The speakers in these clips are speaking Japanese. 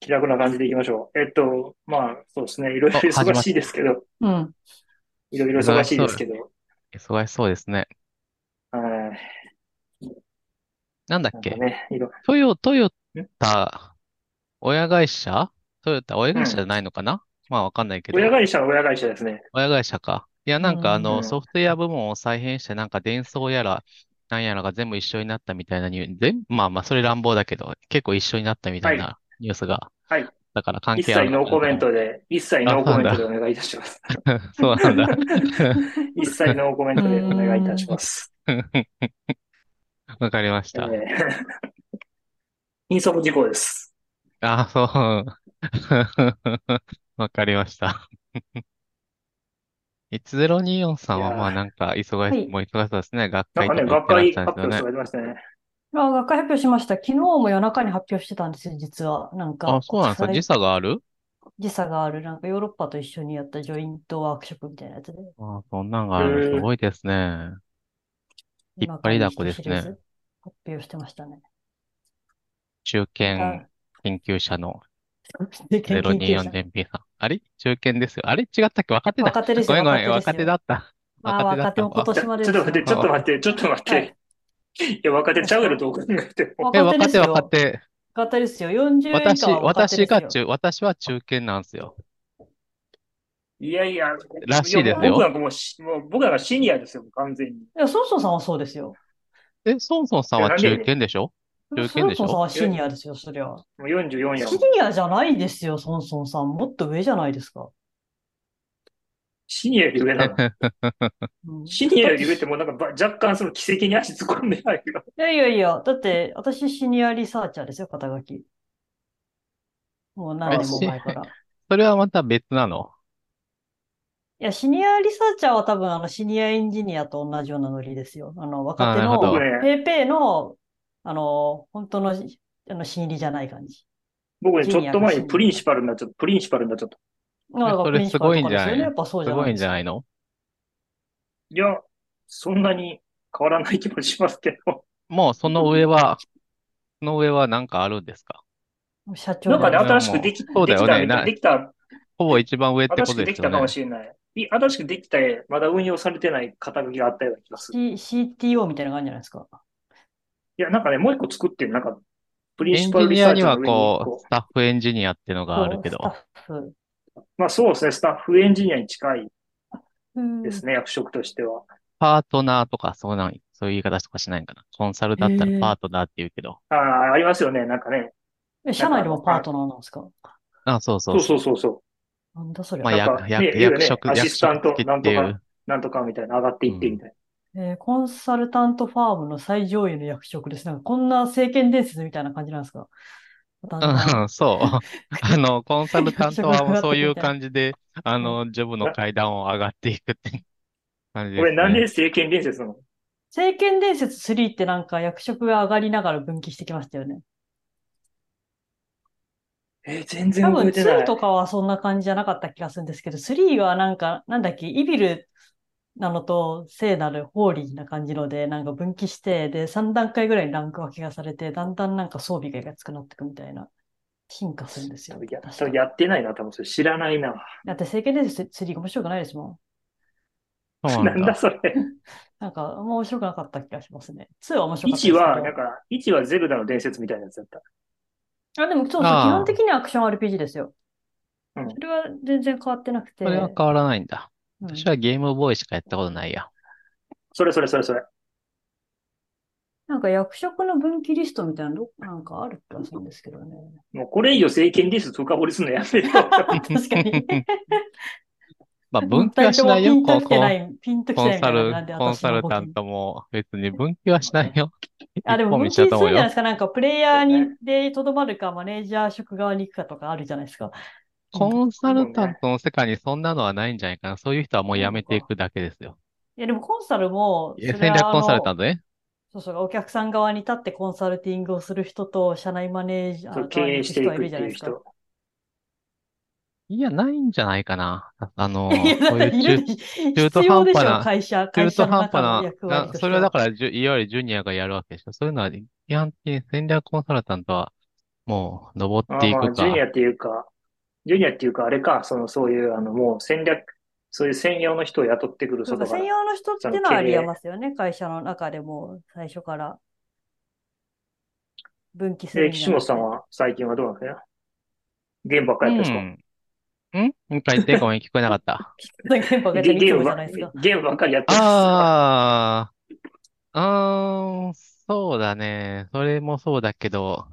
気楽な感じでいきましょう。まあ、そうですね。いろいろお、始まっ、 忙しいですけど、 うん。 いろいろ忙しい忙しそう、 ですけど、 忙しそうですね。 はい。 なんだっけ？ なんかね、 トヨんタ、親会社トヨタ、親うん。 会社じゃないのかな？まあわかんないけど、 親会社は親会社ですね。 親会社か。いや、 うん。 うん。 ソフトウェア部門を再編して、伝送やら、なんやらが全部一緒になったみたいなニュース、まあまあ、それ乱暴だけど、結構一緒になったみたはい。 いなニュースが、 はい。 だから関一係あるの切ノーコメかなとかも。 ントで、一切あ、 ノーそうなんだ。 コメントでお願いいたします。 そうなんだ。 一切ノーコメンうトでお願いいたん。 します。 わかりましえた。 引率事項です。 あ、そう。わかりました。1024さんはまあいやー、 はい。 もう忙しそうですね。学会となんかね、学か行ってらっし会発表さゃるんですよね。 れてましたね。 学会発表しました。昨日も夜中に発表してたんですよ、実は。 あ、そうなんですか。時差がある？ 時差がある、ヨーロッパと一緒にやったジョイントワークショップみたいなやつで、 あ、そんなんがえあるのすー、 ごいですね。引っ張りだ夜中にこですね。 人知れず発表してましたね。 中堅また、 研究者の研究者。 024-電 P さん。あれ中堅ですよ。あれ違ったっけ？若手だ。 若手ですよ、 ごめんごめん。 若手です若手だよ。 った。 まあ、 若手だった。 若手も今あ、 年までちょっと待って、 ですよ。 ちょっとあ、 待って、ちょっと待って。 はい。 いや、若手ちゃうやろ、 ですか？ どう考えても。 え、 若手で若手すよ。 若手。 若手ですよ。40以下は若手ですよ。 私は中堅なんですよ。 いやいや、 らいや、もうしいですよ。 僕なんかもう僕なんかシニアですよ、完全に。 いや、ソンソンさんはそうですよ。 え、ソンソンさんいや、 は中なんでやねん。 堅でしょ？中ソンソンさん堅でしょ？ はシいや、 ニアですよ、そりゃ。 もう44やシもん。 ニアじゃないですよ、ソンソンさん。もっと上じゃないですか。 シニアより上なの。 うん。 シニアだってより上ってもうなんか若干その奇跡に足突っ込んでないけど。 いやいやいや、だって私シニアリサーチャーですよ、肩書き。もう何あ、 年もそ前から。 それはまた別なの？ いや、シニアリサーチャーは多分シニアエンジニアと同じようなノリですよ。若ああ、 手の、 なるほど。 ね、 ペイペイの、本当の、新入りじゃない感じ。 僕ね、ちジュニアかょっと前に新入りか。 プリンシパルになっちゃった。 え、 だからそれすごプリンシパルとかですよね。やいんじゃない？ っぱそうじすごいんゃないですか。 じゃないの？ いや、そんなに変わらない気もしますけど。 もうその上はなんかあるんですか？ 社長なんかね、 じゃないですか。 新しくそれはもう、そうだよね。 できた、 ほぼ一番上って新ことしくできたかもですよね。 しれない。新しくできて、まだ運用されてない肩書きがあったような気がする。 CTO みたいな感じじゃないですか。 いや、なんかね、もう一個作ってる、なんか、プリンエンシパルリサージニアにはチの上に一こう、 個。 スタッフエンジニアっていうのがあるそう、 けど、 スタッフ。 まあそうですね、スタッフエンジニアに近いうん。 ですね、役職としては。 パートナーとかそういう言い方とかしないんかな。コンサルだったらパーへトナーって言うけど。 ああ、ありますよね、なんかね。 え。社内でもなんかパートナーなんですか？ あ、そうそうそうそうそう。 そうそう。 なんだそりゃ。 まあ、 なんかね、言うよね、アシスタント、 役職付きっていう。 なんとかみたいな、上がっていってみうん。 たいコンサルタントファームの最上位の役職です。なんかこんな政権伝説みたいな感じなんですか？だんだんうん、そう。コンサルタ役ント職が上がっはもうそういうていくみたいな。 感じで、ジョブのな。 階段を上がっていくって感じこれなんでですね。 政権伝説なの？ 政権伝説3ってなんか役職が上がりながら分岐してきましたよね。 全然覚多分2 えてない。 とかはそんな感じじゃなかった気がするんですけど、3はなんか、なんだっけ、イビルなのと聖なるホーリーな感じので、なんか分岐して、で、3段階ぐらいにランク分けがされて、だんだんなんか装備が安くなっていくみたいな、進化するんですよ。確か。 多分やってないな、多分それ知らないな。 だって政権伝説3が面白くないですもん。 そうなんだなんだ。 それ。 なんか、あんま面白くなかった気がしますね。2は面白かった 1は、なんですけど。 か、1はゼルダの伝説みたいなやつだった。 あ、でもそうそう、基本ああ、 的にはアクション RPG ですよ。 うん。 それは全然変わってなくて、 それは変わらないんだ。 うん。 私はゲームボーイしかやったことないや。 それ。 なんか役職の分岐リストみたいなのなんかある気がするんですけどね。 もうこれ以上政権伝説深掘りするのやめよ確かに。 まあ、分岐二人とはしないよ。 もピンときてない、ピンときてないみたいな感じなんで、 コン私サルタンの募金。 トも別に分岐はしないよ。 あ、でも一本道分岐だと思うよ。 するんじゃないですか。なんかプレイヤーに、 うね。 でとどまるか、マネージャー職側に行くかとかあるじゃないですか。うん。いコンサルタンそうね。 トの世界にそんなのはないんじゃないかな。そういう人はもうないのか。 辞めていくだけですよ。 や、でもコンサルも、それ戦略コンサルタはントね。 そうそう、お客さん側に立ってコンサルティングをする人と、社内マネージャそう、 ー側に経営行く人はいるしていくっじゃないですか。 ていう人。 いや、ないんじゃないかな。 いや、だそういうっているでし、 中途必要でしょ、 半端な、 会中途社の中半端な、 の役割とそしては。 れはだからいわゆるジュニアがやるわけでしょ。そういうのは、基本的に戦略コンサルタントはもう登っていああまあ、ジュニアくか。 っていうか、ジュニアっていうか、あれか、そういう、もうそういう専用の人を雇ってくるそうか、 外から、 専用の人っそのていうのはありえ経営。 ますよね。会社の中でも最初から分岐するで、 んじゃ岸本なくて。 さんは最近はどうなんですか？ゲームばっかうりやってるんですか？ ん。もう一回言って、ごめん、聞こえなかった。 現場がじゃあいつもじゃないですか。 ゲームばっかりやってるんですか？ あそうだね。それもそうだけど、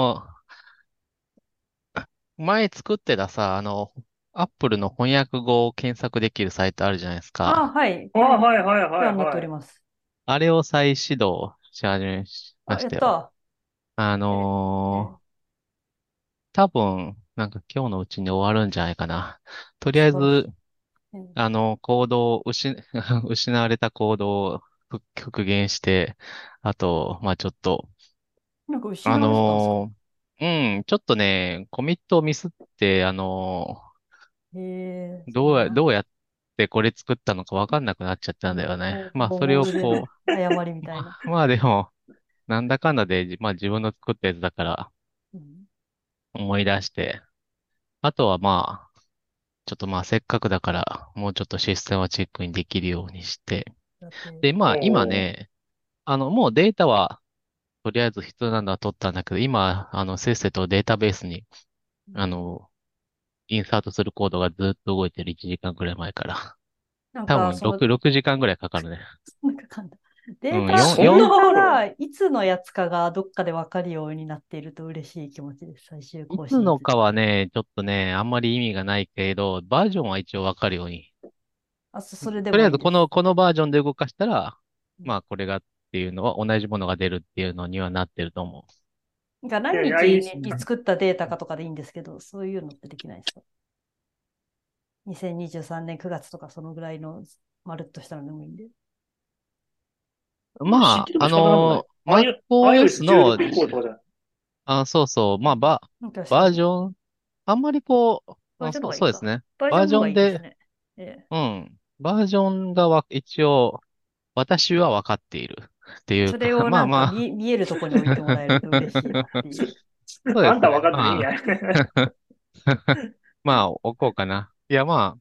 前作ってたさ、アップルの翻訳語を検索できるサイトあるじゃないですああ、 か。 はい。 ああ、 これ、 はいはいはいお世話になっておはい。 ります。 あれを再始動し始めまあ、 したよ。 やった。 あえ、え、 の多分、なんか今日のうちに終わるんじゃないかな。とりあえず、 素晴らしい。 コードを失われたコードを復元して、あと、まあちょっと、 なんか失あわれてたんですか？ のちょっとね、コミットをミスって、 へえ、そんな。 どうやってこれ作ったのかわかんなくなっちゃったんだよね。まあ、それもう腕のをこ誤りみう、 たいな。 まあでも、なんだかんだで、まあ自分の作ったやつだからうん、 思い出して、あとはまあ、ちょっとまあせっかくだから、もうちょっとシステムチェックにできるようにして、 だって、 で、まあ今おー。 ね、もうデータは、とりあえず必要なのは取ったんだけど、今、せっせとデータベースに、あの、インサートするコードがずっと動いてる1時間くらい前から。 なんか、 多分6時間くらいかかるね。 なんか簡単。デーうん、 タ、 そんなデータかかる？ がいつのやつかがどっかでわかるようになっていると嬉しい気持ちです。最終い更新時。 つのかはね、ちょっとね、あんまり意味がないけど、バージョンは一応わかるように。 あ、それでとりあえずもいいです。 このバージョンで動かしたら、 うん、 まあこれがっていうのは同じものが出るっていうのにはなってると思なんかい何や、いい。 日に作ったデータかとかでいいんですけど、そういうのってできないですか？ 2023 年9月とかそのぐらいのまるっとしたのでもいいんで。 う。まあ、 知ってても仕方なくない？ MacOS の、 iOS16 以降とかじゃない？ そうそう、まあ確かに。 バージョン、あんまりこう、 バージョンの方がいいか。 そうですね。バーバージョンの方がジョンで、 いいですね。ええ。 バージョンが一応、私は分かっているっていうか、 それをまなんかあまあ、 見えるとこに置いてもらえると嬉しいなっていう。 そうですね。 あんた分かってる意味まある？ あ、まあ、置こうかな。いや、まあ、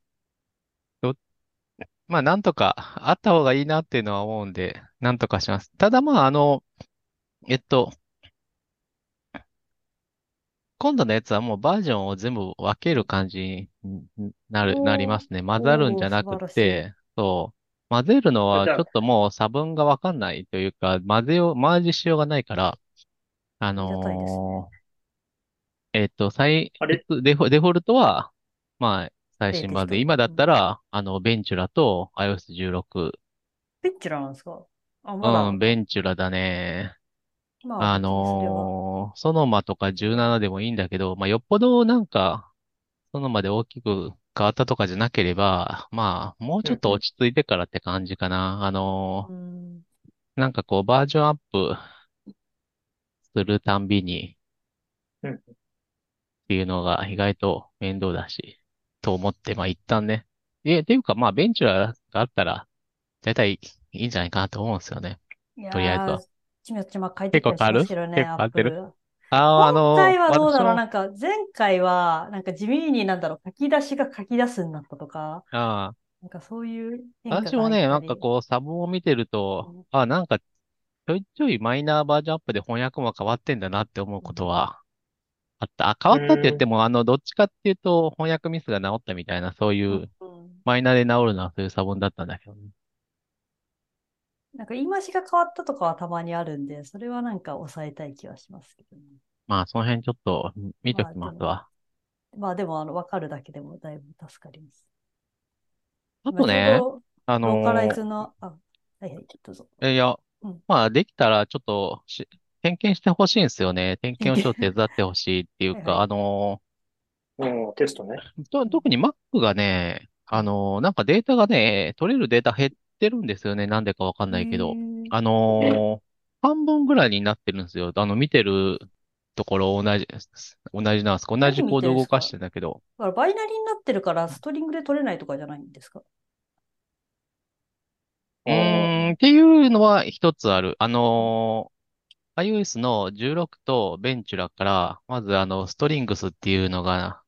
まあ、なんとかあった方がいいなっていうのは思うんで、なんとかします。ただまあ、えっと、今度のやつはもうバージョンを全部分ける感じになりおー、 ますね。混ざるんおー、素じゃなく晴らしい。 て、そう。混ぜるのはじゃあ、 ちょっともう差分がわかんないというか、マージしようがないから、あありがたいですね。 のあれ、 デフォルトは、まあ、最新版で、 で適当。 今だっうん、 たら、ベンチュラと iOS16、 ペッチュラなんですか？あ、まだうん、ベンチュラだね。 まあ別にそれは。 ソノマとか17でもいいんだけど、まあ、よっぽどなんか、ソノマで大きく変わったとかじゃなければ、まあ、もうちょっとうんうん。 落ち着いてからって感じかな。 うん。 なんかこう、バージョンアップするたんびにうん。 っていうのが意外と面倒だし、と思って、まあ一旦ね。っていうか、まあ、ベンチュラがあったら、だいたいいいんじゃないかなと思うんですよね。 いとりあえずやー、 は。 ちまちま書いてたりし結構変わるますけどね、 結アッ構変わってる。 プル。今回はどうだろう。 私も、 なんか前回は、なんか地味になんだろう、書き出しが書き出すになったとか、 ああ、 なんかそういう変化が私もね、 入ったり。 なんかこう、サブを見てると、 うん、 なんかちょいちょいマイナーバージョンアップで翻訳も変わってんだなって思ううん、 ことはあった。変わったって言っても、どっちかっていうと翻訳ミスが治ったみたいな、そういうん、 う、 うん。 マイナーで治るのはそういうサボンだったんだけどね。 なんか言い回しが変わったとかはたまにあるんで、それはなんか抑えたい気はしますけどね。 まあ、その辺ちょっと見とまあでも、 きますわ。 わかるだけでもだいぶ助かります。 あ今とね、 ちょうど、 あローカライズのの、あ、はいはい、どうぞ。 いや、 うん。 まあ、できたらちょっと点検してほしいんですよね。点検をちょっと手伝ってほしいっていうか、 はいはい。 テストね。 うん、 特に Mac がね、 うん、 なんかデータがね、取れるデータ減ってるんですよね。なんでかわかんへないけど。 ー、 半分ぐらいになってるんですよ。見てるところ同じなんですか？同じ何見コードを動かしてるんですか？ てんだけど。 だからバイナリーになってるからストリングで取れないとかじゃないんですか？ ああ、 っていうのは一つある。 うん、 iOS の16とベンチュラから、まずストリングスっていうのが、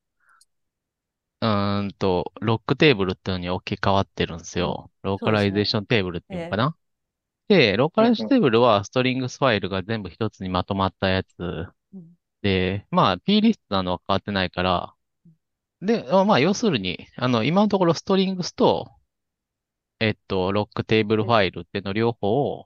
ロックテーブルっていうのに置き換わってるんですうん。 よ。ローカライゼーそうですね。 ションテーブルっていうのかえな。で、ローカライゼーションうんうん。 テーブルはストリングスファイルが全部一つにまとまったやつうん。 で、まあ、P リストなのは変わってないから、で、まあ、要するに、今のところストリングスと、ロックテーブルフで、 ァイルっていうの両方を、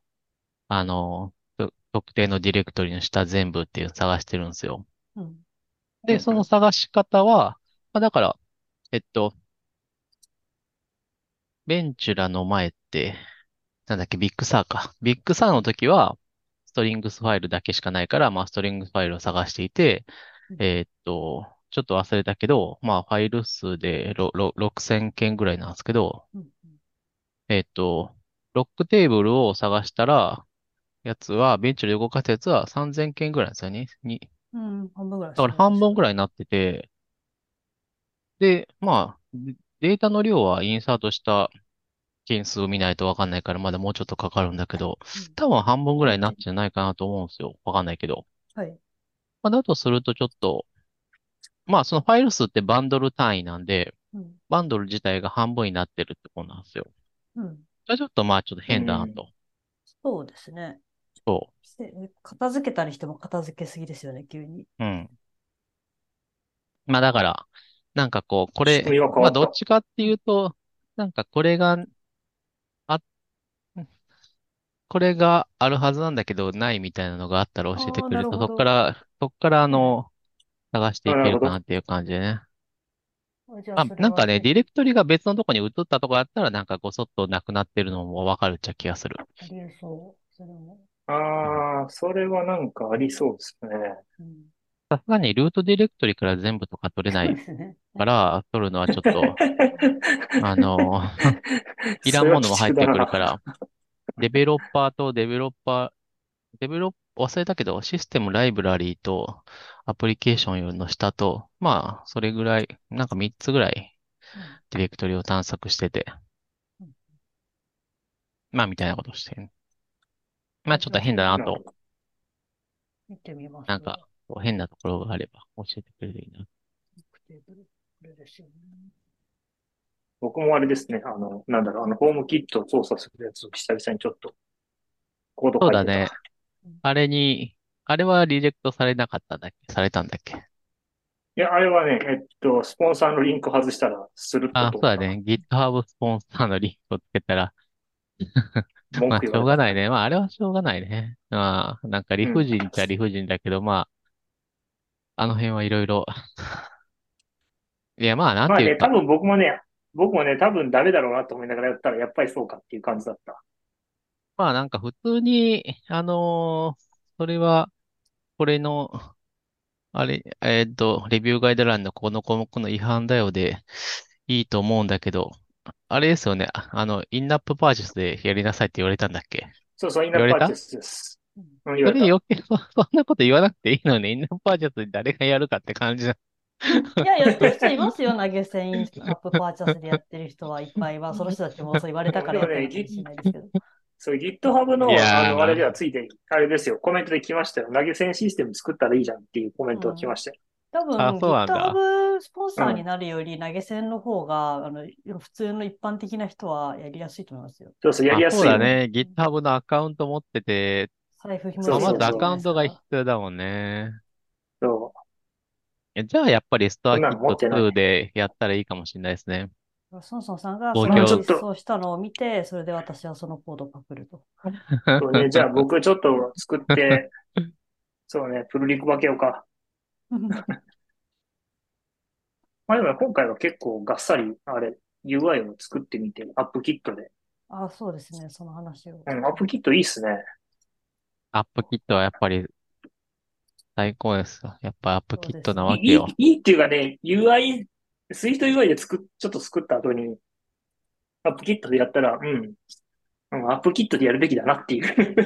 特定のディレクトリの下全部っていうのを探してるんですよ。 うん。 で、そのうんうん。 探し方は、まあ、だから、えっと、ベンチュラの前って、なんだっけ、ビッグサーか。ビッグサーの時は、ストリングスファイルだけしかないから、まあ、ストリングスファイルを探していて、 うん。 ちょっと忘れたけど、まあ、ファイル数で6000件ぐらいなんですけど、 うん。 えっと、ロックテーブルを探したら、やつは、ベンチで動かすやつは3000件ぐらいなんですよね。 うん。半分ぐらいでだからすね、確か。 半分ぐらいになってて、で、まあ、データの量はインサートした件数を見ないとわかんないから、まだもうちょっとかかるんだけど、 うん。 多分半分ぐらいになっうんうん。 てないかなと思うんですよ。わかんないけど。 はい。 まあ、だとするとちょっと、まあ、そのファイル数ってバンドル単位なんで、 うん。 バンドル自体が半分になってるってことなんですよ。 うん。 じゃあちょっとまあ、ちょっとうん。 変だなと。 そうですね。 そ片付けたりしても片付けすぎですよね、急に。 う。うん。まあ、だから、なんかこう、これ、 仕組みが変まあ、 わった。 どっちかっていうと、なんかあ、これがあるはずなんだけど、ないみたいなのがあったら教えてああ、なくれると、 るほど。 そっから探してあ、 いけなるほど。 るかなっていう感じでね。 じゃあ、 まあ、 それなんかね、 はぜひ、 ディレクトリが別のとこに移ったとこだったら、なんかごそっとなくなってるのもわかるっちゃ気がする。 ありえそう。それも。 うん。 ああ、それはなんかありそうですね。 うん。 さすがにルートディレクトリから全部とか取れなそういですね。 から、取るのはちょっと、あの、いらんもそれは鬼のも入って畜だな。 くるから、デベロッパーと忘れたけど、システムライブラリーとアプリケーションよりの下と、まあ、それぐらい、なんか3つぐらいうん。 ディレクトリを探索してて、 うん。 まあ、みたいなことをしてる。まあ、ちょっとじゃあ、それ、 変だなと、 なるほど。 見てみますわ。 なんか、こう変なところがあれば教えてくれるといいな。 テーブル。これですよね。 僕もあれですね。なんだろう、ホームキットを操作するやつを久々にちょっとコード書いてた。 そうだね。 うん。 あれに、あれはリジェクトされなかったんだっけされたんだっけ？ いや、あれはね、スポンサーのリンク外したらスルッとあ、 通った。 そうだね。GitHub スポンサーのリンクをつけたら、まあ、し文句言われた。 ょうがないね。まあ、あれはしょうがないね。まあ、なんか理うん。 不尽っちゃ理不尽だけど、まあ、あの辺はいろいろ、いや、まあ、なんまあね、多ていうか、 分僕もね、多分ダメだろうなと思いながらやったら、やっぱりそうかっていう感じだった。 まあなんか普通に、それは、これの、あれ、レビューガイドラインのこの項目の違反だよでいいと思うんだけど、あれですよね。インナップパーチェスでやりなさいって言われたんだっけ？ そうそう、インナ言われた？ ーパーチェスです。 うん。 うん、言わそれた。 れ余計そんなこと言わなくていいのに、インナップパーチェスで誰がやるかって感じだ。 いや、やってる人いますよ。投げ銭アップパーチャスでやってる人はいっぱいは、その人たちもそう言われたからやってるでもね、 のかもしれないですけど。 そう、GitHub いの、あれでやー、 はついて、あれですよ、コメントで来ましたよ。投げ銭システム作ったらいいじゃんっていうコメントが来うん。 ましたよ。 あ、 多分そうなんだ。 GitHub スポンサーにうん。 なるより投げ銭の方が、普通の一般的な人はやりやすいと思いますよ。 そうそう、やりあ、 やすい。 そうだね。 うん。 GitHub のアカウント持ってて、 財布紐そうまあ、ま付いたらいいじゃずアカウントが必ないですか。 要だもんね。 そう。 じゃあ、やっぱりストこんなのアキット持ってない。 2でやったらいいかもしれないですね。 ソンソンさんがそ東京。 れを実ちょっと、 装したのを見て、それで私はそのコードをパクると。 そうね、じゃあ僕ちょっと作って、そうね、プルリク分けようか。まあでも今回は結構がっさり、あれ、UI を作ってみて、アップキットで。 あ、そうですね。その話をうん、アッ聞いて。 プキットいいっすね。 アップキットはやっぱり最高ですよ。やっぱアップキットなそうですね。 わけよ。 いいっていうかね、UI、スイート UI でちょっと作った後に、アップキットでやったら、アップキットでやるべきだなっていう。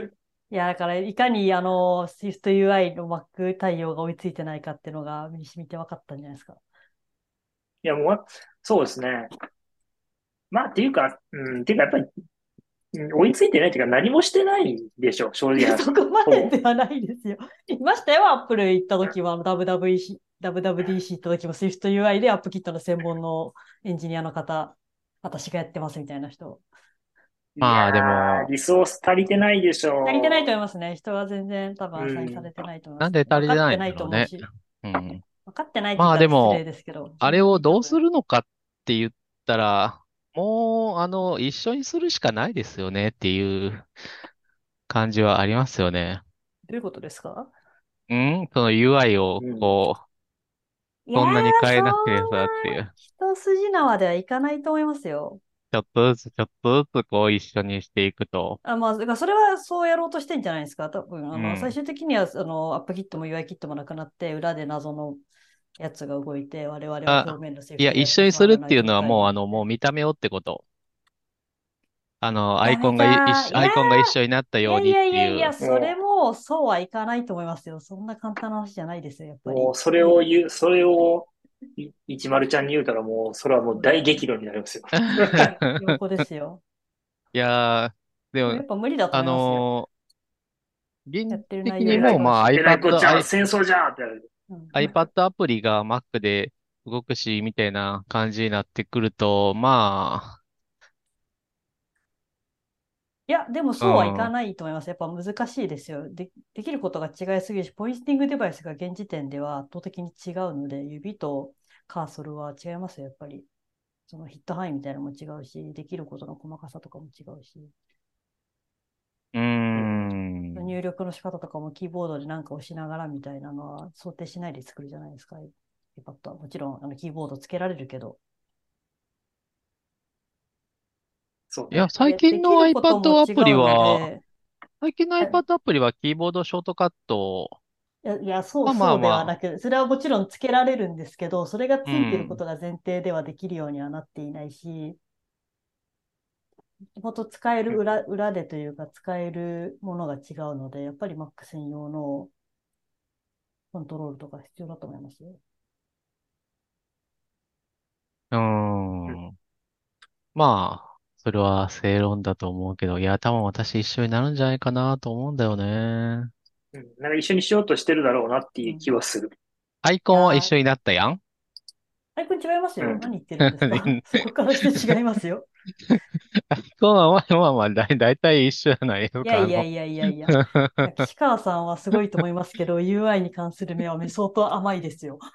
いや、だから、いかにSwift UI の Mac 対応が追いついてないかっていうのが身に染みて分かったんじゃないですか。 いや、もう、そうですね。まあ、っていうか、っていうか、やっぱり、 追いついてないっていうか何もしてないでしょ、正直いや、 な話。 そこまほぼ。 でではないですよ。いましたよ、アップル行った時は、WWDC 行った時も SwiftUI でアップキットの専門のエンジニアの方、私がやってますみたいな人。 いやまあでー、 も、 リソース足りてないでし足りてないとょ思いますね。人は全然多分う。うアサインされん。 てないと思いまなんすね。 で足りてないん分かってないだろうね。 と思うし、 うん。 分かってないって言っまあたら失礼でも、 ですけど、 あれ本当をどうすに多分、 るのかって言ったら、もう、一緒にするしかないですよねっていう感じはありますよね。 どういうことですか？ その UI をうん。 こう、 いやー、 そんなに変そんえなくてさっていなう。 一筋縄ではいかないと思いますよ。 ちょっとずつ、ちょっとずつこう一緒にしていくと。 まあ、だからそれはそうやろうとしてんじゃないですか。多分、最うん。 終的には、アップキットも UI キットもなくなって、裏で謎のやつが動いて、我々は表あ、 面のセーいや、 フトウェアし一緒にすか触らないるっていうのは状態にもうもうなって。 見た目をってこと。 見た目か。 アイコンが一緒になったようにっいやいていう。 やいや、それももそうはいかないと思いますよ。そんな簡単な話じゃないですよ、やっぱもう、 り。いいそれを、一丸ちゃんに言うたらもう、それはもうそうですよ。 大激論になりますよ。 いや、横ですよ。 いやー、でも、 でもやっぱ無理だとあ思いますよ。 の現やってる内容に実的にもう、まあ違うし。 こっち iPad、 ゃ、戦争じゃーってやる。 うん、 iPad アプリが Mac で動くし、みたいな感じになってくると、まいや、でもそうはいかあ、 ないと思います。やっぱ難しいですよ。できることが違いすぎるし、ポインティングデバイスが現時点では圧倒的に違うので、指とカーソルは違いますよ、やっぱり。そのヒット範囲みたいなのも違うし、できることの細かさとかも違うし、 うーん。 入力の仕方とかもキーボードで何か押しながらみたいなのは想定しないで作るじゃないですか。iPad はもちろんキーボードつけられるけど。 そうね。 いや、最近のできることも iPad ア違プリうのは、 で、 最近のはい iPad アプリはキーボードショートカット、まあまそうではあまなく、それはもちろんつけられるんですけど、それがあ、うついてるこん。 とが前提ではできるようにはなっていないし、もっと使える裏でというか、使えるものが違うので、やっぱり Mac 専用のコントロールとか必要だと思いますよ。 うーうん。 ん。まあ、それは正論だと思うけど、いや、多分私一緒になるんじゃないかなと思うんだよね。 うん。なんか一緒にしようとしてるだろうなっていううん、 気はする。 アイコンは一いやー、 緒になったやん。 これ違いますよ。 うん。 何言ってるんですか？そこからして違いますよ。 アイコンはまあまあまあ、だいたい一緒じゃないですいやか、 いやいやいやいや。岸川さんはすごいと思いますけど、UI に関する目は相当甘いですよ。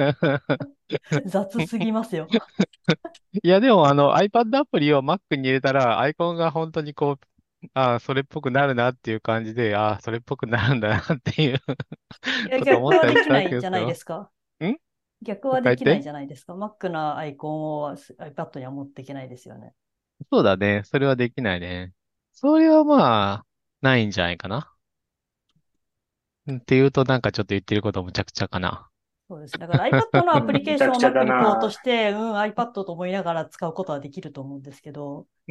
雑すぎますよ。 いや、でもiPad アプリを Mac に入れたら、アイコンが本当にこう、ああ、それっぽくなるなっていう感じで、ああ、それっぽくなるんだなっていういや、 ことを逆はでき思ったりしたわないじゃないでけですよ。 すか。 ん逆もうはできない一回言って。 じゃないですか。Mac のアイコンを iPad には持っていけないですよね。 そうだね。それはできないね。それはまあ、ないんじゃないかな。っていうとなんかちょっと言ってることむちゃくちゃかな。 そうです。だから iPad のアプリケーションをむちゃくちゃ Mac だにポートな。 して、iPad と思いながら使うことはできると思うんですけど、 うん。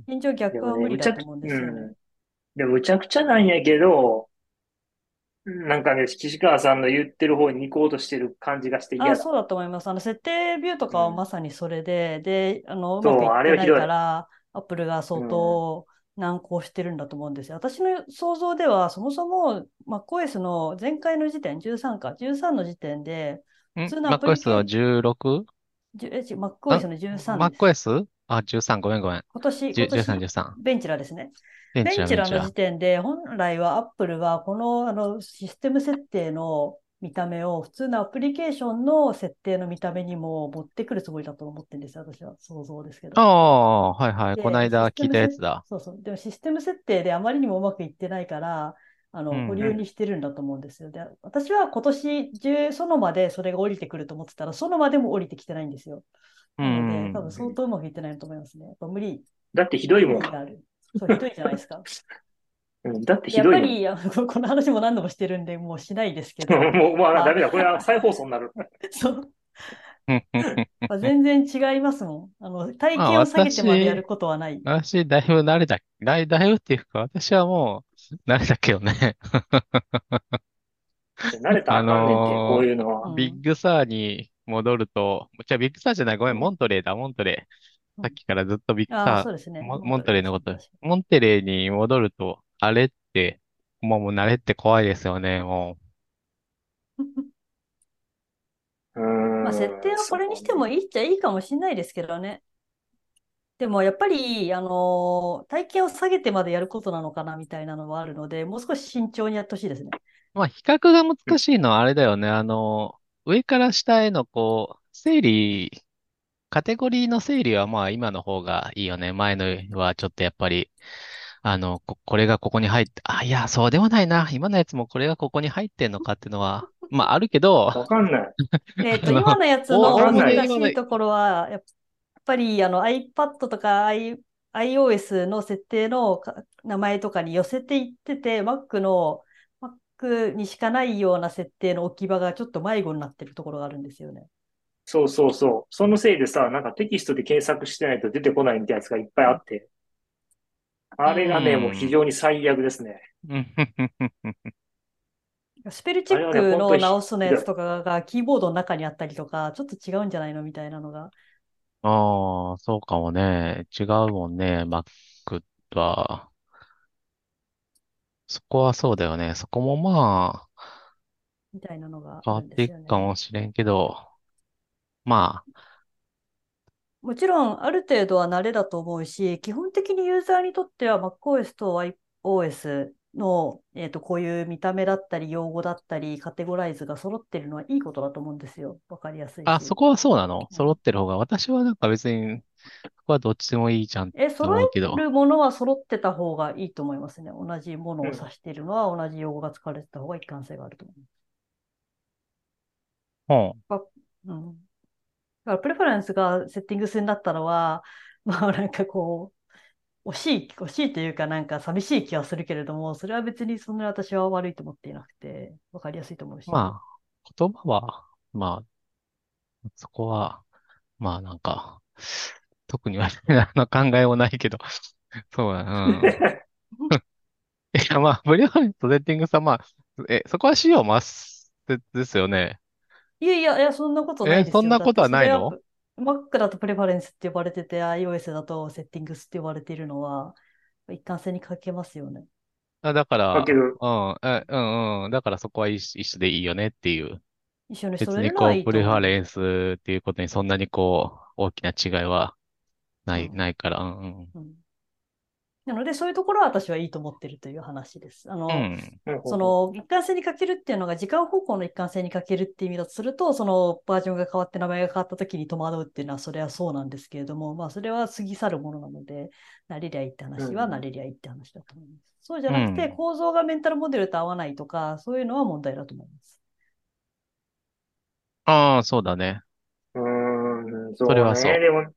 現状逆でもね、 は無理だと思うんでうすよね。 ん。でもむちゃくちゃなんやけど、なんかね、岸川さんの言ってる方に行こうとしてる感じがして嫌だ。 そうだと思います。設定ビューとかはまうん。 さにそれで、うまくいそう、あってないれはひどい。 から、Apple が相うん。 当難航してるんだと思うんですよ。私の想像では、そもそも MacOS の前回の時点、13か、13の時点で、普通のアプリ MacOS のケ 16？ MacOS の13です。 MacOS？ あ、13、ごめんごめん。 今 13、 年、 13。 ベンチラですね。 ベンチラ、 ベンチラの時ベンチラ。 点で、本来は Apple はこの、システム設定の見た目を普通のアプリケーションの設定の見た目にも持ってくるつもりだと思ってるんですよ、私は想像ですけあど。 あ、はいはい。こので、 間聞いたやつだ。 そうそう。でもシステム設定であまりにもうまくいってないから、保うん。 留うん。 にしてるんだと思うんですよ。で、私は今年中、ソノマでそれが降りてくると思ってたら、ソノマでも降りてきてないんですよ。 うなので、多分ん。 相当うまくいってないと思いますね。やっぱだってひどいもん。 無理がある。そう、ひどいじゃないですか。 うん。だってひどいもん。 やっぱり、この話も何度もしてるんで、もうしないですけど、 もう、まあ、 まダメだ。これは再放送になる。 あ、そう、まあ、全然違いますもん。体まあ、 型を下げてまでやることはない。 だいぶ慣れた、だいぶっていうか、私はもう慣れたけどね。 慣れたらあかんねんって、こういうのは。 ビッうん。 グサーに戻ると、じゃあビッグサーじゃない、ごめん、モントレーだ、モントレー。 うん。 さっきからずっとああ、そうですね。 モンモントレーですね。 トレーのこと、 確かモンテレーに戻ると、あれって、もう慣れって怖いですよね、もに。 うまあ、設定ーん、 はこれにしそうね。 てもいいっちゃいいかもしれないですけどね。でもやっぱり、体験を下げてまでやることなのかなみたいなのはあるので、もう少し慎重にやってほしいですね。 う。まあ、比較がうん。 難しいのはあれだよね、上から下へのカテゴリーの整理はまあ今の方がいいよね。前のはちょっとやっぱり、これがここに入って、いや、そうではないな。今のやつもこれがここに入ってんのかっていうのは、まああるけど、 わかんない。 今のやつおおむの難ね今の、 しいところは、やっぱりiPad とか、iOS の設定の名前とかに寄せていってて、Mac にしかないような設定の置き場がちょっと迷子になってるところがあるんですよね。 そうそうそう。そのせいでさ、なんかテキストで検索してないと出てこないみたいなやつがいっぱいうん。 あって、 うあれがね、もう非ん。 常に最悪ですね。 うん。 スペルチェッあれはね、 クの本当に直すのやつひどい。 とかがキーボードの中にあったりとか、ちょっと違うんじゃないのみたいなのが。 ああ、そうかもね。違うもんね。Mac は。そこはそうだよね。そこもまみたいなのがあ、変あるんでわっていくかすよね。 もしれんけど、まもちろん、ある程度は慣れだと思うし、基本的にユーザーにとっては MacOS と iOS の、こういう見た目だったり、用語だったり、カテゴライズが揃ってるのはいいことだと思うんですよ。わかりやすいそし。 こはそうなの？揃っうん。 てる方が。私はなんか別に、そこはどっちでもいいじゃんって揃思うけど。 えるものは揃ってた方がいいと思いますね。同じものうん。 を指しているのは同じ用語が使われてた方が一貫性があると思います。 うん。 あ、うん。だからプレファレンスがセッティングスになったのは、まあなんかこ惜しいというかなんか寂しい気はするけれども、それは別にそんなに私は悪いと思っていなくて、わかりやすいと思うし。 ま言葉は、そこは、なんか、特には考えもないけど、そうだ、うん。いや、ブリオネとセッティングさ、そこは使用ですよね。 いやいやいや、そんなことないですよ。 そんなことだってはないの？ それは Mac だとプレファレンスって呼ばれてて、iOS だとセッティングスって呼ばれているのは、一貫性に欠けますよね。 だから、 だけど、 だからそこは一緒でいいよねっていう。 一緒に揃別えるのはいいにプレファレンと思います。 スっていうことにそんなに大きな違いはうんないから、うんうん。 うん。なので、そういうところは私はいいと思ってるという話です。 うん。 うんほうほ一貫性に欠けるっていうのが時間方向の一貫性に欠けるっていう意味だとすると、そのバージョンが変わって名前が変わった時に戸惑うっていうのはそれはそうなんですけれども、まあそれは過ぎ去るものなので、慣れりゃいいってう。う話は慣ん。 れりゃいいって話だと思います。そうじゃなくてうん。 構造がメンタルモデルと合わないとか、そういうのは問題だと思います。 ああ、そうだね。 そうね。 それはそでも、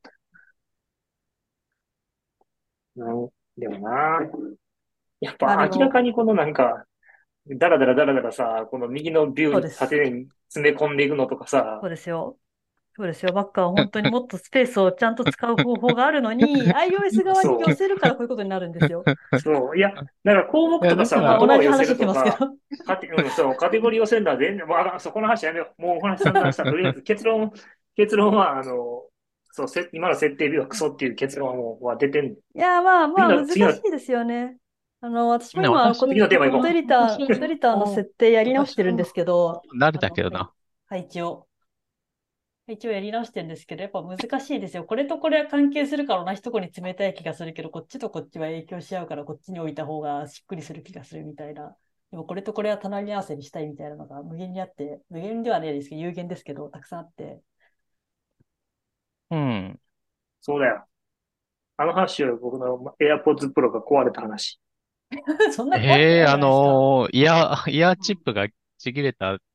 でもな。やっぱ明らまあでも、 かにこのなんか、だらだらだらだらさ、この右のビューそうです。 縦に詰め込んでいくのとかさ、 そうですよ。そうですよ。Mac は本当にもっとスペースをちゃんと使う方法があるのに、iOS 側に寄そう、 せるからこういうことになるんですよ。 そう、いや、なんか項う。いや、 目とかさ、 だから、 同じ言葉を寄せ話してますけど。 るとか、そう、カテゴリー寄せるのは全然、そこの話やめよう。もうお話散々した。とりあえず結論は、そう、今の設定ビューはクソっていう結論はもう、出てんの。 いや、まあまあ難し次の、 いですよね。私もね、 今、 私、 次のテーマ行こ私コードエディターのも、 設定やり直してるんです私も、 けど、 慣れたけどはい、 な。 配置を。一応やり直してるんですけど、やっぱ難しいですよ。これとこれは関係するから同じとこに冷たい気がするけど、こっちとこっちは影響し合うからこっちに置いた方がしっくりする気がするみたいな。でもこれとこれは隣り合わせにしたいみたいなのが無限にあって、無限ではないですけど、有限ですけど、たくさんあって。 うん。 そうだよ。あの話は僕の AirPods Pro が壊れた話。 そんな壊れてないじゃないですか。 イヤーチップがちぎれたって、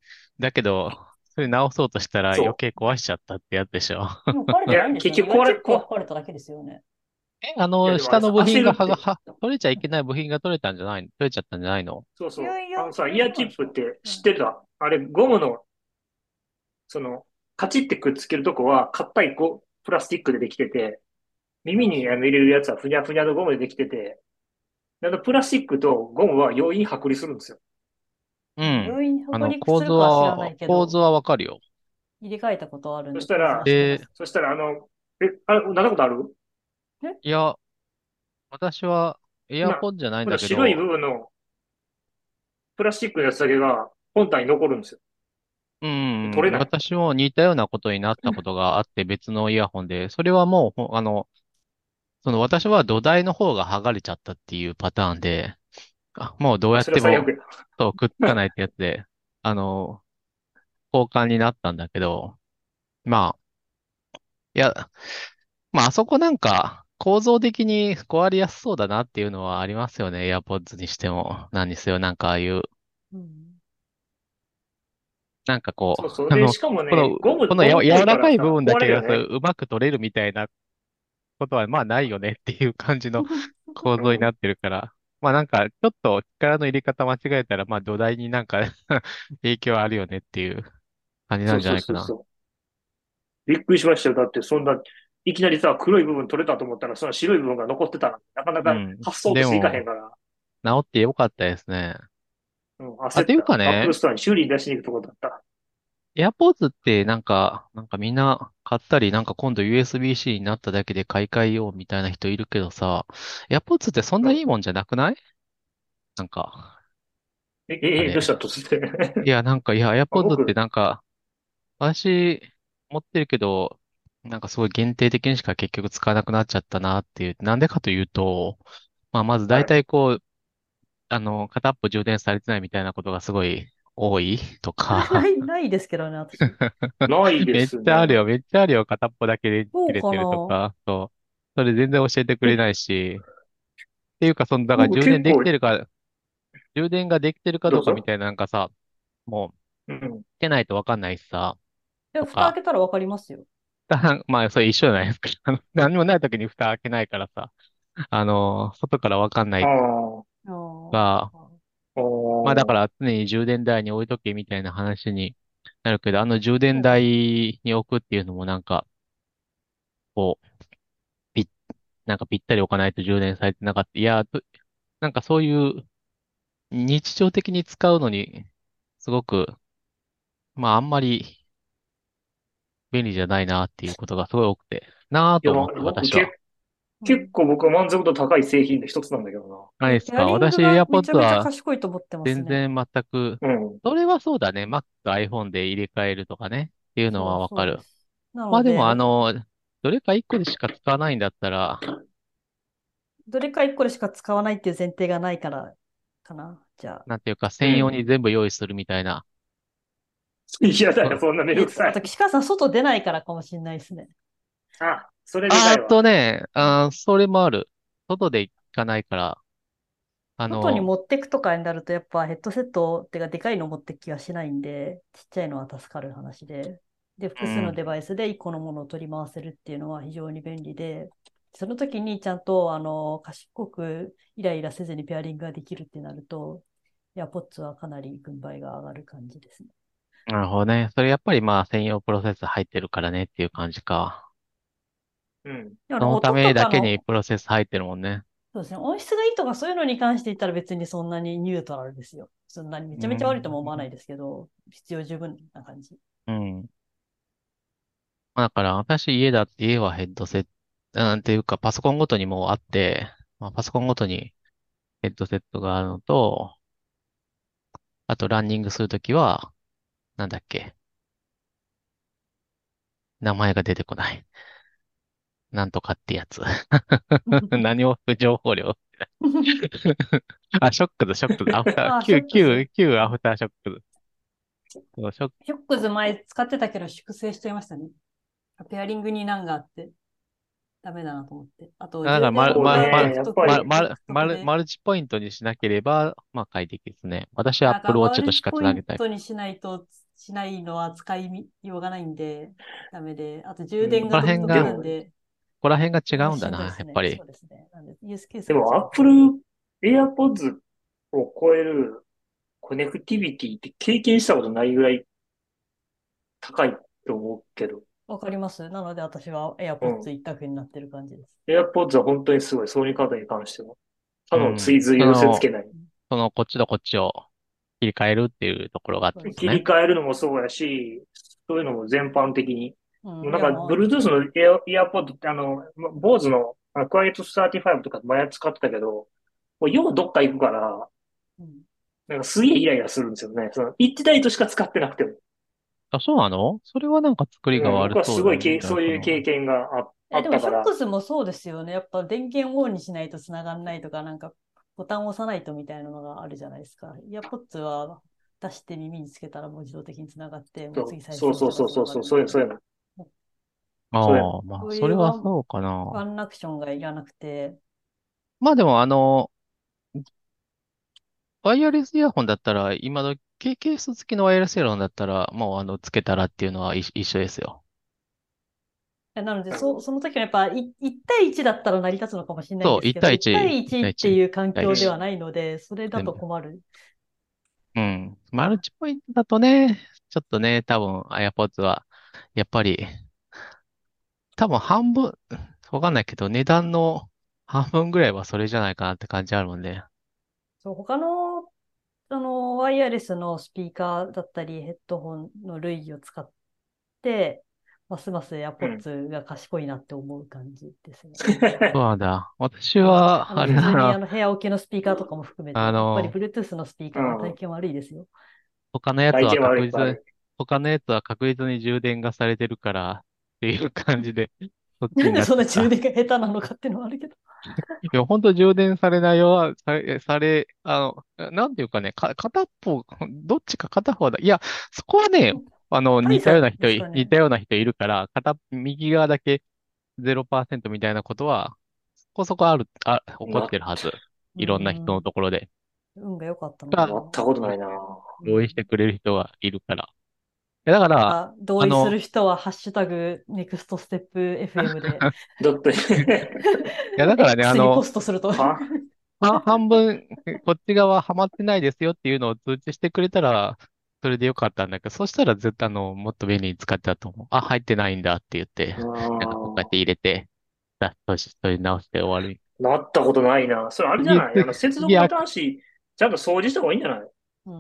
だけど、それ直そうとしたら余そ計壊しちゃったってやつでしょ。 でも壊れう。いや、 てないんですよね。 結局イヤーチップが壊れただけですよね。 いやでもあれさ、 下の部品が焦るって。 取れちゃいけない部品が取れちゃったんじゃないの？ そうそう。 いやいや、 イ大ヤーチップっ丈夫なんですか？ て知っうん。 てるだ。あれ、ゴムの、その、カチってくっつけるとこは、硬いプラスチックでできてて、耳に入れるやつはふにゃふにゃのゴムでできてて、プラスチックとゴムは容易に剥離するんですよ。 うん。 病院に剥離するかは知らないけど、 構図はわかるよ。 入れ替えたことはあるんで、 そしたら、 構造は知ってます。 そしたらあれ、なったことある？ えいや、私はエアポッドじゃないんほな白い部だけど、 分のプラスチックのやつだけが本体に残るんですよ。 うん、 取れない。 私も似たようなことになったことがあって別のイヤホンで、それはもう、その私は土台の方が剥がれちゃったっていうパターンで、もうどうあ、 やっても、 それは最悪や。 そう、くっつかないってやつで、あの、交換になったんだけど、まあ、いや、まあ、あそこなんか、構造的に壊れやすそうだなっていうのはありますよね。AirPods にしても、何にせよ、なんかああいう、 うん。 なんかこう、 そうそう。で、しかもね、 この、 ゴムこのや柔重たいからさ、 らかい部分だ壊れるよね。 けがそう、うまく取れるみたいなことは、まあないよねっていう感じの構うん。 造になってるから、まあなんか、ちょっと力の入れ方間違えたら、まあ土台になんか影響あるよねっていう感じなんそうじゃないかな。 そうそうそう。びっくりしましたよ。だって、そんな、いきなりさ、黒い部分取れたと思ったら、その白い部分が残ってたら、なかなかうん。 発想としていかへんでも、 から、 治ってよかったですね。 うん、 あ、ていう焦った。アップルかね、 ストアに修理に出しに行くとこだった。 AirPods ってなんかみんな買ったり、なんか今度 USB-C になっただけで買い替えようみたいな人いるけどさ、AirPods ってそんうん。 ないいもんじゃなくない？なんか、あどうしたれ。 突然。 いや、 あ、 AirPods って僕、 なんか、私持ってるけど、なんかすごい限定的にしか結局使わなくなっちゃったなっていう。なんでかというと、まあまず大はい。 体こう、片っぽ充電されてないみたいなことがすごい多いとか、 ないですけどね、私。 ないでめっすね。 ちゃあるよ、めっちゃあるよ。片っぽだけでそう切れてるとかな。 か、そう。それ全然教えてくれえ、 ないし、っていうか、だから僕結構、 充電ができてるかどうぞ。 どうかみたいななんかさ、もう、 うん。 つけないとわかんないしさ、と蓋開か、 けたらわかりますよ。 まあ、それ一緒じゃないですか。何もない時に蓋開けないからさ、外からわかんなあいあ、 あが、 あ。 あまあだかあ、 ら常に充電台に置いとけみたいな話になるけど、あの充電そうかな。 台に置くっていうのもなんか、こう、ぴっ、なんかぴったり置かないと充電されてなかった。いや、なんかそういう日常的に使うのに、すごく、まああんまり便利じゃないなっていうことがすごい多くて、なぁいや、 と思って私は。 結うん。 構僕は満足度高い製品で一つなんだけどペアないですか？私、 リングがめちゃ AirPods めちゃは賢いと思ってますね。 全然全く、 な。うん。 それはそうだね。Mac と iPhone で入れ替えるとかね。っていうのそうはわかる。 そうです。なまあでので、 もどれか一個でしか使わないんだったら、 どれか一個でしか使わないっていう前提がないからかな。じゃあ。 なんていうか専用うん。 に全部用意するみたいな。 嫌だよ、 そそんなめんどくさあと、 い。 岸川さん、外出ないからかもしれないですね。 あ、それでかいわ。 それもある。外で行かないから、あ外にの、 持ってくとかになると、やっぱヘッドセットってかでかいの持ってく気はしないんで、ちっちゃいのは助かる話で。で、複数のうん。 デバイスで一個のものを取り回せるっていうのは非常に便利で、その時にちゃんと賢くイライラせずにペアリングができるってなると、AirPods はかなり軍配が上がる感じですね。 なるほどね。それやっぱりまあ専用プロセス入ってるからねっていう感じか。 うん。 でそのた音とめだけにかの、 プロセス入ってるもんね。 そうですね、音質がいいとかそういうのに関して言ったら別にそんなにニュートラルですよ。そんなにめちゃめちゃ悪いうん。 とも思わないですけど、必要十分な感じ。 うん。だから私家はヘッドセット、っていうかパソコンごとにもうあって、まあ、パソコンごとにヘッドセットがあるのと、あとランニングするときは、なんだっけ、名前が出てこない。なんとかってやつ。何を情報量。あ、ショックズ、アフター、 あ、ショックス。 旧アフターショックズ。そうショックス前使ってたけど粛清しちゃいましたね。ペアリングに難があってダメだなと思って。あと、 だから、 充電がやっぱり、 独特で。 マルチポイントにしなければ、まあ快適ですね。私はなんか、 Apple マ Watch ルチとしかつなげたい。 ポイントにしないと、しないのは使いようがないんで、ダメで。あと、充電うん。 が独特なんでで、 ここら辺が非常にしんどいで違うんだな、やすね。 っぱり。 そうですね。なんで、ユースケースが違もうと思う。 Apple AirPods を超えるコネクティビティって経験したことないぐらい高いと思うけど。 わかります。なので、私はう AirPods ん。 一択になってる感じです。 AirPods は本当にすごい、そういう方に関しては。他の追うん。 随を寄せ付けない。 こっちとこっちを切り替えるっていうところがあってそうですね。 ことね。 切り替えるのもそうやし、そういうのも全般的に。 うん、いや、 もうなんか、 もう、 Bluetooth のイヤーポッドって坊主のクワイエット35とか前使ってたけど、もうようどっか行くから、 うん、 なんかすげえイライラするんですよね。その、行ってたいとしか使ってなくても。 あ、そうなの？それはなんか作りがうん、僕悪はすごいそうなんじゃないかな。 そういう経験があでも、フックったから、 スもそうですよね。やっぱ電源オンにしないと繋がんないとか、なんかボタンを押さないとみたいなのがあるじゃないですか。イヤポッツは出して耳につけたらもう自動的に繋がって、もう次再そうそう生したら繋そうそうそう、 がるみたいな。 そういうの。 ああ、まあ、 そうそれはいうそうかな。 ワンアクションがいらなくて、 まあでもワイヤレスイヤホンだったら、今のケース付きのワイヤレスイヤホンだったら、もうつけたらっていうのは一緒ですよ。 なので、その時はやっぱ1対1だったら成り立つのかもしれないんそう、1 ですけど、1 対1、 対 1 1って対1、 いう環対1。 境ではないので、それだ全部。 と困る。 うん。マルチポイントだとね、ちょっとね、多分 AirPods は、やっぱり、多分半分、わかんないけど、値段の半分ぐらいはそれじゃないかなって感じあるもんね。 そう、他の、ワイヤレスのスピーカーだったり、ヘッドホンの類を使って、ますますうん。 AirPods が賢いなって思う感じですね。 そうなんだ。私は、あれ普通にだな、 部屋置きのスピーカーとかも含めて、 あやっぱりの、 Bluetooth のスピーカーは体うん。 験悪いですよ。 他のやつは体験悪確実、 いっぱいある。 他のやつは確実に充電がされてるからっていう感じで、そっちになっなんでそんなちゃった。 充電が下手なのかっていうのはあるけど。 いや、本当充電されないよは、され、なんていうかね、片方、どっちか片方だ。いや、そこはね、 個体差ですかね。 似たような人いるから、右側だけ0%みたいなことは、そこそこ起こっな、 てるはず。 うーいろんな人のん、 ところで。 運が良かったのかが、 なっな。 たことないな。 同意してうん、 くれる人がいるから。だから、 同意するあの、 人は、ハッシュタグ、ネクストステップ FM で、 だっていや、だからね、 X にポストすると。 は半分、こっち側ハマってないですよっていうのを通知してくれたら、それでよかったんだけど、そしたら絶対もっと便利に使ってたと思う。あ、入ってないんだって言って、 うなんかこうやってん。 入れて、それ直して終わる。 なったことないな。それあれじゃ次、 ない接続ボ次、 タンし、ちゃんと掃除した方がいいんじゃない？ うん。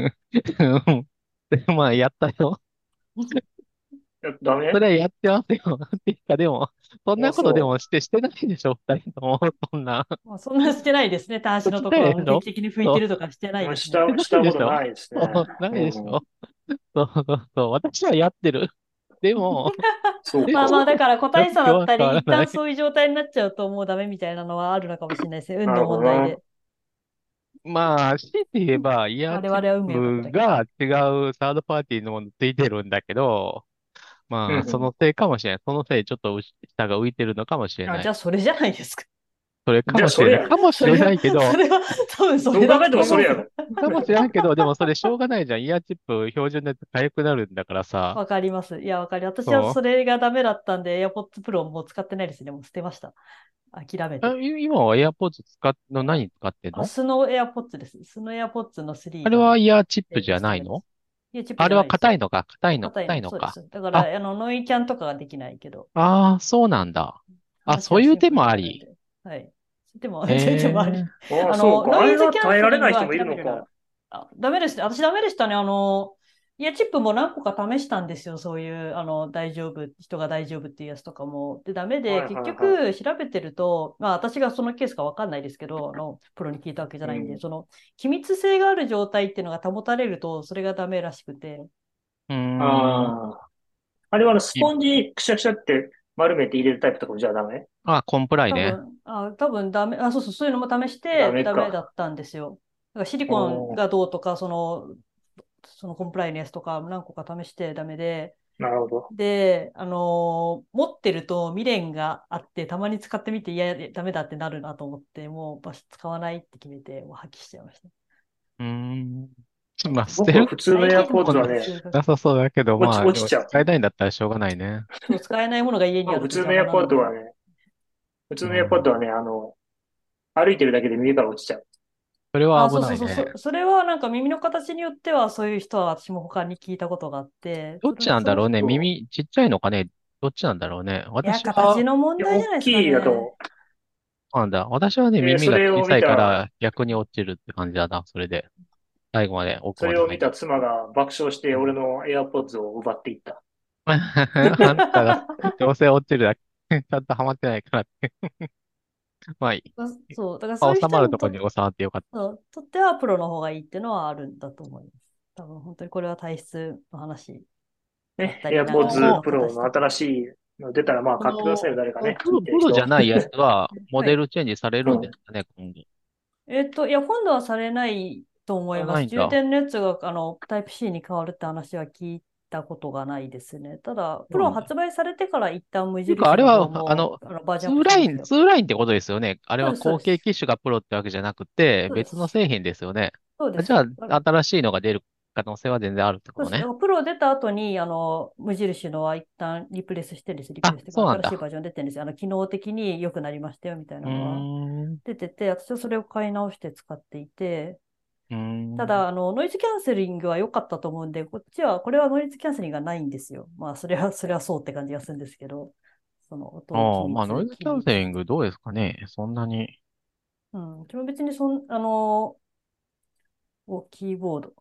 で、まあ、やったよ。 ダメ？ それはやってますよ。っていうか、でも、そんなことでもそしてないでしょ、二人とも。そんな。 まあ、そんなしてないですね。端子のしところをてないでしょ？ 定期的に拭いてそるとかしてなう。まあ、 いですね。 してないでしょ？ したことないですね。 そう、ないでしうん。 ょ？そう。私はやってる。でも、 そうか。 まあまあ、だから個体差だ状況はったり、一変わらない。 旦そういう状態になっちゃうともうダメみたいなのはあるのかもしれないですね。運のなるほどな。 問題で。 まあ、強いて言えば、イヤーチッ我々は運が良かっただけ。 プが違うサードパーティーのものついてるんだけど、まあ、そうんうのせいかもしれない。そのせいちょっと下が浮いてるのかもしれあ、 ない。 じゃあそれじゃないですか。 それん。じゃあ、 かもしれない。 それや。 かもしれそれは、 ないけど、 それは、多分それだとどう考えても思いますよ。 それやろ。 かもしれないけど、でもそれしょうがないじゃん。イヤーチップ標準で痒くなるんだからさ。 わかります。いや、わかります。私はそそれがダメだったんで、AirPods Pro もう使ってないですね。もう捨てました。諦めう。 て。 今は AirPods 何使ってんの？ スノー AirPods です。スノー AirPods の3 あれはがイヤーチップじおゃないの？ すすめです。いや、チップあれはじゃないですよ。硬いの、 硬いのか。 そうです。だかあ、 ら、ノイキャンとかができないけど、 ああ、そうなんだ。あ、 話はシンプそういう手もあり。 ルになるんで。はい。でも、 へでもあり。 え。 ああ、そうか。 ノイズあれはキャンセリン耐えられない人もいグは諦めるのか。 るなら。ダメですね。私ダメでしたね。いや、チップも何個か試したんですよ。そういう、大丈夫、人が大丈夫っていうやつとかも。で、ダメで、 はい結はいは局、調べてると、まあ、私がそのケースかわかんないですけど、プロに聞いたわけじゃい。うないんで、 ん。 機密性がある状態っていうのが保たれると、それがダメらしくて。 うーん。 ああ。あれはスいポンジくしゃくしゃって丸めて入れるタイプとかもじゃあダメ？ コンプライね。 多分ダメ、そうそう、そういうのも試してダメか。 ダメだったんですよ。だからシリコンおー、 がどうとか、そのコンプライアンスとか何個か試してダメで、 なるほど。 で、持ってると未練があって、たまに使ってみて、いや、ダメだってなるなと思って、もう使わないって決めて、もう破棄しちゃいました。 うーん。まあ、捨て僕はる普通のエア大変なのポーツはね、 に普通がなさそうだけど、まあ、でも落ちちゃう。 使えないんだったらしょうがないね。 そう、使えないものが家にあると邪普通のエア魔なので。 ポートはね、普通のエアポーうん。 トはね、歩いてるだけで耳から落ちちゃう。 それはあ、 危ないね。 それはなんか耳の形によってはそういう人は私も他に聞いたことがあって、 どっちなんだろうね。 そ耳ちっちゃいのかね。どっちなんだろうね。 いや、 私は、 形の問う。いや、 題じゃないですか大きいだね。 と、 なんだ。私はね、耳それを見が小さいからた、 逆に落ちるって感じだな。それで。最後まで奥そまで入って。 れを見た妻が爆笑して俺のエアポッ d を奪っていった。 あんたがどうせ落ちるだけ、ちゃんとハマってないからって。まあいい。 そう、だからまあ、 そういう収まるところに人に収まってよかっとってはプロの方がいいっていうのはあるんだと思います。多分本当にこれは体質の話だっね、 たり、なんか指 AirPods のた。 Pro の形とか。 新しいの出たら、まあこ買ってくださいよ、 の、 誰かね、 プロ、 聞いてる人。 プロじゃないやつは、モはい。 デルチェンジされるんですかね、今後。 いや、今度はされないと思いあ、 ます。 ないんだ。 充電のやつが、タイプ C に変わるって話は聞いたことがないですね。ただ、プロなんだ。 発売されてから一旦無ていうか、あ印の方れは、 も、バージョンアップツーライン、 しますよ。 ツーラインってことですよね。あれそうです、そうは後です。 継機種がプロってわけじゃなくて、 そうです。 別の製品ですよね。 そうです。 あじゃあ、新しいのが出る可能性は全然あるってこそうです。だとね。 からプロ出た後に、無印のは一旦リプレイスしてるんです。リプレあ、 イスというか、 そうなんだ。 新しいバージョン出てるんですよ。機能的に良くなりましたよ、みたいうーなのはん、 出てて、私はそれを買い直して使っていて、 うーん。 ただ、ノイズキャンセリングは良かったと思うんで、これはノイズキャンセリングがないんですよ。まあ、それはそうって感じがするんですけど、その音、 ああ、まあ、ノイズキャンセリングどうですかね。そんなに。 うん。でも別にキーボード。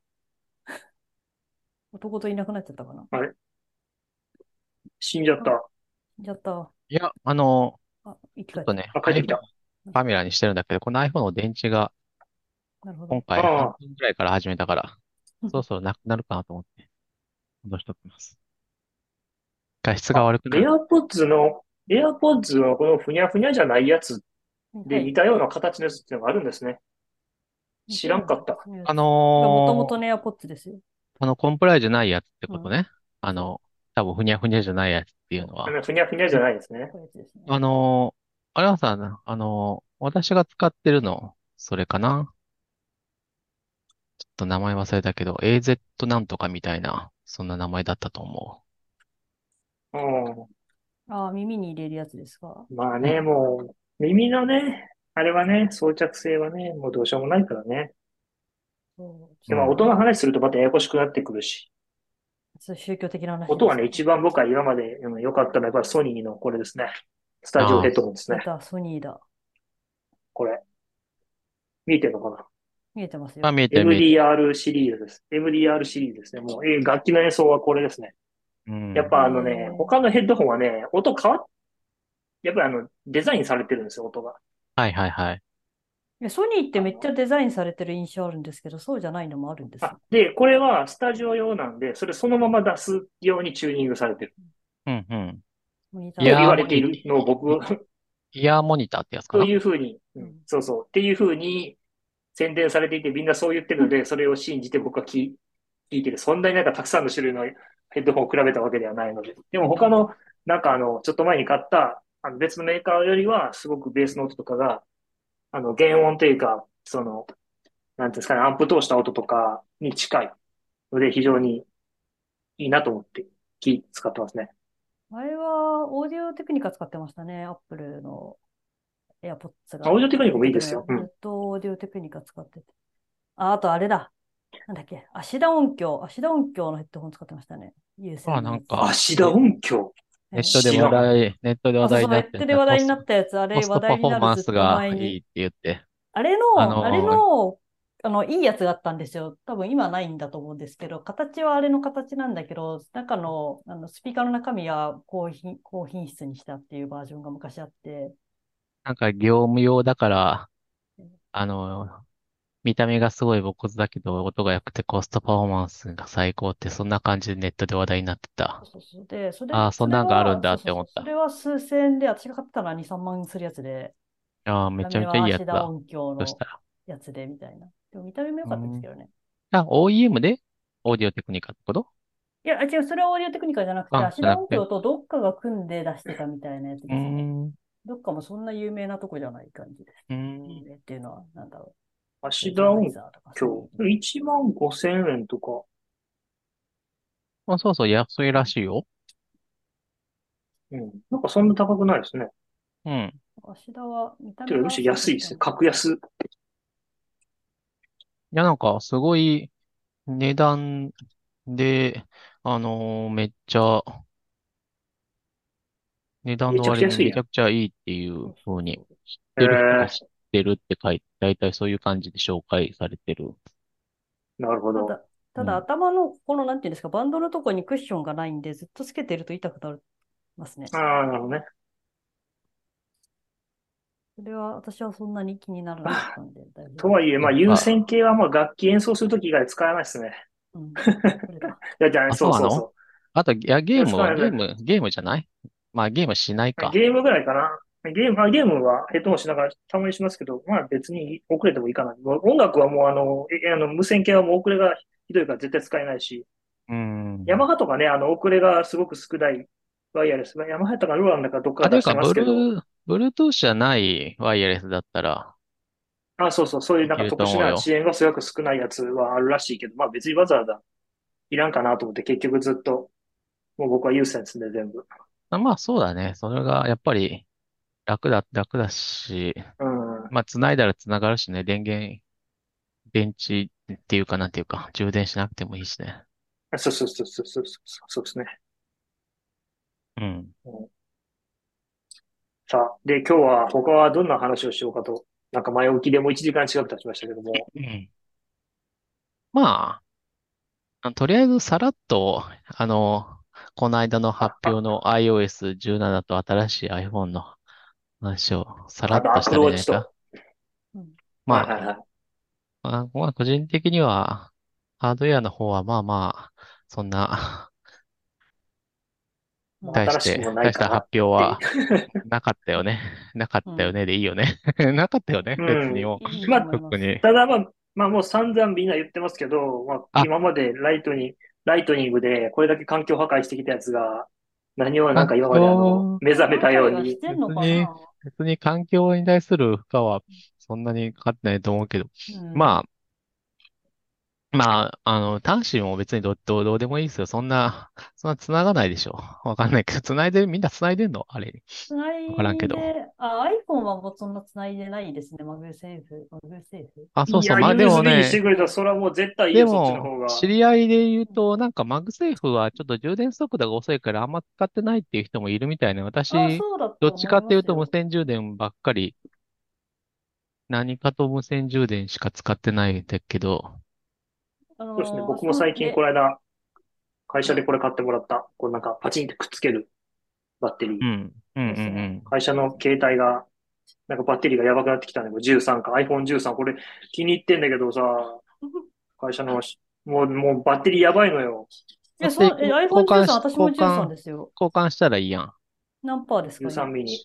男といなくなっちゃったかな。 あれ死んじゃっあ、 た。 じゃった。 いや、 生き返った。 ちょっとね、 あ、帰ってき iPhone た。 カメラにしてるんだけど、この iPhone の電池がなるほど。 今回半ああ、 分くらいから始めたから、そろそろなくなるかなと思って戻しておきます。画質があ、 悪くなる。 エアポッズのこのふにゃふにゃじゃないやつで似はい。 たような形のやつっていうのがあるんですね。知似たようならんかった。 形のやあつ。もともとののエアポッツですよ。 コンプライじゃないやつってうん。 ことね。 そ多分ふにゃふにゃじゃないやつってう。そう。 いうのは。 ふにゃふにゃじゃないですね。 こういうやつですね。 あのあれはさ、私が使ってるの、それかな。ちょっと名前忘れたけど、AZ なんとかみたいな、そんな名前だったと思うああ、耳に入れるやつですか？ ん。まあう。うね、 ん。 もう、耳のね、あれはね、装着性はね、もうどうしようもないからね。 そう。ちうん。 でも音の話するとまたややこしくなってくるし、 そう宗教的な話音はね、 ですか？ 一番僕は今まで良かったのはやっぱりソニーのこれですね。スタジオああ、 ヘッドホンですね。 出た、ソニーだ。 これ。見えてるのかな？ 見えてますあ、 よ。 見えてる見えてる。 MDR シリーズです。MDR シリーズですね。もう、楽器の演奏はこれですね。 うん。 やっぱえ他のヘッドホンはね、音変わっ、やっぱりデザインされてるんですよ、音が。 はいはいはい。 ソニーってめっちゃあの、 デザインされてる印象あるんですけど、そうじゃないのもあるんです。 で、これはスタジオ用なんで、それそのまま出すようにチューニングされてるうんうん。 モニタイと言わヤーモニ、 れているのを僕、 イヤーモニターってやつかとな。 いうふうに、 うん。 そうそう、っていうふうに宣伝されていて、みんなそう言ってるので、それを信じて僕は聞いてる。そんなになんかたくさんの種類のヘッドホンを比べたわけではないので。でも他の、なんかちょっと前に買った、別のメーカーよりは、すごくベースの音とかが、原音というか、なんていうんですかね、アンプ通した音とかに近いので、非常にいいなと思って使ってますね。 あれはオーディオテクニカ使ってましたね。アップルの AirPods オーディがオテクニック出てくる前は。 もいいですよ。うん。 ずっとオーディオテクニカ使ってて。あとあれだ。なんだっけ。芦田音響のヘッドホン使ってましたね。有あ、 線のやつ。 なんか、 芦田音響。 え知らん。 ネットで話そう、ネ題になってたットで話題になったやつ、あれ話コストパフォー題になるずっマンスがと前に。 いいって言って、 あれあのーの、いいやつがあったんですよ。多分今ないんだと思うんですけど、形はあれの形なんだけど、中の、スピーカーの中身は高品質にしたっていうバージョンが昔あって、 なんか業務用だから、あのー見た目がすごい露骨だけど、音が良くてコストパフォーマンスが最高って、そんな感じでネットで話題になってた。 そうそうそう。で、 ああ、そんなんがあるんだって思った。 それは数千円で、私が買ったのは2、3万するやつで、 ああ、 見ためちゃめちゃいいやつ目は芦田だ。 音響のそしたら。 やつで、みたいな。でも見た目も良かったですうん。 けどね。 あ、OEM でオーディオテクニカってこと？ いや、違う、それはオーディオテクニカじゃなくて、 あ、 芦田じゃなくて。 音響とどっかが組んで出してたみたいなやつうーですね。 ん。 どっかもそんな有名なとこじゃない感じです。 うーん。 有名っていうのは、なんだろう。 芦田音センサーライザーとかそういう響。 意味で。 1万5千円とか。 まあ、そうそう、安いらしいよ。 うん。なんかそんな高くないですね。 うん。 芦田は見たてか、む目がしろ安いですね。 すごくいいと思格安。 いや、なんか、すごい値段で、めっちゃ、値段めちゃくちの割にゃ安いやん。 めちゃくちゃいいっていう。そうう風に、 そうそう。 知ってる人がえ知ってるって書いて、だいたいそういう感じで紹介されてる。 なるほど。 ただ、 ただ頭のこの、なんていうんですか、バンドのとこにクッションがないんで、ずっとつけてると痛くなりますね。 ああ、なるほどね。 それは私はそんなに気にならなかったんで大丈夫です。 とはいえ、まあ、有線系はまあ楽器演奏するとき以外使えないですね。 うん。それだ。 いや、じゃあ、 あ、そうなの？ そうそうそあと、いや、 う。いや使わない。 ゲームじゃない？まあ、ゲームしないか。 ゲームぐらいかな。ゲームはヘッドホンしながらたまにしますけど、まあ別に遅れてもいいかな。もう音楽はもう無線系はもう遅れがひどいから絶対使えないし、 うーヤマん。 ハとかね、遅れがすごく少ないワイヤレス。ヤマハとかローランだかどっかあ、 が出してというか、 ますけど、 ブルートゥースじゃないワイヤレスだったらあ、そうそう、そういうできるとなんか特殊思うよ。 な遅延がすごく少ないやつはあるらしいけど、まあ別にわざわざいらんかなと思って結局ずっと、もう僕は有線ですね、全部。 まあ、そうだね。それが、やっぱり、楽だし、 うん。 まあ、繋いだら繋がるしね。電池っていうか、なんていうか、充電しなくてもいいしね。 そうそうそうそうそうそう、そうですね。 うん。 うん。さあ、で、今日は他はどんな話をしようかと、なんか前置きでも1時間近く経ちましたけども、 うん。まとりあえずさらっと、この間の発表の iOS17 と新しい iPhone の話をさらっとしたアップルウらいいんじゃないか。 ォッチと。 うん。 まあ、 はいはいはい。 まあ、個人的には、ハードウェアの方はまあまあ、そんな、 うん。 新しくもないかなっ大した発表ていう。 はなかったよね。なかっうん。 たよねでいいよね。なかったよね。 うん。 別にもいいう、 まあ、 と思います。 特に。 ただまあもう散々みんな言ってますけど、まああ、 今までライトニングでこれだけ環境破壊してきたやつが、何をなんか今まで目覚め破壊はしたように、 てんのかな？ 別に環境に対する負荷はそんなにかかってないと思うけど。 うん。 ま端子も別にどうでもいいですよ。そんな繋がないでしょ。わかんないけど、みんな繋いでんのあれに。 つなわからんけど。 いで、iPhone はもうそんなつないでないですね。マグセーフ。マグセーフ。 あ、そうそう。 いや、 まあ、でも USB にしてね、 くれたらそれはもう絶対いいよ、そっちのでも、 方が。 知り合いで言うと、なんかマグセーフはちょっと充電速度が遅いからあんま使ってないっていう人もいるみたいな。 あ、 私、 そうだどっちと思いかっていうと無ますよ。 線充電ばっかり、何かと無線充電しか使ってないんだけど、 そうですね。僕も最近この間、会社でこれ買ってもらった。こうなんかパチンってくっつけるバッテリー。 うん、うん、うん、 そうそうん。 会社の携帯が、なんかバッテリーがやばくなってきたんだけど、13か、iPhone13、これ気に入ってんだけどさ、 う。 会社の、もうバッテリーやばいのよ。 え、iPhone13、私も13ですよ。 交換したらいいやん。 何パーですか、 13 今？ ミニ。い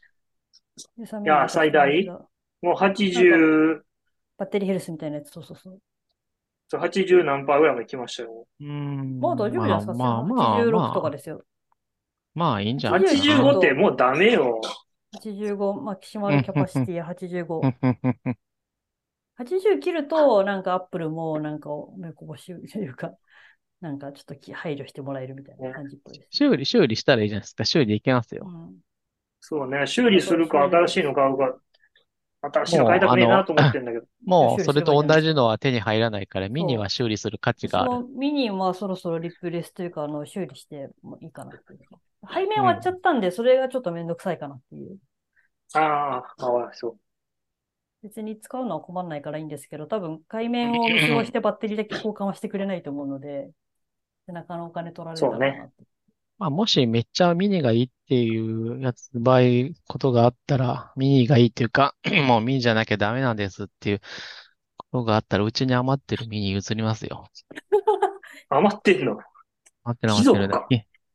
13ミニや、 私と同じだ。 もうなんか、 80、 バッテリーヘルスみたいなやつ、そうそうそう。 そう80何パーぐらいまで来ましたよ。 うーまあ大ん、 丈夫じゃないですか。86とかですよ。 まあいいんじゃないか 80切る 85ってな。 と、 もうダメよ。 85、マキシマルキャうんふんふんパシティ85。 ふんふんふんふん 80切ると、なんかアップルもなんか目こぼしというか、なんかちょっと配慮してもらえるみたいなね、 感じっぽいです。 修理したらいいじゃないですか。修理できますよ。 うん。 そうね、修理だからするか新しいの買うか、新しいの買いもう、 たくねえなと思ってんだけど。 じゃあもう、 修理すればいいそれとじゃないですか。 同じのは手に入らないから、ミニはそ修理する価値う。そがある。 のミニはそろそろリプレスというか、修理してもいいかなっていう。背面割っちゃっうん。 たんで、それがちょっとめんどくさいかなっていう。 ああ、かわいそう。 別に使うのは困らないからいいんですけど、多分海面を見過ごしてバッテリーだけ交換はしてくれないと思うので、背中のお金取られるそうね。 だろうなって。 まあ、もしめっちゃミニがいいっていう場合、ことがあったら、ミニがいいっていうか、もうミニじゃなきゃダメなんですっていうことがあったら、うちに余ってるミニ譲りますよ。 余ってんの。 余ってるね。 貴族か。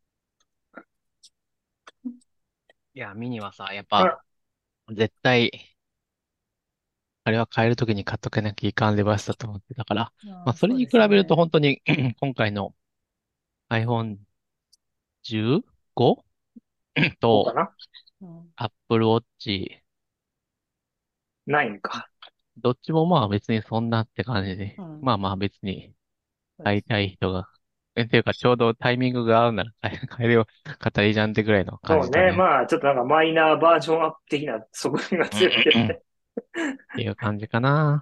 いや、ミニはさ、やっあ、 ぱ、絶対、あれは買えるときに買っとかなきゃいかんデバイスだと思ってたから、まあ、 ああ、 それそうでに比べるとすね。 本当に今回の iPhone 15 とこうかな。 うん。 Apple Watch、 ないんか。 どっちもまあ別にそんなって感じで、 うん。 まあまあ別に買いそうですね。 たい人が、っていうかちょうどタイミングが合うなら買えるよ、買ったらいいじゃんってぐらいの感そうね。 じだね。 まあ、ちょっとなんかマイナーバージョンアップ的な側面がうんうん強くて。 うん。っていう感じかな。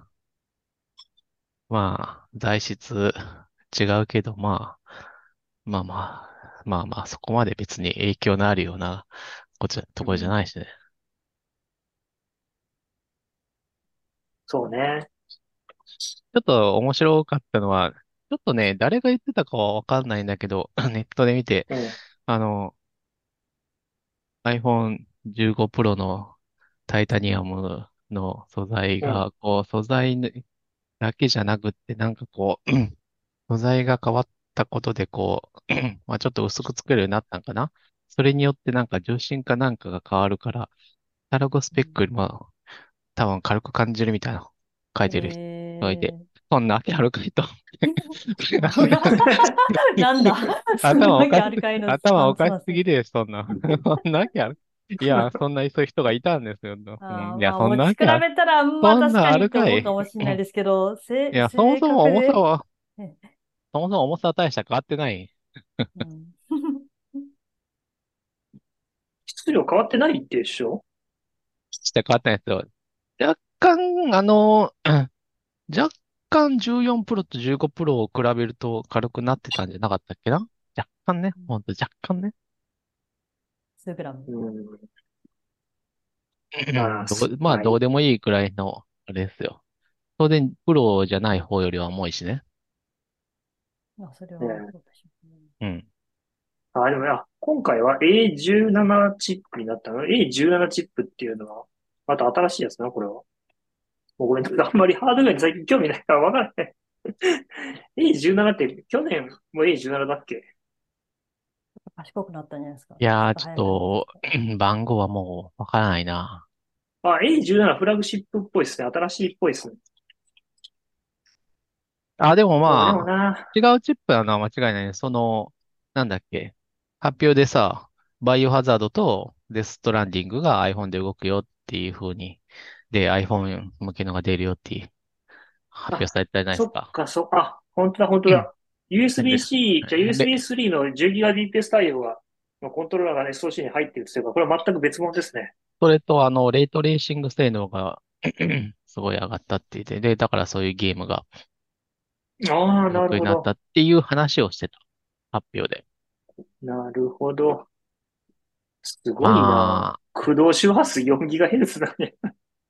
まあ、材質違うけど、まあまそこまで別に影響のあるようなところじゃうん。 ないしね。 そうね。 ちょっと面白かったのは、 ちょっとね、誰が言ってたかはわかんないんだけど、ネットで見て、 うん。 あの、iPhone 15 Pro のタイタニアムの素材うん。 が、こう、素材だけじゃなくって、なんかこう、素材が変わったことで、こう、まあちょっと薄く作れるようになったんかな。それによってなんか重心かなんかが変わるから、カタログスペックよりも多分軽く感じるみたいなの書いてる人がいて、 えそんなわけあるかいと。 なんだそんなわけあるかいのスタ頭おかしンスなんですね。 すぎるよ、そんな。そんなわけある。いや、そんなそういう人がいたんですよ。うん、いや、 まあ、 そん持ち比なわけある。 べたら、まあそんなんあ確かにってるかい。 思うかもしれないですけど、 いや、そも正そも確で、ねそもそも重さは大した変わってない。 うん。 質量変わってないってでしょ？ して変わってないですよ。若干、若干14プロと15プロを比べると軽くなってたんじゃなかったっけな。若干ね。ほんと若干ね。 数グラム。 うん。 うまあ、 んまあ、どうでもいいくらいの、あれですよ。当然、プロじゃない方よりは重いしね。 まあ、それはね。 そうでしょうね。 うん。 でも、今回は A17 チップになったの。A17 チップっていうのは、また新しいやつな、これは。もうごめん、あんまりハードウェアに最近興味ないからわからない。A17 って去年も A17 だっけ？ 賢くなったんじゃないですか。 いやー、ちちょっと早くなったょっとか。 と、番号はもうわからないな。 A17 フラグシップっぽいですね。新しいっぽいですね。 あ、でもまあでもまあ、 な、 違うチップなのは間違いないね。なんだっけ。発表でさ、バイオハザードとデスストランディングが iPhone で動くよっていう風に、で、iPhone 向けのが出るよって発表あ、 されたじゃないですか。 本当だ、本当だ。 で、 USB-C、じゃあで、 USB-3 の 10GBps 対応が、コントローラーが SoC に入ってるっていうか、これは全く別物ですね。 それとレイトレーシング性能がすごい上がったって言って、で、だからそういうゲームがああ、 動くようになったなるほど。 っていう話をしてた。発表で。 なるほど。すごいな。 まあ、 駆動周波数 4GHz だね。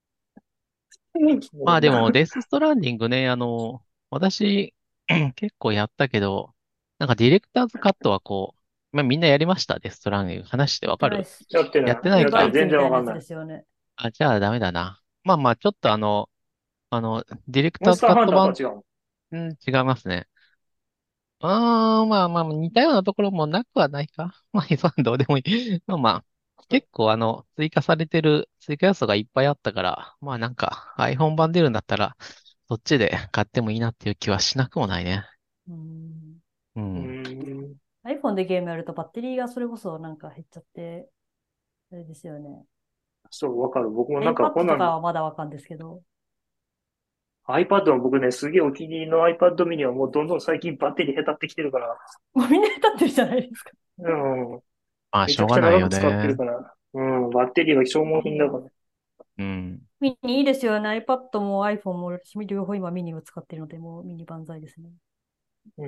もうな、 まあでも、デスストランディングね、私、結構やったけど、なんかディレクターズカットはこう、まあみんなやりましたデスストランディング。話してやっわかる？ てないです。 やってやってない。やってない。 ないか。 ウーバーイーツ全みたいなやつ然わかんない。 ですよね。 あ、じゃあダメだな。まあまあ、ちょっとディレクターズモンスターハンカット版、 ターとは違う。 違いますね。まあまあ、似たようなところもなくはないか。まあ、そうどうでもいい。まあまあ、結構追加されてる追加要素がいっぱいあったから、まあなんか iPhone 版出るんだったら、そっちで買ってもいいなっていう気はしなくもないね。 うん。 うーうん。 ん。 iPhone でゲームやるとバッテリーがそれこそなんか減っちゃって、あれですよね。 そう、わかる。僕もなんかこん iPad とかなん、 はまだわかるんですけど、 iPad の僕ね、すげえお気に入りの iPad mini はもうどんどん最近バッテリー下手ってきてるから、 もうみんな立ってるじゃないですか。 うん。 まあ、 めちゃくちゃしょうがない長く使ってるよね。 から、うん。バッテリーが消耗品だから。 うん。 ミニいいですよね。iPad も iPhone も私両方今ミニを使ってるので、もうミニ万歳ですね。 うん。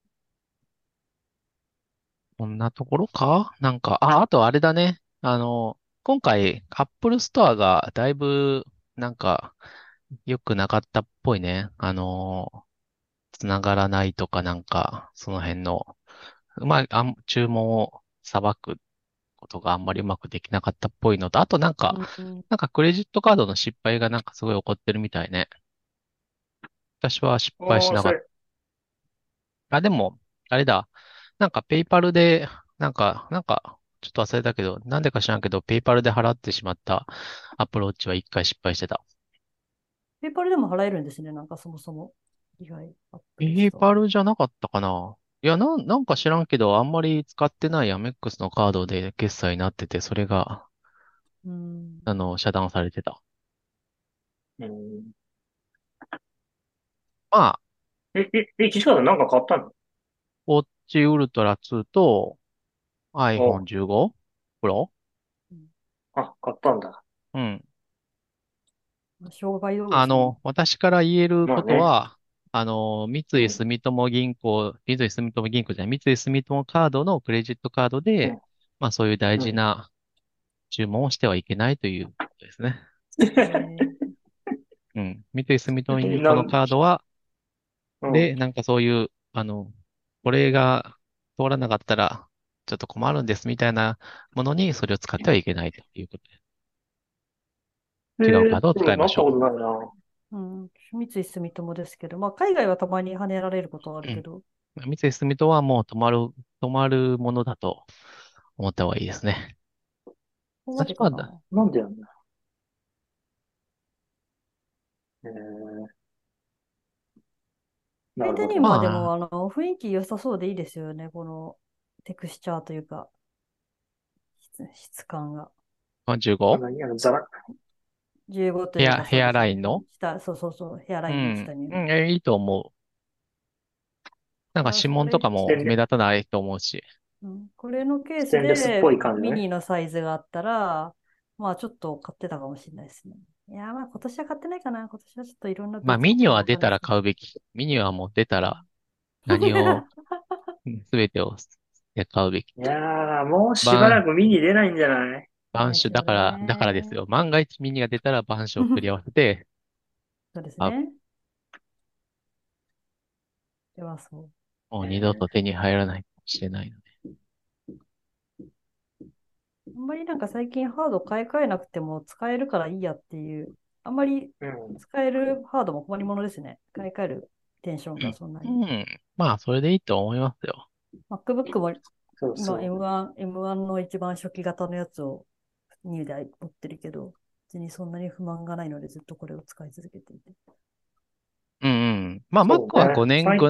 こんなところかなんか、あとあれだね。今回、Apple Store がだいぶ、なんか、良くなかったっぽいね。つながらないとかなんか、その辺の、注文をさばくことがあんまりうまくできなかったっぽいのと、あとなんか、 うん。 なんかクレジットカードの失敗がなんかすごい起こってるみたいね。私は失敗しああ、 なかった。 それ。 あ、でも、あれだ。なんかペイパルで、ちょっと忘れたけど、なんでか知らんけど、ペイパルで払ってしまったアプローチは一回失敗してた。 ペーパルでも払えるんですね。なんかそもそも。意外、 ペ Apple イ Store。 パルじゃなかったかな。いや、なんか知らんけど、あんまり使ってないアメックスのカードで決済になってて、それが、 うん。 遮断されてた。 うん。 まあ、 岸川さんなんか買ったの？ ウォッチウルトラ2とお、 iPhone 15 Pro。 買ったんだ。 うん。 障害動画ですね。 私から言えるこまあね。 とは、 うん。 三井住友銀行じゃない、三井住友カードのクレジットカードで、 うん。 まあそういう大うん。 事な注文をしてはいけないということですね。 えー、 うん。三井住友銀行のなん、 カードは、 うん。 で、なんかそういう、これが通らなかったら、ちょっと困るんですみたいなものにそれを使ってはいけないということで、違うカードを使いましょなったことないな。 うん。三井住友ですけど、まあ、海外はたまに跳ねられることはあう。うん。 るけど、 三井住友はもう止まるものだと思った方がいいですね。 ここまでかな。 私まだ、 なんでやんな。えー、な相手るほど。 にまあでも、 ま雰囲気良さそうでいいですよね。このテクスチャーというか、質感が。 あ、15? 15というかヘアそうですね。 ラインのそうそうそう、ヘアラインのうん。 下に。 うん、いいと思う。なんか指紋とかも目ステンレ、 立たないと思うし。 うん、これのケースステンレスっぽでい感じね。 ミニのサイズがあったら、まあちょっと買ってたかもしれないですね。いやー、まあ今年は買ってないかな。今年はちょっといろんなまあ、 別のことがミニは出たらわかんないですけど。 買うべき。ミニはもう出たら何を、すべてを買うべき。 いやー、もうしばら晩、 く見に出ないんじゃない？ 晩秋、 そうですよだからですね。 よ。万が一ミニが出たら晩秋を繰り合わせて、 そうですあ、 ね。ではそう。 もう二度と手に入らないかもしれないので。 あんまりなんか最近ハード買い替えなくても使えるからいいやっていう、あんまりうん。 使えるハードも困りものですね。買い替えるテンションがそんなに。 うん。うん。まあ、それでいいと思いますよ。 MacBook も今そうそ M1 の一番初期型のやつを2台持ってるけど、別にそんなに不満がないのでずっとこれを使い続けていて。 うんうん。まあ、 う。そう Mac はね。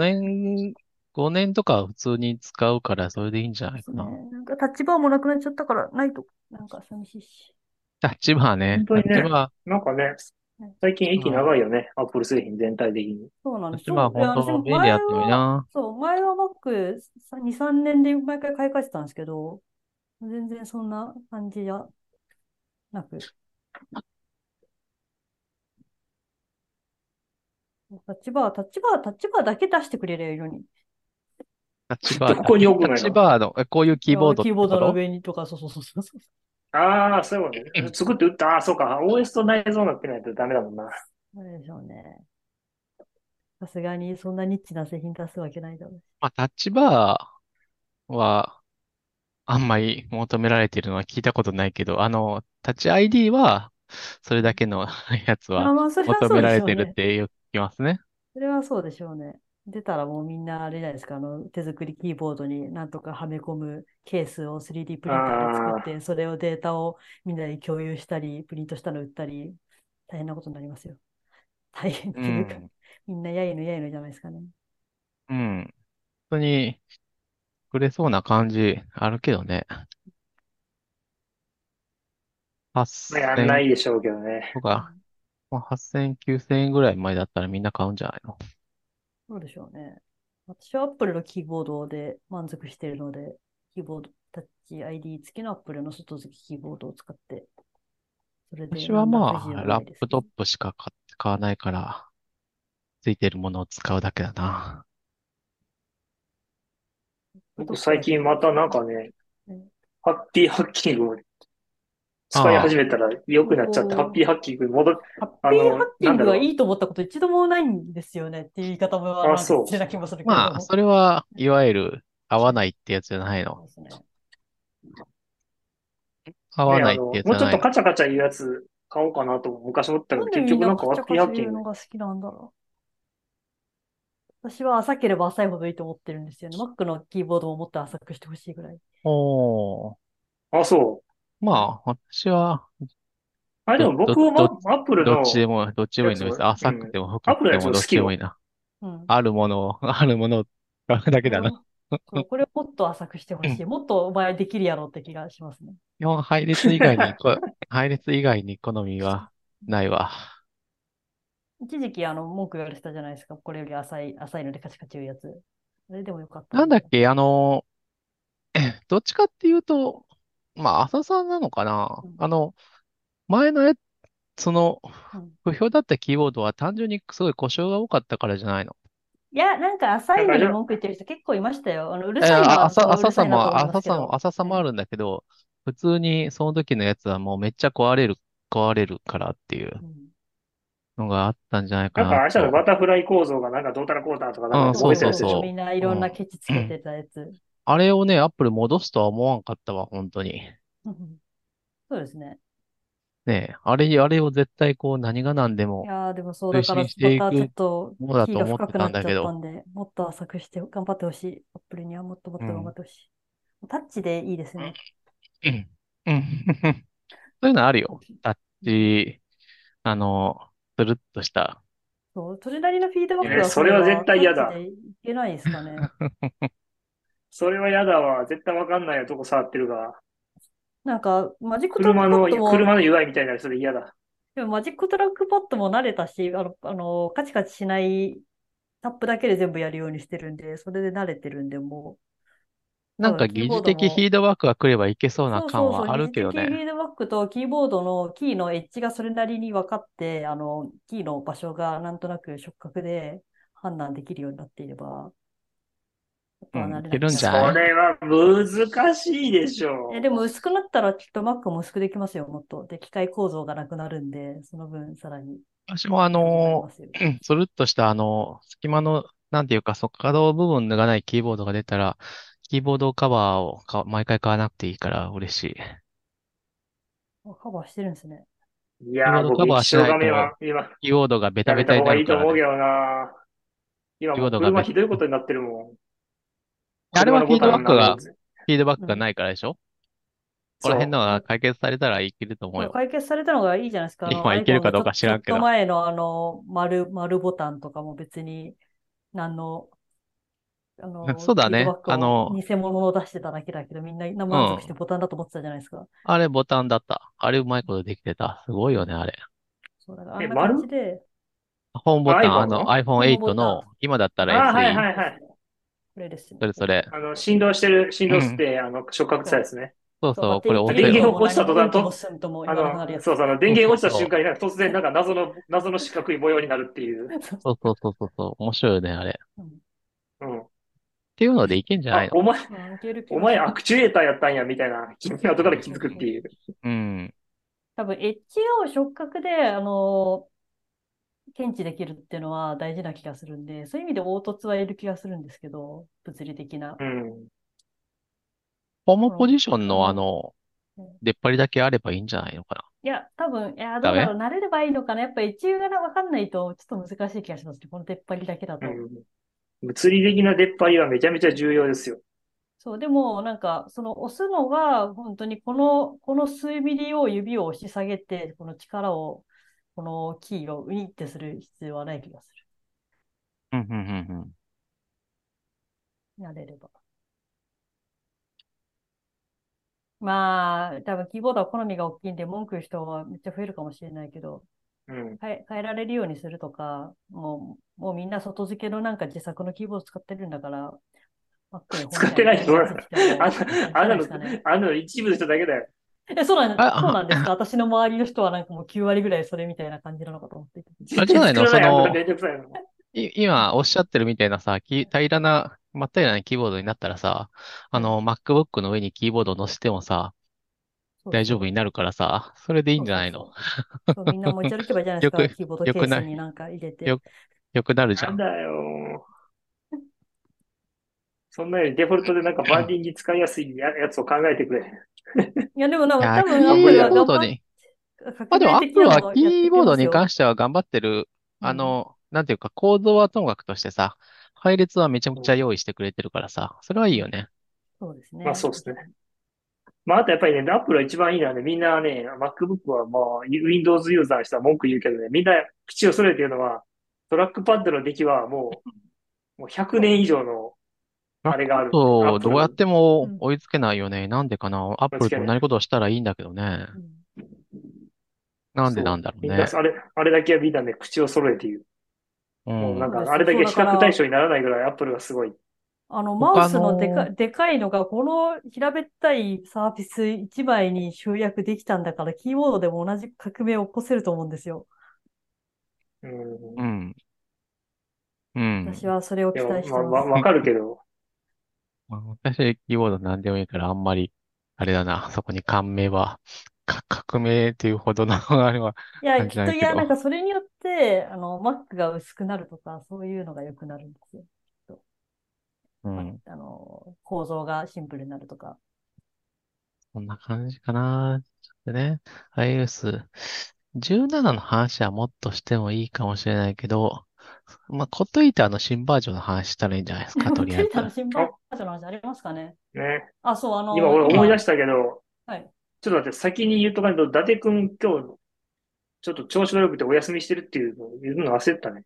5年とか普通に使うからそれでいいんじゃないですね。 かな。 なんかタッチバーもなくなっちゃったからないと、なんか寂しいし。 タッチバーね。タッ本当にね、 チバなんかね、 ね、 最近息ー、 長いよね。アップル製品全体的に。 そうなんです。 タッチバーそう。いや、私本当も前便利だったのには、 な。 そう、前は Mac 2、3年で毎回買い替えてたんですけど、全然そんな感じじゃなく、タッチバーだけ出してくれりゃいいのに。 タッチバーだけ。 どこに置タッくのよ。 チバーの、こういういや、 キーボードっキーボードのてこと？ 上にとか、そうそうそうそう。 ああ、そういうことね。 うん。 作って売った。ああ、そうか。OS と内蔵になってないとダメだもんな。 何でしょうね。さすがにそんなニッチな製品出すわけないだろうし。 まあ、タッチバーは、あんまり求められているのは聞いたことないけど、タッチ ID は、それだけのやつはあ、まあ、それは求そうでめられてるっしょうね。 てよく聞きますね。 それはそうでしょうね。出たらもうみんなあれじゃないですか、手作りキーボードになんとかはめ込むケースを 3D プリンターで作っああ、 て、それをデータをみんなで共有したり、プリントしたの売ったり、大変なことになりますよ。大変っていうか、 うん。 みんなやいのやいのじゃないですかね。 うん。本当にくれそうな感じあるけどね。 まあ、やんな 8000 いでしょうけどね。 とか、まあ、8000、9000円ぐらい前だったらみんな買うんじゃないの？ そうでしょうね。私は Apple のキーボードで満足しているので、キーボード、タッチ ID 付きの Apple の外付きキーボードを使って、それで私は何ら不自まあ、 由はなラッいですね。 プトップしか買わないから、ついてるものを使うだけだな。 僕トップだけ最近またなんかね、 ね。 ハッピーハッキングを使いああ、 始めたら良くなっちゃって、ハッおー、 ピーハッキングにハッピーハッキングがいなんだろいと思ったこと一度もないんですよねっていう言い方もう。あ、 なんかそう。 失礼な気もするけまあ、 ど。 それは、いわゆる、合わないってやつじゃないの？ そうですね。 合わね、 ないってやつもうちょっとじゃないの？ カチャカチャいうやつ買おうかなと昔思ったけど、 なんで結みんなカ局なんかハッチャカチャ言ピーハッキング。 うのが好きなんだろう。私は浅ければ浅いほどいいと思ってるんですよね。Mac のキーボードももっと浅くしてほしいぐらい。 おー。 あ、そう。 はい。 まあ、私は、 あ、でも僕はアップルのどっちでもいいのです。 やつは、うん。 浅くても深アップルのやつくてもどっも好きよ。 ちでもいいな。 うん。 あるものを使うだけだな。 これを、そう、これをもっと浅くしてほしい。もっとお前できるやろって気がしますね。 基本配列以外に好みはないわ。 一時期文句言われてたじゃないですか。これより浅いのでカチカチ言うやつ。あれでもよかったのに。 なんだっけ、どっちかっていうと、まあ、浅さなのかな。 うん。 前のやその、 うん。 不評だったキーボードは単純にすごい故障が多かったからじゃないの？ いや、なんか浅いのになんか文句言ってる人結構いましたよ。うるさいのはそう、うるさいなと思いますけど。 浅さもあね。 るんだけど、普通にその時のやつはもうめっちゃ壊れるからっていううん。 のがあったんじゃないかなんか明日のバなと。 タフライ構造がなんかどうたらこうたらとかなんかうん、 揉そうそうめたやつでしょ。 そうそう、みんないう。 ろんなうん。 ケチつけてたやつ。 あれをね、アップル戻すとは思わんかったわ、本当に。 うんそうですね。 ねえ、あれを絶対こう何が何でもいやー、でもそう、だから推進しまたちょっていくとものだキーがと思って深くなっちゃたんだけど、 ったんで、もっと浅くして頑張ってほしい。アップルにはもっともっと頑張っうん。 てほしい。タッチでいいですね。 うん。うん。そういうのあるよ。タッチ、つるっとした。 そう、それなりのフィードバックが来それは絶れば、タッ対嫌だ。 チでいけないですかね。 それは嫌だわ。絶対わかんないよ、どこ触ってるか。 なんか、マジックトラックパッドも、 車の UI みたいになるそれ嫌だ。 でもマジックトラックパッドも慣れたし、カチカチしないタップだけで全部やるようにしてるんで、それで慣れてるんで、もう、多なんか分キーボー疑似的フィドも、 ードバックが来ればいけそうなそうそうそう、 感はあ二次的フるけどね。 ィードバックとキーボードのキーのエッジがそれなりに分かって、キーの場所がなんとなく触覚で判断できるようになっていれば、あとうん、 は慣れいけなくなる。 るんじゃない？ それは難しいでしでもょ薄くなったらきっと Mac も薄くできますよ、もっと。で、機械構造がなくなるんで、その分さらに私も良くなりますよ。 つるっとした隙間の、なんていうか、可動部分がないキーボードが出たら、キーボードカバーを毎回買わなくていいから嬉しい。 カバーしてるんですね。 う。いやー、 キーボードカ僕液バーしないと、 晶画面は今キーボードがベタやめた方がいベタになるからね。 いと思うけどな。今もうキーボードが車ひどいことになってるもん。 あれはフィード車のボタバックが、 ンフがないからでしょ？ここら辺のうん。 が解決されたらいけると思うよ。 解決されたのがいいじゃないですか。 今いける iPhone のかどうか知ちょっらんけど。 と前の丸ボタンとかも別に、何の、 そうだね。 フィードバックを偽物を出してただけだけど、みんなうん。 満足してボタンだと思ってたじゃないですか。 あれボタンだった。あれうまいことできてた。すごいよね、あれ。 そう、だからあんな感じ丸で、 ホームボタン、 iPhone のホーム iPhone8 ボタン、 の、今だったらああー、はい SE。 はいはい。 ですね。これですね。 それ。 振動しうん。 て、触覚したやそう。 つね。 そう、バそうそう、 ッテリー切れこれ押せ、 るともう電源を落ちた何もうんとも途端と、 すんとも言わなくなるやつ。 そうそう、電そう源落ちた瞬そうそ間になんか突然なんか謎の四角い模様になるっていう。 う。そうそうそうそうそう。面白いよね、あれ。っうん。 うん。 ていうのでいけんじゃないあ、 の？ いける気お前がする。 アクチュエーターやったんや、みたいな、君後から気づそうそう。 くっていう。 うん。 多分、エッジを触覚で、検知できるっていうのは大事な気がするんで、そういう意味で凹凸はいる気がするんですけど、物理的な。 うん。 ホームポこの、 ジションのうん出っ張りだけあればいいんじゃないのかな？ いや、多分、いや、どダメ？ うだろう、慣れればいいのかな。やっぱエッジがわかんないと、ちょっと難しい気がしますね。この出っ張りだけだと。 うん。物理的な出っ張りはめちゃめちゃ重要ですよ。 そう、でも、なんか、その押すのが、本当にこの数ミリを指を押し下げて、この力を、このキーをウニってする必要はない気がすうん、うん、うん、うん。 る。慣れれば。まあ、多分キーボードは好みが大きいんで、文句言う人はめっちゃ増えるかもしれないけど、 うん。 変えられるようにするとか、もうみんな外付けのなんか自作のキーボード使ってるんだから、Mac に本使っ体てない人は、 に同じやつ来てもいい感じじゃあんなの、 ないですかね。 あんなの一部の人だけだよ。 そうなんですか？ あ、 私の周りの人はなんかもう9割ぐらいそれみたいな感じなのかと思っていて。 全然あれじゃないの？ 作らない、あんなめんどくさいの。 今おっしゃってるみたいなさ、真っ平らなキーボードになったらさ、 はい。 MacBook の上にキーボードを乗せてもさ、大丈夫そうそう。 になるからさ、それでいいんそうじゃないの？ そうそう。そう、みんな持ち歩けばいいじゃないですか。 よく、 キーボードケーよくない、 スになんか入れて。 よ、よくなるじゃん。 なんだよ。そんなよりデフォルトでなんかバンディング使いやすいやつを考えてくれ。 いや、でもいや、キ多分アップルあ、無理だろ。 は頑張っ、 ーボードに、まあでも革命的 Apple なはのをやってくれキーボードますよ。 に関しては頑張ってる、 うん。 なんていうか構造はともかくとしてさ、配列はめちゃくちゃうん、 用意してくれてるからさ、それはいいうん。 よね。 そうですまあね。 そうですね。まああとやっぱりね、アップルは一番いいのはね、みんなね、MacBook はもう Windows ユーザーの人は文句言うけどね、みんな口を揃えて言うのは、トラックパッドの出来はもう100年以上のあれがあるって。アップルどうやってもうん。 追いつけないよね。なんでかな。アップルのつけね。 と同じことをしたらいいんだけどね。 うん。 なんでなんそう。 だろうね。 みんなあれだけはみんなね、口を揃えて言う。 うん。 もうなんか、 そうですよ。 あれだそう、 け比較対だから、 象にならないぐらいアップルがすごい。 マウ他スのの、 でかいのが、この平べったいサーフィス1枚に集約できたんだから、キーボードでも同じ革命を起こせると思うんですよ。 うん。 うん、うん。 私はそれを期でも、 待してます。 わかるけど、 まあ私、キーボードなんでもいいから、あんまり、あれだな、そこに感銘は革命っていうほどのあれはいや、 感じきっと、いや、なんないけど。 かそれによって、Mac が薄くなるとか、そういうのが良くなるんですよ。きっとまうん。 構造がシンプルになるとか。 そんな感じかな。でね、iOS17 の話はもっとしてもいいかもしれないけど、まあ、コットイーターの新バージョンの話したらいいんじゃないですか、とりあえず。 トリタの新バあ、 ージョンの話ありますかね？ ね。 あ、そう、 今俺思い出今、 したけど、 はい。 ちょっと待って、先に言っとかないと、伊達くん今日、ちょっと調子が良くてお休みしてるっていうのを言うの忘れてたね。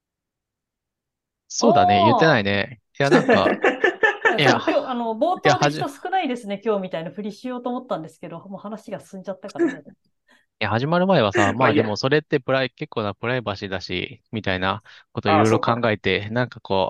そうだね、言ってないあね。いや、なんか、 あ、 いや、 そう、今日、冒いや、 頭で人少ないですね、今日みたいなふりしようと思ったんですけど、もう話が進んじゃったからね。 始まる前はさ、まあでまあいいや。 もそれって結構なプライバシーだし、みたいなことをいああ、 ろいろ考そうか。 えて、なんかこ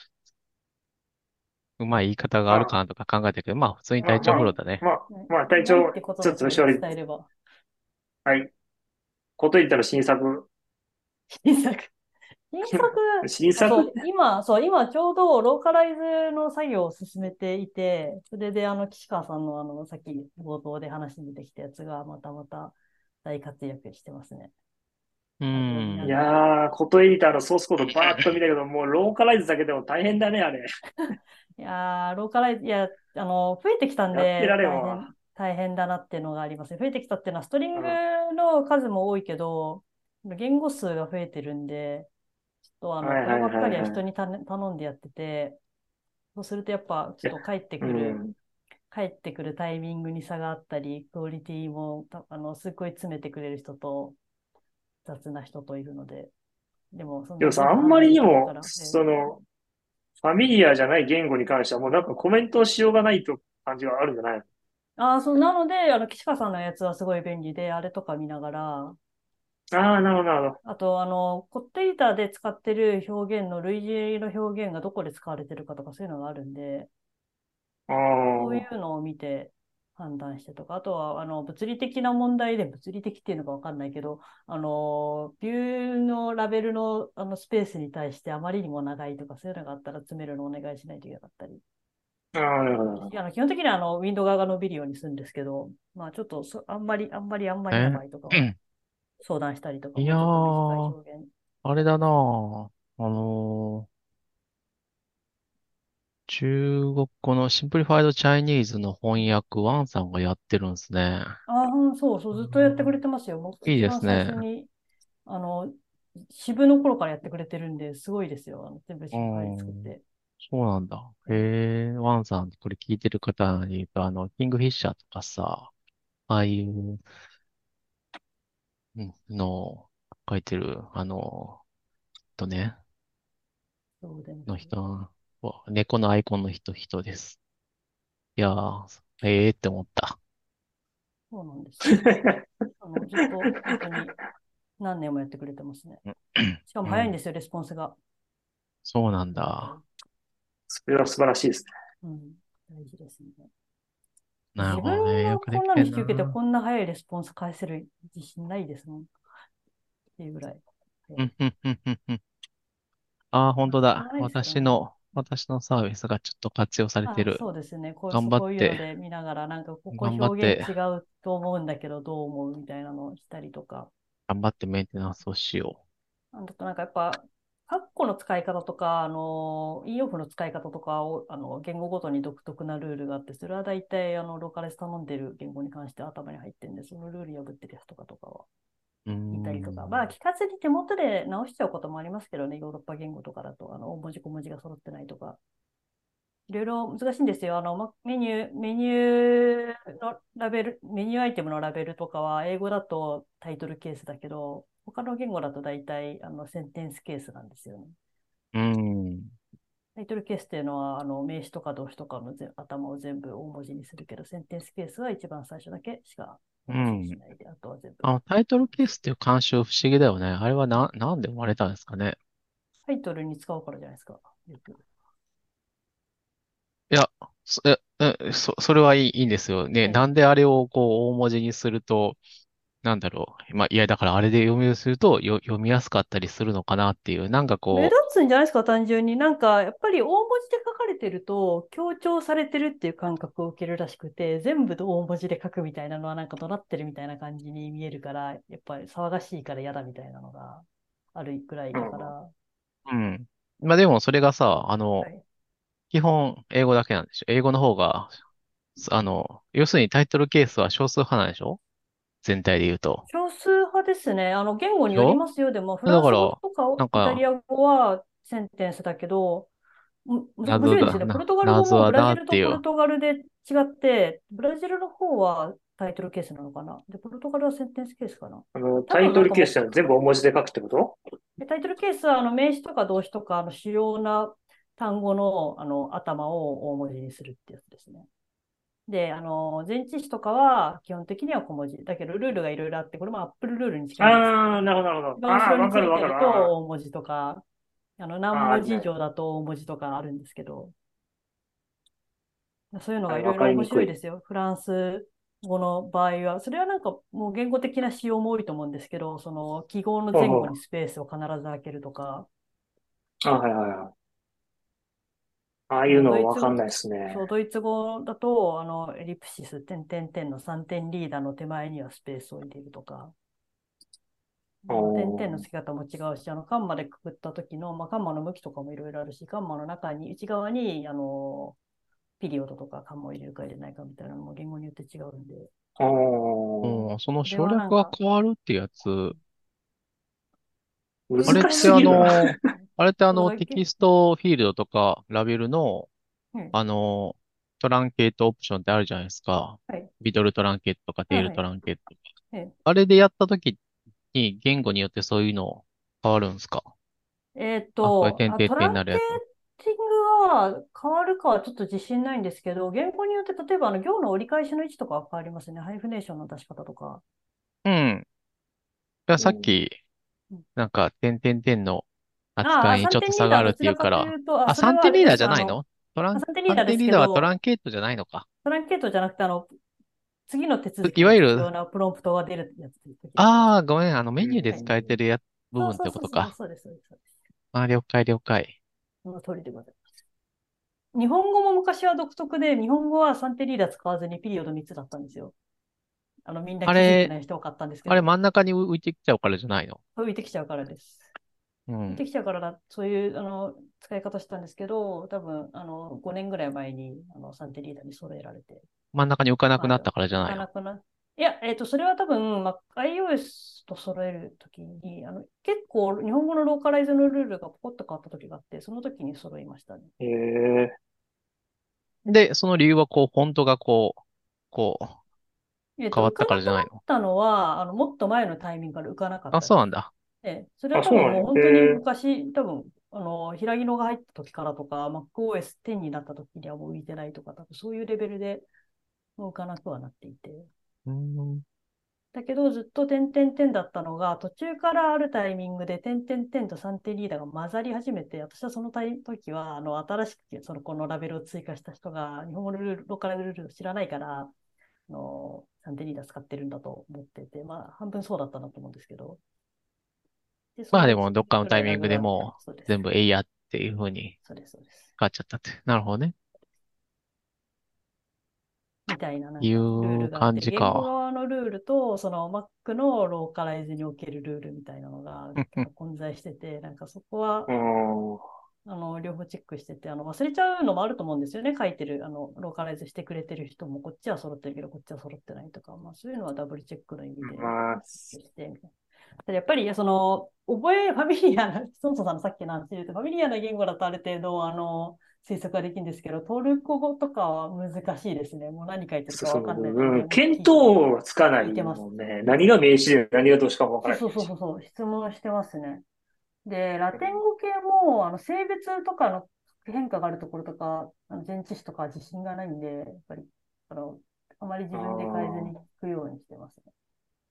うまい言い方があるかまあ、 なとか考えたけど、まあ普通に体調うまい、 不良だね。 まあ、 うまいって体調、ちょっとことだけ調子悪い。 伝えれば。 はい。こと言ったら新作。 新作。新作、あ、 新作今ちょうどローカライズの作業を進めていて、それで岸川さんのさっき冒頭で話に出てきたやつがまた大活躍してますね。 うあれを見いなん。 がら。 やー、ことエディターのソースコードバーっと見たけど、もうローカライズだけでも大変だね、あれ。 いやー、ローカライズ、いや、増えてきたんやってらで、 れんわ。 大変だなっていうのがありますね。増えてきたっていうのは、ストリングうん。 の数も多いけど、言語数が増えてるんで、ちょっとはいはいこればっかりは人はいはい。 に頼んでやってて、そうするとやっぱ、ちいや、 ょっとうん。 帰ってくるタイミングに差があったり、クオリティも、すっごい詰めてくれる人と、雑な人といるので、でも、そんでもさ、あな全部んま判断でりにも、 きないから、 ファミリアじゃない言語に関しては、もうなんかコメントしようがないと感じがあるんじゃないの？ そう、なので、岸川さんのやつはすごい便利で、あれとか見ながら、 ああ、なるほど、なるほど。 あと、コッテイターで使ってる表現の類似の表現がどこで使われてるかとかそういうのがあるんで、 あそういあ、 うのを見て判断してとか、あとは、物理的な問題で、物理的っていうのかわかんないけど、ビューのラベルの、スペースに対してあまりにも長いとか、そういうのがあったら詰めるのをお願いしないといけなかったり。 ああ、なるほど。 基本的にはウィンドウ側が伸びるようにするんですけど、まあちょっとあんまりなえ、 場合とかは相談したりとか、 いやもうちょっと短いー、 表現。 あれだなぁ。中国語のシンプリファイドチャイニーズの翻訳、ワンさんがやってるんですね。 そうそう、ずっとやってくれてますよ。もういい一番ですね。 最初に、あの、支部の頃からやってくれてるんで、すごいですよ。全部うファイル作っん。 て。 そうなんだ。へうんえ、ワンさん、これ聞いてる方に言うと、キングフィッシャーとかさ、ああいうのを書いてる、ね、 そうでもの人は、猫のアイコンの人です。いやー、って思った。 そうなんですよ。ずっと本当に何年もやってくれてますね。 うん。 しかもうん、 早いんですよ、レスポンスが。 そうなん大体。 だ。 それは素晴らしいですね。 うん。大事ですね。 なる自分ほどね。よがこんなのくできてん引き受けてな。 こんな早いレスポンス返せる自信ないですもん。っていうぐらい早い。 うん、うん、うん、うん。うん。ああ、本まあ、しょうが当だ。 ないですけどね。 私のサービスがちょっと活用されてる。 そうですね。 頑張こういうのって、 で見ながら、なんかここ頑張って、 表現違うと思うんだけど、どう思うみたいなのをしたりとか。 頑張ってメンテナンスをしよあとなんかやっぱ、カッコの使い方とか、インオフの使い方とかを、言語ごとに独特なルールがあって、それは大体、ローカルス頼んでる言語に関して頭に入ってるんで、そのルール破ってるやつとかはう。うーいたりとか、 ん。 まあ、聞かずに手元で直しちゃうこともありますけどね、ヨーロッパ言語とかだと、大文字小文字が揃ってないとか。いろいろ難しいんですよ。メニューのラベル、メニューアイテムのラベルとかは、英語だとタイトルケースだけど、他の言語だと大体、センテンスケースなんですよね。 うーん。 タイトルケースっていうのは、名詞とか動詞とかの頭を全部大文字にするけど、センテンスケースは一番最初だけしか大文字にしうん。 ないで、あとは全部。 タイトルケースっていう慣習不思議だよね。あれはなんで生まれたんですかね。 タイトルに使うからじゃないですか。よく。 いや、それはいいんですよね。 はい。 なんであれをこう大文字にすると、 なんだろう。まあ、いや、だからあれで読みすると読みやすかったりするのかなっていう、なんか目立こつんじゃないですか、単純に。なんか、やっぱり大文字で書かれてると、強調されてるっていう感覚を受けるらしくて、全部大文字で書くみたいなのは、なんか怒鳴ってるみたいな感じに見えるから、やっぱり騒がしいから嫌だみたいなのがあるくらいうん。 だから、 う、うん。まあでもそれがさ、 はい。 基本英語だけなんでしょ。英語の方が、要するにタイトルケースは少数派なんでしょ？全体で言うと。 少数派ですね。言語によりでしょ？ ますよ。でも、フランス語だから、 とかなんか、 イタリア語はセンテンスだけど、面白いですよね。ポルトガル語もブ謎はラジルとなっていう。 ポルトガルで違って、ブラジルの方はタイトルケースなのかな。で、ポルトガルはセンテンスケースかな。多タイ分なんかもトルケースは全部大文字で書くってこと？ タイトルケースは名詞とか動詞とか主要な単語の、頭を大文字にするってやつですね。で、前置詞とかは基本的には小文字。だけどルールがいろいろあって、これもアップルルールに近いんですけああー、 ど、 なるほど、なるほど。 一番後ああ、 ろにつわかるわかる。 いてるとあ大文字とか、 あ、ああ、あ何文字以るね。 上だと大文字とかあるんですけど、そういうのがいろわいろ面かりにくい。 白いですよ。フランス語の場合は。それはなんかもう言語的な仕様も多いと思うんですけど、その記号のほうほう。 前後にスペースを必ず開けるとか、 あ、はいはいはい。ああいうのはわかんないですね。 ドイツ語だと、エリプシス、点々点の3点リーダーの手前にはスペースを入れるとか、 お点々のー、 付け方も違うし、カンマでくくった時の、カンマの向きとかもいろいろあるし、カンマの中に、内側に、ピリオドとかカンマを入れるか入れないかみたいなのも言語によって違うんで、 おー、 うん、そのそれ省略がはなんか、 変わるってやつ、あれっ難して英語の、 すぎるな。 テキストフィールドとかラベルの、 はい、 あの、トランケートオプションってあるじゃないですか。 はい、 ミドルトランケートとかテールはい、 トランケートとか。 はい。 あれでやった時に言語によってそういうの変わるんですか？あ、これ点々点にトランケなるやつ。 ーティングは変わるかはちょっと自信ないんですけど、言語によって例えば行の折り返しの位置とかは変わりますね。ハイフネーションの出し方とか。 うん。じゃあうん。 さっき、なんか、点々点のああ、 扱いにち 3 ょっと点リーダー差があるっどちらかとていうから、 いうと、 あ、3 それはあ点リーダーれです。 じゃないの？ 3点リーダーです 3点リーダーはトけど、 ランケートじゃないのか。 トランケートじゃなくて、次の手続きにいわゆる、 必要なプロンプトが出るやつという時だけです。 ああ、ごめん、メニューではい。 使えてる部そう分っそうそうそう、 てことか。 そうです、そうです。そうです。 あー、了解了解。 その通りでございます。日本語も昔は独特で、日本語は3点リーダー使わずにピリオド3つだったんですよ。みんな気づいてあれ、 ない人多かったんですけあれど、 真ん中に浮いてきちゃうからじゃないの？ 浮いてきちゃうからです。浮いてうん。 きちゃうからそういう使い方したんですけど、多分5年ぐらい前に3点リーダーに揃えられて、 真ん中に浮かなくまあ、 なったからじゃ浮ないの？ かなくな。いや、それは多分、iOS と揃えるときに、結構日本語のローカライズのルールがポコッと変わったときがあって、その時に揃いましたね。 ええ、 で、その理由はフォントがこう、変わった浮かなくなからじゃないの？ ったのは、もっと前のタイミングから浮かなかっあ、 たです。 そうなんだ。 それはあ、 多分もうそうなんや。 本当に昔、多分、平木のが入った時からとか、MacOS10 になった時にはもう浮いてないとか、多分そういうレベルでもう浮かなくはなっていて。 うーん。 だけど、ずっと点々点だったのが、途中からあるタイミングで点々点と3点リーダーが混ざり始めて、私はその時は、新しくこのラベルを追加した人が、日本語のルール、ローカルルールを知らないから、3点リーダー使ってるんだと思ってて、半分そうだったなと思うんですけど、で、そのまあでも、どっかのぐらいタイミングラグがあって、 でもそうです。 全部えいやっていう風にそうです、そうです。 変わっちゃったって。なるほどね。 みたいな、なんいか、ルーう感ルがあって、言語じか。 側のルールと、その Mac のローカライズにおけるルールみたいなのがうんうん。 結構混在してて、なんかそこは、 うん。 両方チェックしてて、忘れちゃうのもあると思うんですよね。書いてる、ローカライズしてくれてる人も、こっちは揃ってるけど、こっちは揃ってないとか、そういうのはダブルチェックの意味で、 まあ、 して、みたいな。やっぱり、ファミリアな、ソンソさんのさっきの話で言うと、ファミリアな言語だとある程度、推測ができるんですけど、トルコ語とかは難しいですね。もう何書いてるかわかんないので、 うん、 もう見当はつかない聞いてます。 もんね。何が名詞で何が動詞かもわかそうらないし。 そうそうそうそう、質問してますね。で、ラテン語系も、性別とかの変化があるところとか、前置詞とかは自信がないんで、やっぱり、あの、あまりあ自分で変えずに聞あ。 くようにしてますね。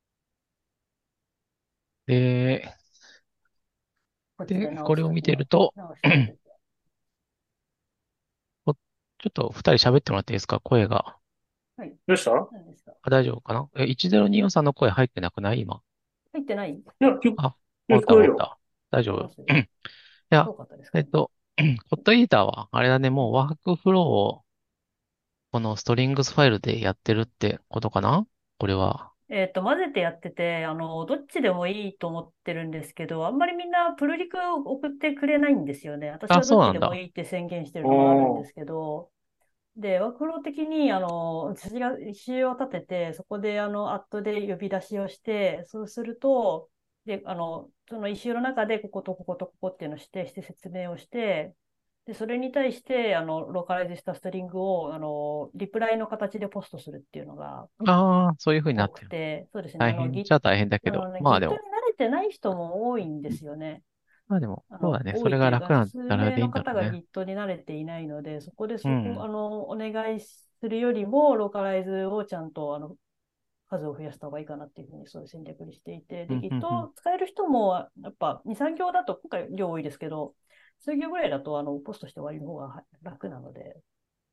で、 こっちで、 で直これを見すときは、 てると、 直したいときは。 ちょっと二人喋ってもらっていいですか？声が。 はい。 どうした？ 何ですか？ 大丈夫かな？1024さんの声入ってなくない今？ 入ってない？ いや、 あ、 聞戻ったこえるよ。 戻った。大丈夫？ 聞こえます？ いや、 遠かったですかね。 コットエディターは、あれだね、 うん。 もうワークフローを、このストリングスファイルでやってるってことかな？これは。 混ぜてやってて、どっちでもいいと思ってるんですけど、あんまりみんなプルリクを送ってくれないんですよね。私あ、 はどっちそうなんだ。 でもいいって宣言してるのがあるんでおー。 すけど、で、ワークフロー的に、私が石を立てて、そこで、アットで呼び出しをして、そうすると、で、その石の中で、こことこことここっていうのを指定して説明をして、で、それに対して、ローカライズしたストリングを、リプライの形でポストするっていうのがああ、そういう風にな多ってる。 くて、そうですね、 大変っちゃ大変だけど。ま Git にあでも、 慣れてない人も多いんですよね。 まあでも、そうだね。それ多いというか、 が楽なん数だらでいい名の方がんだろうね。 Git に慣れていないので、そこでそこ、 うん。 お願いするよりも、ローカライズをちゃんと、数を増やした方がいいかなっていうふうに、そういう戦略にしていて、で、 うん、うん、うん。 Git を使える人も、やっぱ2、3行だと、今回量多いですけど、数行ぐらいだと、ポストして終わりの方が楽なので、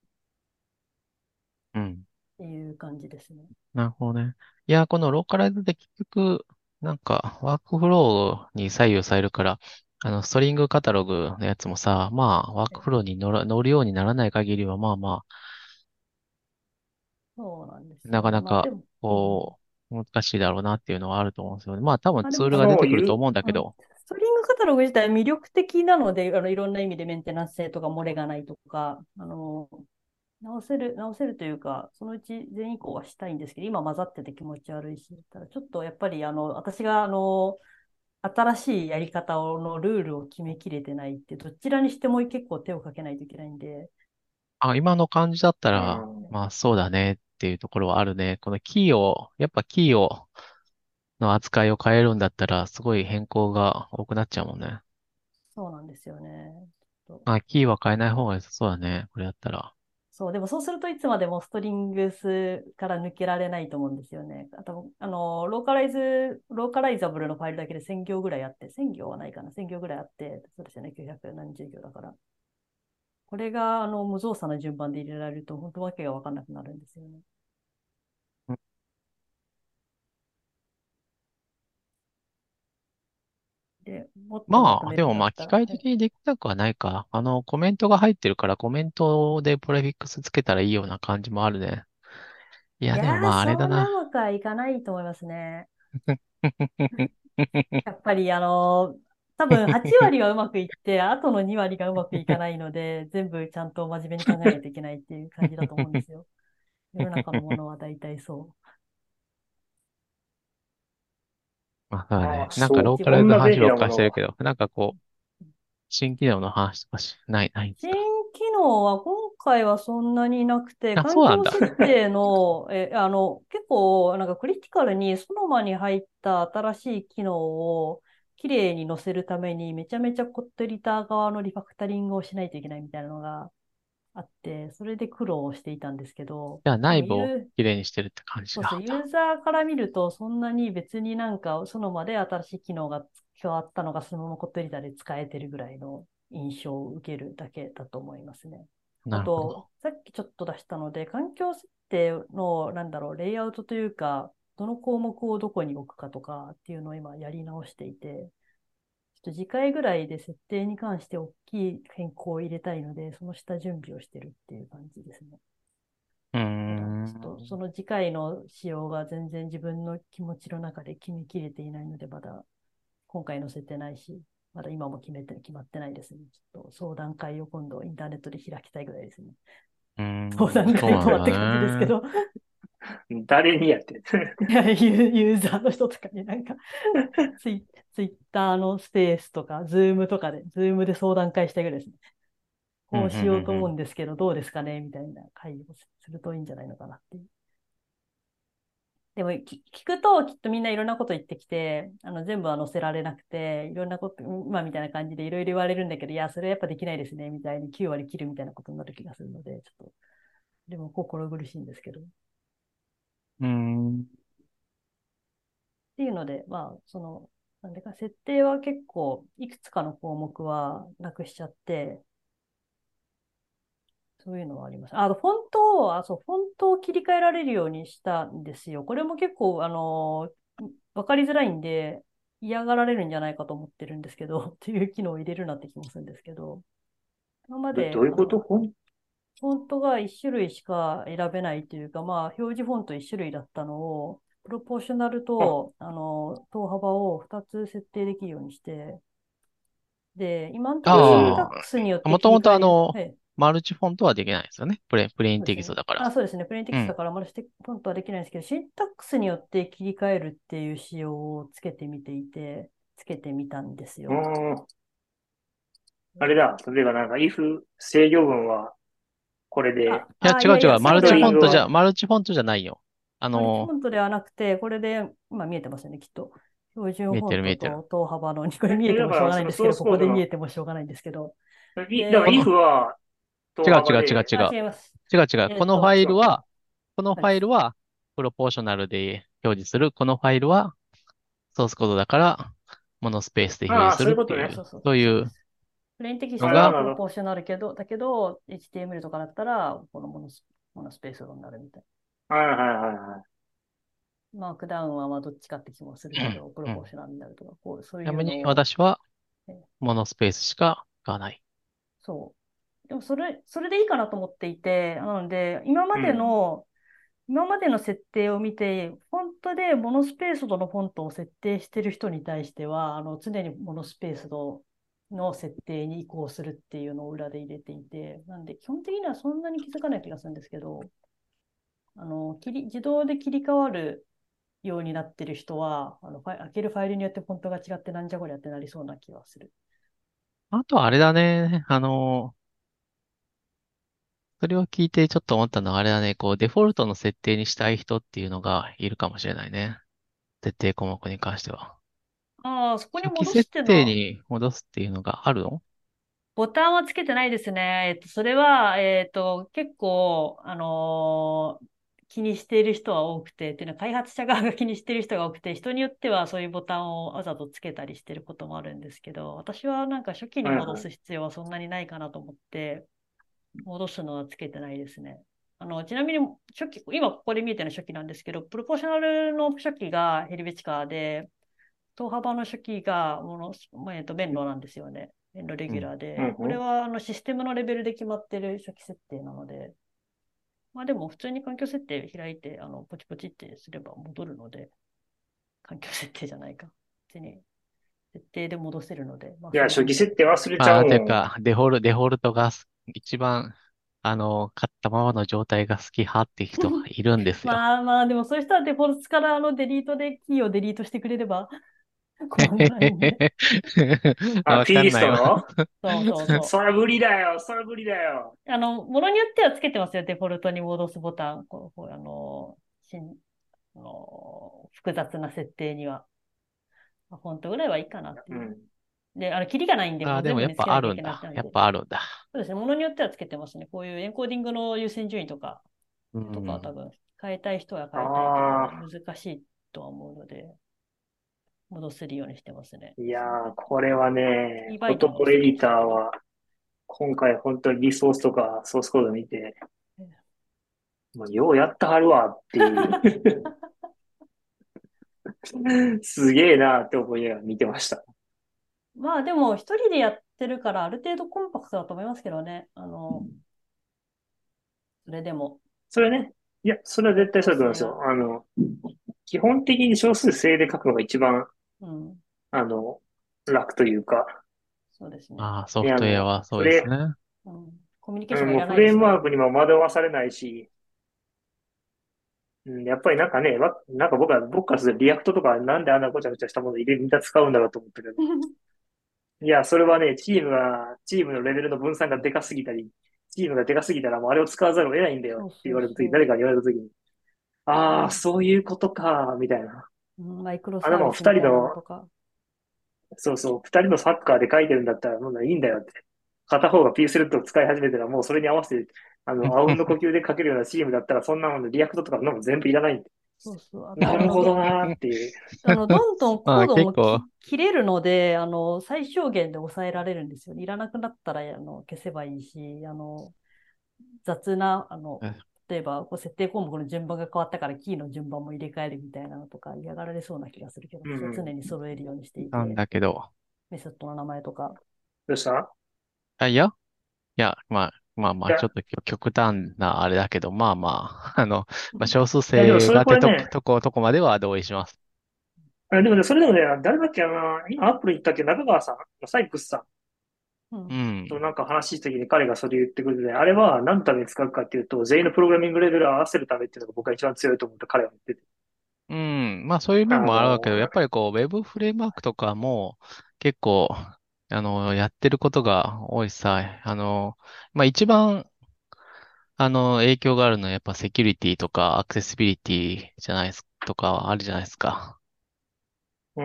うん。 っていう感じですね。 なるほどね。いや、このローカライズで結局、なんか、ワークフローに左右されるから、ストリングカタログのやつもさ、まあ、ワークフローに乗るようにならない限りは、まあまそうなんであ、 すよね。まあでなかなか、 も、うん。 こ難しいだろうなっていうのはあると思うんですよね。まあ、多分まあでも、 ツールが出てくるとそういう、 思うんだけど、 ストリングカタログ自体魅力的なので、いろんな意味でメンテナンス性とか漏れがないとか、直せるというか、そのうち全移行はしたいんですけど、今混ざってて気持ち悪いし、ただちょっとやっぱり私が新しいやり方のルールを決めきれてないって、どちらにしても結構手をかけないといけないんで、 あ、今の感じだったうら、 ん。 まあ、そうだねっていうところはあるね。このやっぱキーを、の扱いを変えるんだったら、すごい変更が多くなっちゃうもんね。 そうなんですよね。ちょっとあ、キーは変えない方が良さそうだね。これやったら。 そう、でもそうするといつまでもストリングスから抜けられないと思うんですよね。あと、ローカライザブルのファイルだけで1000行ぐらいあって、1000行はないかな、1000行ぐらいあって、そうですよね、900何十行だから。これが、無造作な順番で入れられると、本当わけがわかんなくなるんですよね。で、もっとままあ、 とめでもまあ、 るんだったら、 機械的にできなくはないか。コメントが入ってるから、コメントでプレフィックスつけたらいいような感じもあるね。いや、 いやー、 でもまあ、あれだそんなうな。 まくはいかないと思いますね。やっぱり、多分8割はうまくいって、あとの2割がうまくいかないので、全部ちゃんと真面目に考えないといけないっていう感じだと思うんですよ。世の中のものは大体そまあ、そうだね。 ああ、 なんか、 そう。 ローう。自分、 カライズのこんな便利話ばっかりしなものが。 てるけど、なんかこう、新機能の話とかないんです新か？ 機能は今回はそんなになくて、 あ、 環そうなんだ。 境設定の、結構、なんかクリティカルにその場に入った新しい機能をきれいに載せるために、めちゃめちゃコットエディター側のリファクタリングをしないといけないみたいなのがあって、それで苦労をしていたんですけど、 じゃあ、 でも内部をきれいにしてるって感じそうそう、 なんだ。 ユーザーから見ると、そんなに別になんか、その場で新しい機能が加わったのがそのままコットエディターで使えてるぐらいの印象を受けるだけだと思いますね。あと、 なるほど。 さっきちょっと出したので、環境設定の、レイアウトというか、どの項目をどこに置くかとかっていうのを今やり直していて、ちょっと次回ぐらいで設定に関して大きい変更を入れたいので、その下準備をしてるっていう感じですね。 うーまだちょっとそん。 の次回の仕様が全然自分の気持ちの中で決めきれていないので、まだ今回載せてないし、まだ今も決まってないですね。ちょっと相談会を今度インターネットで開きたいぐらいですね。 うーん。 相談そうなん会とはって感じですけだね。 ど、 誰にやってん？ いやユーザーの人とかになんかツイッターのスペースとか、ズームで相談会したいぐらいですね。 うん、うん、 こうしようとうん、 思うんですけど、どうですかねみたいな会をするといいんじゃないのかなっていう。でも聞くときっとみんないろんなこと言ってきて、全部は載せられなくて、いろんなこと、今みたいな感じでいろいろ言われるんだけど、いや、それはやっぱできないですね、みたいに9割切るみたいなことになる気がするので、ちょっと、でも心苦しいんですけど。っうん。うーん。 ていうので、まあ、なんでか、設定は結構、いくつかの項目はなくしちゃって、 そういうのはあります。フォントを切り替えられるようにしたんですよ。これも結構、わかりづらいんで、嫌がられるんじゃないかと思ってるんですけど、っていう機能を入れるなって気もするんですけど、今まで、 どういうことフォントが1種類しか選べないというか、まあ、表示フォント1種類だったのを、プロポーショナルあ、 と、等幅を2つ設定できるようにして、で、今のところシンタッあクスによっあ、 てもともと切り替える、はい、 マルチフォントはできないですよね。プレインテそうですね。 キストだから。 あ、そうですね。プレーンテキストだうん。 からマルチフォントはできないんですけど、シンタックスによって切り替えるっていう仕様をつけてみていて、つけてみたんですうよ。 ん。あれだ。例えばなんか、if 制御文はこれで、 いやいや、 違う違う。 そういうのではなくて、 マルチフォントじゃないよ。 マルチフォントではなくて、これで、今見えてますよね、きっと。標準見えフォントてる見えてる。 と等幅の、これ見えてもしょうだからそのがないんですけど、 ソースコードの、 ここで見えてもしょうがないんですけど。 だからで、 if この、 は等幅で、 違います。 違う。 違う。 このそうです。 ファイルは、プロポーショナルで表示する。このファイルは、ソースコードだから、モノスペースで表ああ、 示すそういうことね。 るっていう、 そうです。 そういうプレインテキスのが、 トはプロなるほど。 ポーショナルだけど、HTML とかだったら、このモノスペースになるみたいはいはいはいはい。 な。マークダウンはまあどっちかって気もするけど、プロうん。 ポーショナルになるとか、そういうちなみにのを、 私は、 えモノスペースしか使わない。 そう。でもそれでいいかなと思っていて、なので、今までの設定を見て、フォントでモノスペースドのフォントを設定している人に対しては、常にモノスペースドの設定に移行するっていうのを裏で入れていて、なんで基本的にはそんなに気づかない気がするんですけど、自動で切り替わるようになってる人は、開けるファイルによってフォントが違ってなんじゃこりゃってなりそうな気がする。 あとはあれだね。それを聞いてちょっと思ったのはあれだね。デフォルトの設定にしたい人っていうのがいるかもしれないね。設定項目に関しては。 そこに戻す初期設っていうのは、 定に戻すっていうのがあるの？ ボタンはつけてないですね。それは、結構、気にしている人は多くて、っていうのは開発者側が気にしている人が多くて、人によってはそういうボタンをわざとつけたりしてることもあるんですけど、私はなんか初期に戻はいはい。 す必要はそんなにないかなと思って、戻すのはつけてないですね。ちなみに今ここで見えてるの初期なんですけど、プロポーショナルの初期がヘルベチカーで、等幅の初期が弁路なんですよね。弁路レうん。 ギュラーで。これうんうん。 はシステムのレベルで決まってる初期設定なので、まあでも普通に環境設定開いて、ポチポチってすれば戻るので、環境設定じゃないか。別に設定で戻せるので、まあいや、 それで初期いいんじゃないか。 設定忘れちゃうというもん。 か、デフォルトが一番、買ったままの状態が好き派っていう人がいるんですよ。 まあまあ、でもそういう人はデフォルトからデリートでキーをデリートしてくれれば困らないんで。 あ、 わか T リスんないわ。 うん。 トそうそうそそら無理だよ、そら無理だよ。 う。ものによってはつけてますよ、デフォルトに戻すボタン。複雑な設定には。フォントぐらいはいいかなっていう。 うん。 で、キリがないんで、もうでもやっ全部につけなきゃいけぱあるんだ。やっなくなって。 ぱあるんだ。 そうですね、ものによってはつけてますね。こういうエンコーディングの優先順位うとかは多ん。 分、変えたい人は変えたいけど、 ああ、 難しいとは思うので、戻せるようにしてますね。 いやー、これはね、 キーバフォイトもしてトエディましたけど。 ターは、今回本当にリソースとかソースコード見て、もうようやったはるわっていう、すげえなって思いながら見てました。 まあでも、一人でやってるから、ある程度コンパクトだと思いますけどね。それでも、 それね、いや、それは方絶対そ向性が。 うだと思いますよ。基本的に少数精で書くのが一番、 うん、 あの、楽というか、 そうですね。 まあ、ソフトウェアいや、 はそうですね。 コミュニケーションがいらもうフないですから。 レームワークにも惑わされないし、やっぱりなんかね、なんか僕からするとリアクトとかなんであんなごちゃごちゃしたもの入れ、みんな使うんだろうと思ったけど、いや、それはね、チームのレベルの分散がでかすぎたり、チームがでかすぎたらもうあれを使わざるを得ないんだよってそうそう言われたとき、 そ誰かに言われたときに、ああ、そういうことか、みたいな。 マイクロあ、でサーもビスみたいなの二人の、 とか。 そうそう、二人のサッカーで書いてるんだったら、もういいんだよって。片方がピースレッドを使い始めたら、もうそれに合わせて、あうんの呼吸で書けるようなチームだったら、そんなものリアクトとかのも全部いらないんで。 そうそう。あと、 なるほどなーっていう。 どんどんまあ、 コードも結構、 切れるので、最小限で抑えられるんですよ。いらなくなったら、消せばいいし、 雑な、 え例えばこう設定項目の順番が変わったからキーの順番も入れ替えるみたいなのとか嫌がられそうな気がするけど、 う私は常ん。 に揃えるようにしていなんて、 だけど。 メソッドの名前とか。 どうした？ あ、いや、いや、まあ、ちょいや、 っと極端なあれだけど、まあまあ、まあ、少数いや、でもそれ生がこれね、 とこまでは同意します。 でもね、それでもね、誰だっけ、今アップル行ったっけ、中川さん、サイプスさんうん。 うん。 となんか話した時に彼がそれ言ってくれてね、あれは何のために使うかっていうと、全員のプログラミングレベルを合わせるためっていうのが僕が一番強いと思った彼は言ってて。 うん。まあ、そういうあ面もあるわけど、やっの、 ぱりこう、ウェブフレームワークとかも結構、やってることが多いさ。まあ、一番、影響があるのはやっぱセキュリティとかアクセシビリティじゃないですとかあるじゃないですか。 うん、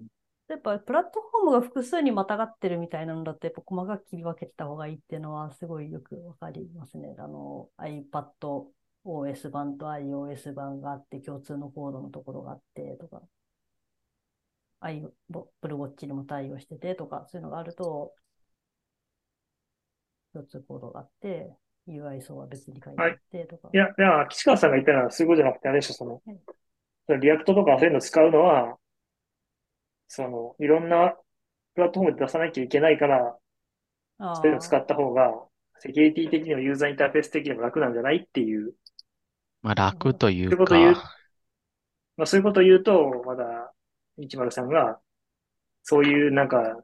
やっぱプラットフォームが複数にまたがってるみたいなのだと、やっぱ細かく切り分けてた方がいいっていうのはすごいよくわかりますね。iPad OS 版と iOS 版があって、共通のコードのところがあってとか、Apple Watch にも対応しててとか、そういうのがあると、共通コードがあって、UI 層は別に書いてあっはい。 てとか。 いや、岸川さんが言ったのはそういうことじゃなくて、あれでしょ、 ね。 リアクトとかそういうの使うのは、いろんなプラットフォームで出さなきゃいけないから、そういうの使あった方が、セキュリティ的にもユーザーインターフェース的にも楽なんじゃないっていう、 まあ、 あ、なるほど。 楽といそういうことを言う、 うか、 まあ、そういうことを言うと、まだ、一丸さんが、そういうなんか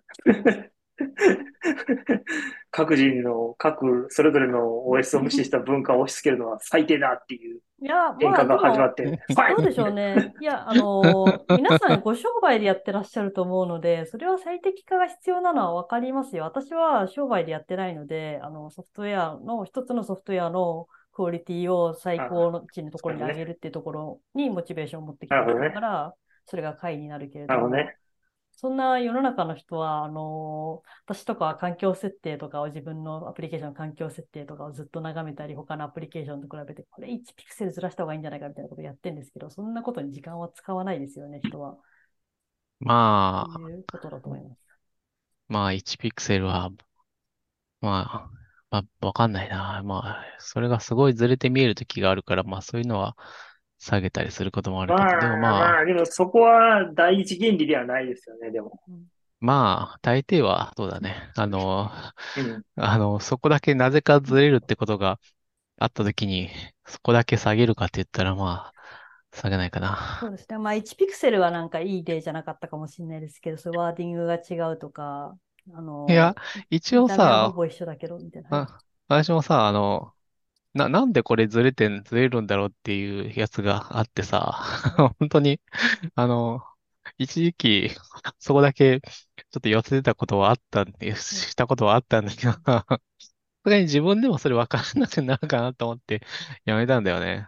各人の、それぞれの OS を無視した文化を押し付けるのは最低だっていういや、まあ喧嘩が始まっでも、 て、ファイトどうでしょうね。いや、皆さんご商売でやってらっしゃると思うので、それは最適化が必要なのはわかりますよ。私は商売でやってないので、ソフトウェアの、一つのソフトウェアのクオリティを最あ、 高の値のところに上げそうね。 るっていうところにモチベーションを持ってきてる人なるほどね。 だから、それが解になるけれども、 なるほどね。 そんな世の中の人は、私とかは環境設定とかを自分のアプリケーションの環境設定とかをずっと眺めたり、他のアプリケーションと比べて、これ1ピクセルずらした方がいいんじゃないかみたいなことをやってるんですけど、そんなことに時間は使わないですよね、人は。ってまあ、 いうことだと思います。 まあ、1ピクセルは、まわかんないな。まあ、それがすごいずれて見える時があるから、まあ、そういうのは下げたりすることもあるけど、でもでもそこは第一原理ではないですよね、でも。 大抵は、そうだね。 うん。 そこだけなぜかずれるってことがあった時に、そこだけ下げるかって言ったら、まあ、下げないかな。 そうですね。まあ1ピクセルはなんかいい例じゃなかったかもしれないですけど、そういうワーディングが違うとか、 いや、一応見た目はほさ、 ぼ一緒だけど、みたいな。はい。 私もさ、なんでこれずれるんだろうっていうやつがあってさ、 はい。 本当に、あの、一時期、そこだけ、ちょっと寄せてたことはあったんで、 はい。 したことはあったんだけど、さすがに自分でもそれ分からなくなるかなと思ってやめたんだよね。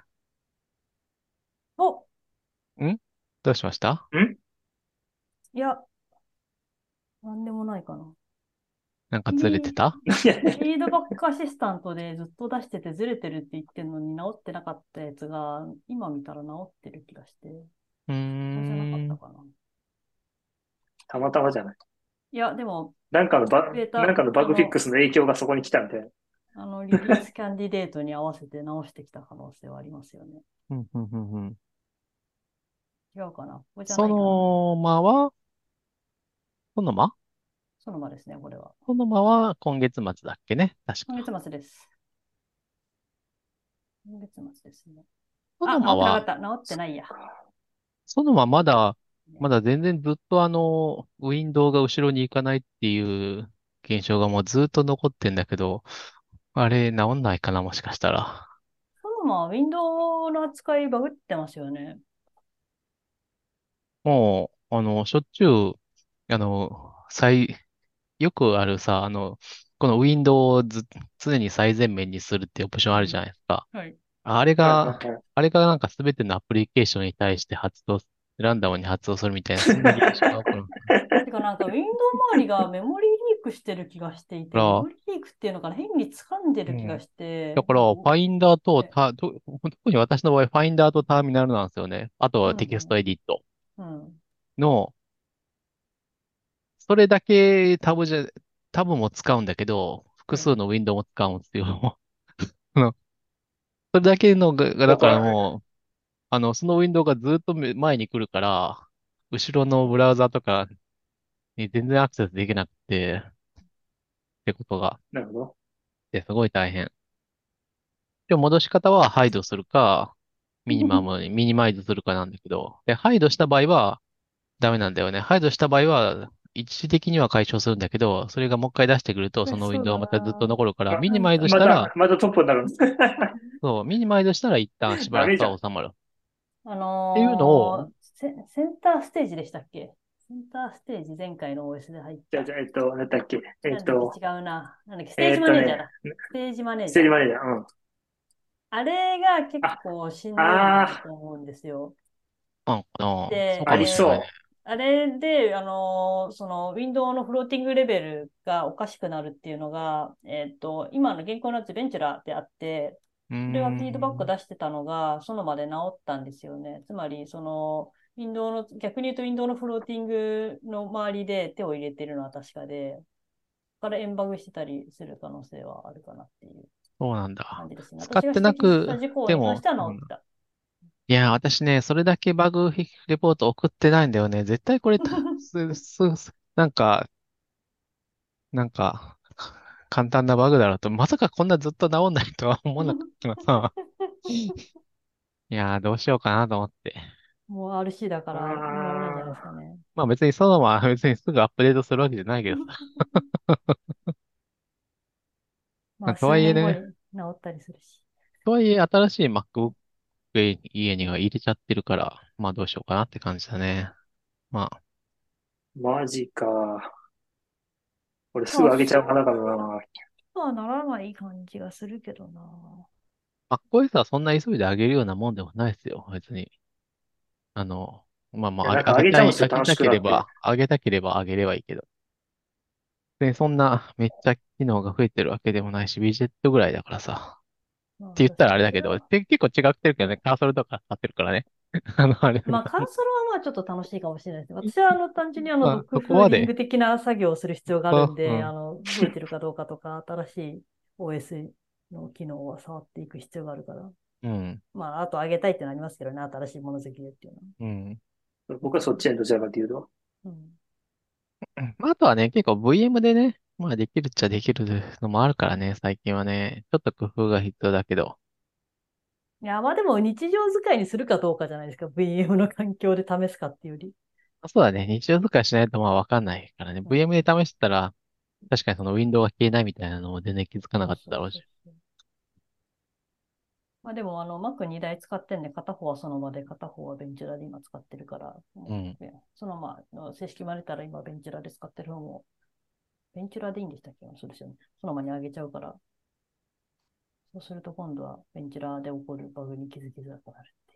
お、 んどうしました？ んいや、なんでもないかな。 なんかずれてフィーた？ いやフィードバックアシスタントでずっと出しててずれてるって言ってるのに直ってなかったやつが、今見たら直ってる気がして、 うーこれじゃなかったん。 かな。 たまたまじゃない。 いや、でも、 なんかのバあの、 グフィックスの影響がそこに来たみたいな。 リリースキャンディデートに合わせて直してきた可能性はありますよね。 うん、うん、うん、うん。 違うかな。これじゃそないかな。 の間は、その間そのままですね、これは。 その間は今月末だっけね。確今月か。 末です。今月末ですね。 そのあ、 間は、 直ってなかった。直ってないや。 その間まね。 だ全然ずっとウィンドウが後ろに行かないっていう現象がもうずっと残ってんだけど、あれ治んないかな、もしかしたら。 そのまま、ウィンドウの扱いバグってますよね。 もう、しょっちゅう、あの、よくあるさ、このウィンドウを常に最前面にするっていうオプションあるじゃうん。 ないですか。 はい。 あれはいはいが、 はい。 あれがなんか全てのアプリケーションに対してランダムに発動するみたいな、そんな現象が起こる。 てかなんか、ウィンドウ周りがメモリーリークしてる気がしていて、メだから、 モリーリークっていうのかな、変に掴んでうん。 る気がして、 だから、ファインダーとね。 特に私の場合、ファインダーとターミナルなんですよね。あとはテキストうんエディットうん。うん。 の、それだけタブも使うんだけど、複はい。 数のウィンドウも使うんですよ。 あのそれだけのだからだから、 もう、そのウィンドウがずっと前に来るから、後ろのブラウザとかに全然アクセスできなくて、ってことが、 なるほど。 すごい大変。でも戻し方はハイドするか、ミニマイズするかなんだけど、で、ハイドした場合はダメなんだよね。ハイドした場合は、一時的には解消するんだけど、それがもう一回出してくると、そのウィンそうだドウがまたずっとな。 残るから、 ま、 ミニマイズしたら、 また、またトップになるんです。 そう、ミニマイズしたら一旦しばらくダメじゃん。 は収まる。っていうのを、 センターステージでしたっけ？センターステージ前回の OS で入った。 じゃあ、じゃあ、なんだっけ。 なんだっけ違うな。なんだっけステージマネージャーね、 だ。ステージマネースジャー。 テージマネージャー。うん。 あれが結あ、 構しんどいなとあ思うんですよ。 なんかな、そうで、 ありかもしれないね。 あれで、その、ウィンドウのフローティングレベルがおかしくなるっていうのが、今の現行のやつ、ベンチュラであって、 うーそれがフィードバックん、 出してたのが、その場で治ったんですよね。つまり、その、ウィンドウの、逆に言うと、ウィンドウのフローティングの周りで手を入れてるのは確かで、からエンバグしてたりする可能性はあるかなっていうそうなんだ。 感じですね。私が使ってな指摘したく事項ても、 に関してはうん治った。 いや、私ね、それだけバグレポート送ってないんだよね。絶対これ、なんか、なんか、簡単なバグだろうと、まさかこんなずっと治んないとは思わなかったからさ。いやー、どうしようかなと思って。 もう RC だかあら治るんじゃないですかあ、 ね。 まあ別にそのまま別にすぐアップデートするわけじゃないけどさ。 まあ、 まあと数はいえね、 年後に治ったりするし。 とはいえ新しい MacBook 家には入れちゃってるから、まあどうしようかなって感じだね。まあ、 マジか。俺すぐまあ、 上げちゃうそう派だからな。 はならない感じがするけどな。 MacOS はそんな急いで上げるようなもんでもないですよ。別に。あの、まあまいや、 あ、 なんか上げちゃうんですよ。楽上げたしくなって。 上げたければ上げればいいけど。で、そんなめっちゃ機能が増えてるわけでもないし、ウィジェットぐらいだからさ。って言ったまあ確かに。 らあれだけど、結構違ってるけどね、カーソルとか使ってるからね。あれだけまあ、 ど。 カーソルはまあちょっと楽しいかもしれないです。私は単純にまあ、 ドッグそこフーディンまで、 グ的な作業をする必要があそう、うるんで、 ん。 動いてるかどうかとか、新しい OS の機能を触っていく必要があるから。 うん。 まあ、あと上げたいってなりますけどね、新しいもの好きでっていうのは。 うん。 僕はそっちにどちらかというと。 うん。 まあ、あとはね、結構 VM でね、まあできるっちゃできるのもあるからね、最近はね。ちょっと工夫が必要だけど。 いや、まあでも日常使いにするかどうかじゃないですか。VM の環境で試すかっていうより。 そうだね、日常使いしないとまあわかんないからね。 うん。 VM で試してたら、確かにそのウィンドウが消えないみたいなのも全然気づかなかったそうそうだろうし。 そうそう。まあでも、Mac 2台使ってんで、片方はその場で、片方はベンチュラで今使ってるから、 うん。 ねそのまあ、正式まれたら今ベンチュラで使ってる方も、ベンチュラでいいんでしたっけ？そうですよね。そのままに上げちゃうから、そうすると今度はベンチュラで起こるバグに気づきづらくなるってい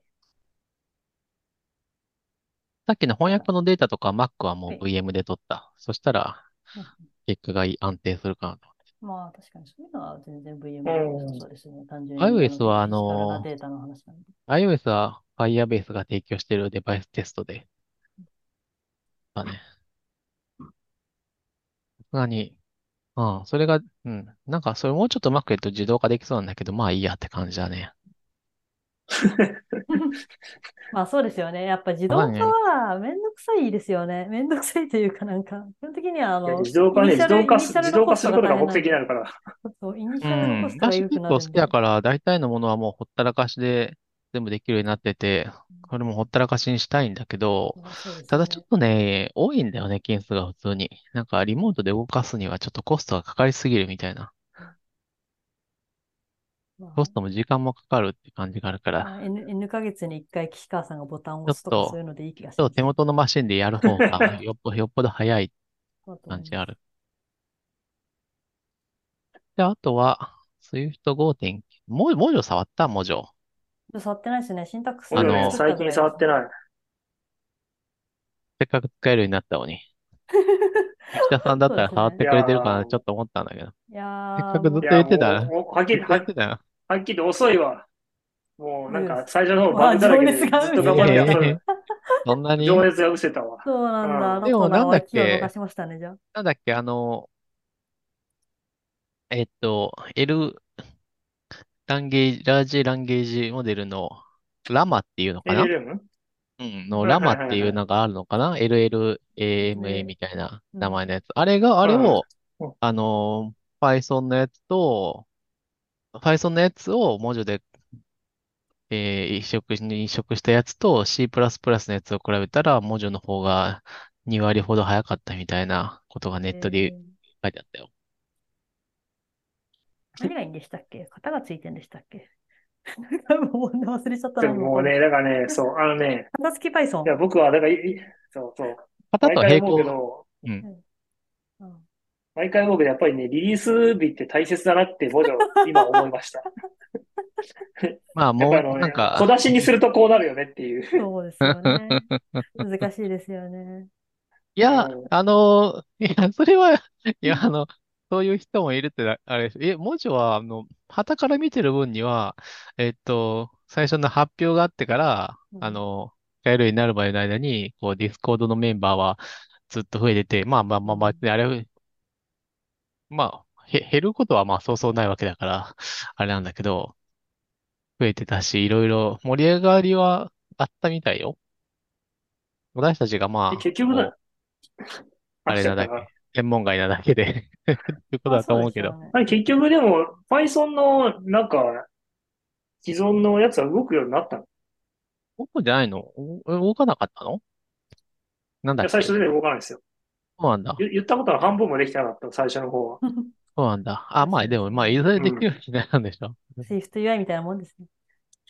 さっきのう。ただ、 翻訳のデータとか Mac はもうはい。 VM で取った。そしたら、 うん、 結果が安定するかなと。 まあ確かにそういうのは全然う VM でも良さん。 そうですね。単純に iOS はフィジカルなデータの話なんで。 iOS は Firebase が提供しているデバイステストで、だね。さすがに、うん、それが、うん、なんかそれもうちょっとうまくやると自動化できそうなんだけど、まあいいやって感じだね。 まあそうですよね。やっぱ自動化まあね、 はめんどくさいですよね。めんどくさいというかなんか、基本的にはいや、自動化ね、 イニシャル自動化すのコストがることが目的大変なんで。 になるから。 そう、イニうシャルのコん、 ストが私良く結構好きだなるんで。 から、大体のものはもうほったらかしで全部できるようになってて、これもほったらかしにしたいんだけど、 まあそうですよね。 ただちょっとね、多いんだよね、件数が普通に。なんかリモートで動かすにはちょっとコストがかかりすぎるみたいな。 まあ、 コストも時間もかかるって感じがあるかまあ、 ら、 N ヶ月に1回岸川さんがボタンをちょっ押すとかそうと、 いうのでいい気がしちょっと手ます。 元のマシンでやる方がよっぽど早いそうだと思います。 感じある。で、あとは、Swift 5.9、文字触った文字。 触ってないですね。シンタックスもちろんね、 作ったあの、 最近ぐらいですね。 触ってない。 せっかく使えるようになったのに。岸田さんだったら触っそうですね。 ていやくれてるかな、ちょー、 っと思ったんだけど。 いやせっかー、 くずっといや、 言ってた、 もう、 ずっと言ってたよ。 はっきり遅いわ。もうなんか大丈夫です。 最初の方バまあ、 グだら情けでずっ熱が失と頑張ってやっせちゃった。 とる。 そんなに情熱が失せたわ。 そうなんだ。 うん。 ロトナーでもなんだは気を逃っけ、 しましたね、じゃあ。 なんだっけ、L、 ラージランゲージモデルのラマっていうのかな。 LLM? うん、のはいはラマっていういはいはい。 のがあるのかな？ LLAMA で、 みたいなうん。 名前のやつ。あれはいはい。 を、Python のやつと、Python のやつをモジュで、移植したやつと C++ のやつを比べたら、モジュの方が2割ほど早かったみたいなことがネットで書いてあったよ。 何がいいんでしたっけ？型がついてんでしたっけ？もう忘れちゃったな、もうこれ。 でももうね、だからね、そう、 型付きい Python。 や、僕は、だからそうそう、 型毎回思うけと並行、 ど、 うん。 うん。うん。 毎回思うけど、やっぱりね、リリース日って大切だなってもちろん今思いました。 まあもう、 やっぱりなん小か、 出しにするとこうなるよねっていう。 そうですよね。難しいですよね。 いや、 うん。 それは、いや、そういう人もいるってあれです。文字は、傍から見てる分には、最初の発表があってから、 うん。 使えるようになるまでの間に、こう、ディスコードのメンバーはずっと増えてて、まあまあまあまあ、 うん。 あれ、まあ、減ることはまあそうそうないわけだから、あれなんだけど、増えてたし、いろいろ盛り上がりはあったみたいよ。私たちがまあ、 結局飽あきちゃったか。 れなだけ、専門外なだけでっていうことまあ、 だとそう思うけど。 でしょうね。 結局でも、Python の既存のやつは動くようになったの？いそうじゃないの？動かなかったの？なんだや、 っけ？ 最初全然動かないですよ。 そうなんだ。 言ったことは半分もできてなかった、最初の方は。 そうなんだ。あ、 らしいまあでも、まあ、 ですね。 いずれできるうん。 ようになるんでしょ。 Swift UI みたいなもんですね。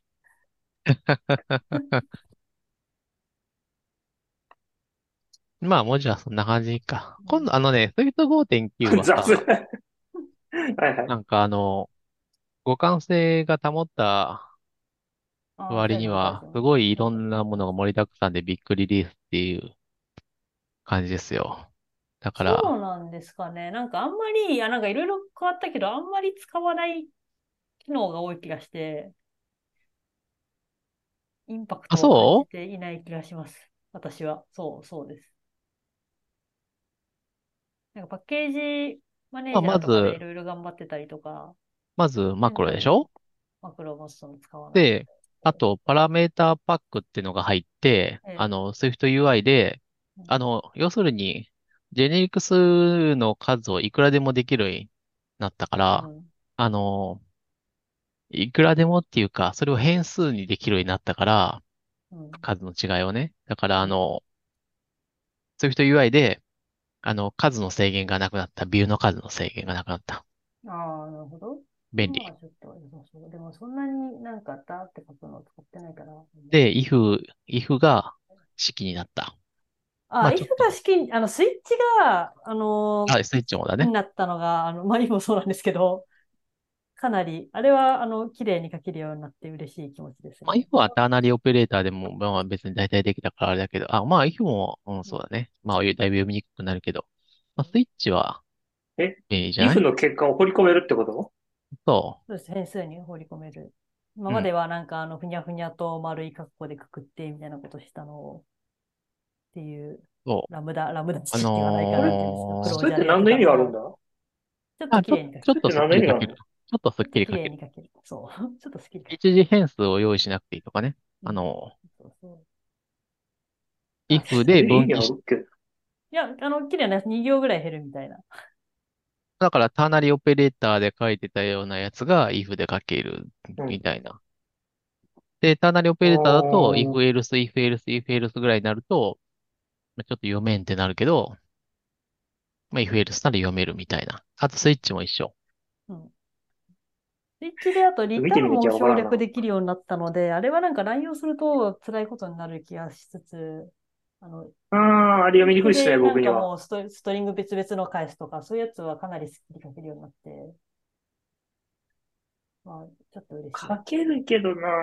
まあ、文字はそんな感じか。今度、 うん。 Swift 5.9は雑。 さ、 はいはい。 なんか互換性が保ったああ、最後のバー割には、 ジョン。 すごいいろはいはい。 んなものが盛りだくさんでびっくりリリースっていう感じですよ。だかそうら、 なんですかね。なんかあんまり、なんかいろいろ変わったけど、あんまり使わない機能が多い気がして、インパクあ、 トを感じそていない気がします。私は。そう、そうです。なんかパッケージマう？まあ、 ネージャーとかでいまず、 ろいろ頑張ってたりとか、 マ全然クロでしょ？ マクロボストも使わない。 で、あと、パラメータパックっていうのが入って、 ええ。 Swift UI で、 うん。 要するに、ジェネリクスの数をいくらでもできるようになったから、 うん。 あの、いくらでもっていうか、それを変数にできるようになったから、 うん。 数の違いをね。だから、 うん。 Swift UI で、数の制限がなくなった。ビューの数の制限がなくなった。 ああ、なるほど。 便利。 まあ、ちょっと良さそう。でも、そんなになんかダーって書くのを使ってないから。 で、if が式になった。まあ、 イフがちょっと、 スイッチが、 スイッチもだね。 好きになったのが、まあ、今もそうなんですけど、かなり、あれは、綺麗に書けるようになって嬉しい気持ちですまあ、 ね。 if はターナリーオペレーターでも、まあ別に大体できたからあれだけど、まあ if も、うん、 うん。 そうだね。まあ、だいぶ読みにくくなるけど、まあ、 うん。 スイッチはえ、 便利じゃな if い？ の結果を掘り込めるってこと？ そそうです。変数に放り込める。今う。うん。 まではなんか、ふにゃふにゃと丸い括弧でくくってみたいなことしたのを、っていう、 そう。 ラムダあ式って言わないか、 それ、 なんていうんですか、クのーローそれっジャーでやってて何の意たのを、 味があるんだ？ ちょっと綺麗に書ける。 それってちょっとすっ何の意味があるの？ きり書ける。ちょっとすっちょっと綺きり書ける。 麗に書ける。そう。ちょっとすっきり書ける。 一時変数を用意しなくていいとかね。 うん。そうそう。 if でそれ意味分岐し、 あるっけ？ いや、綺麗な2行ぐらい減るみたいな。 だからターナリーオペレーターで書いてたようなやつが if で書けるうん。 みたいな。で、ターナリーオあペレーターだと if ー else, if else, if else ぐらいになると、まあちょっと読めんってなるけど、まあ if else なら読めるみたいな。あとスイッチも一緒。 うん。スイッチであとリタ見てみなきーンも省ゃわからんな。 略できるようになったので、あれはなんか乱用すると辛いことになる気がしつつ、あの、 あれ読みにくいですね、 イフでなん僕には。 かもうストリング別々の返すとか、そういうやつはかなりスッキリ書けるようになって、まあ、ちょっと嬉しい。 書けるけどな。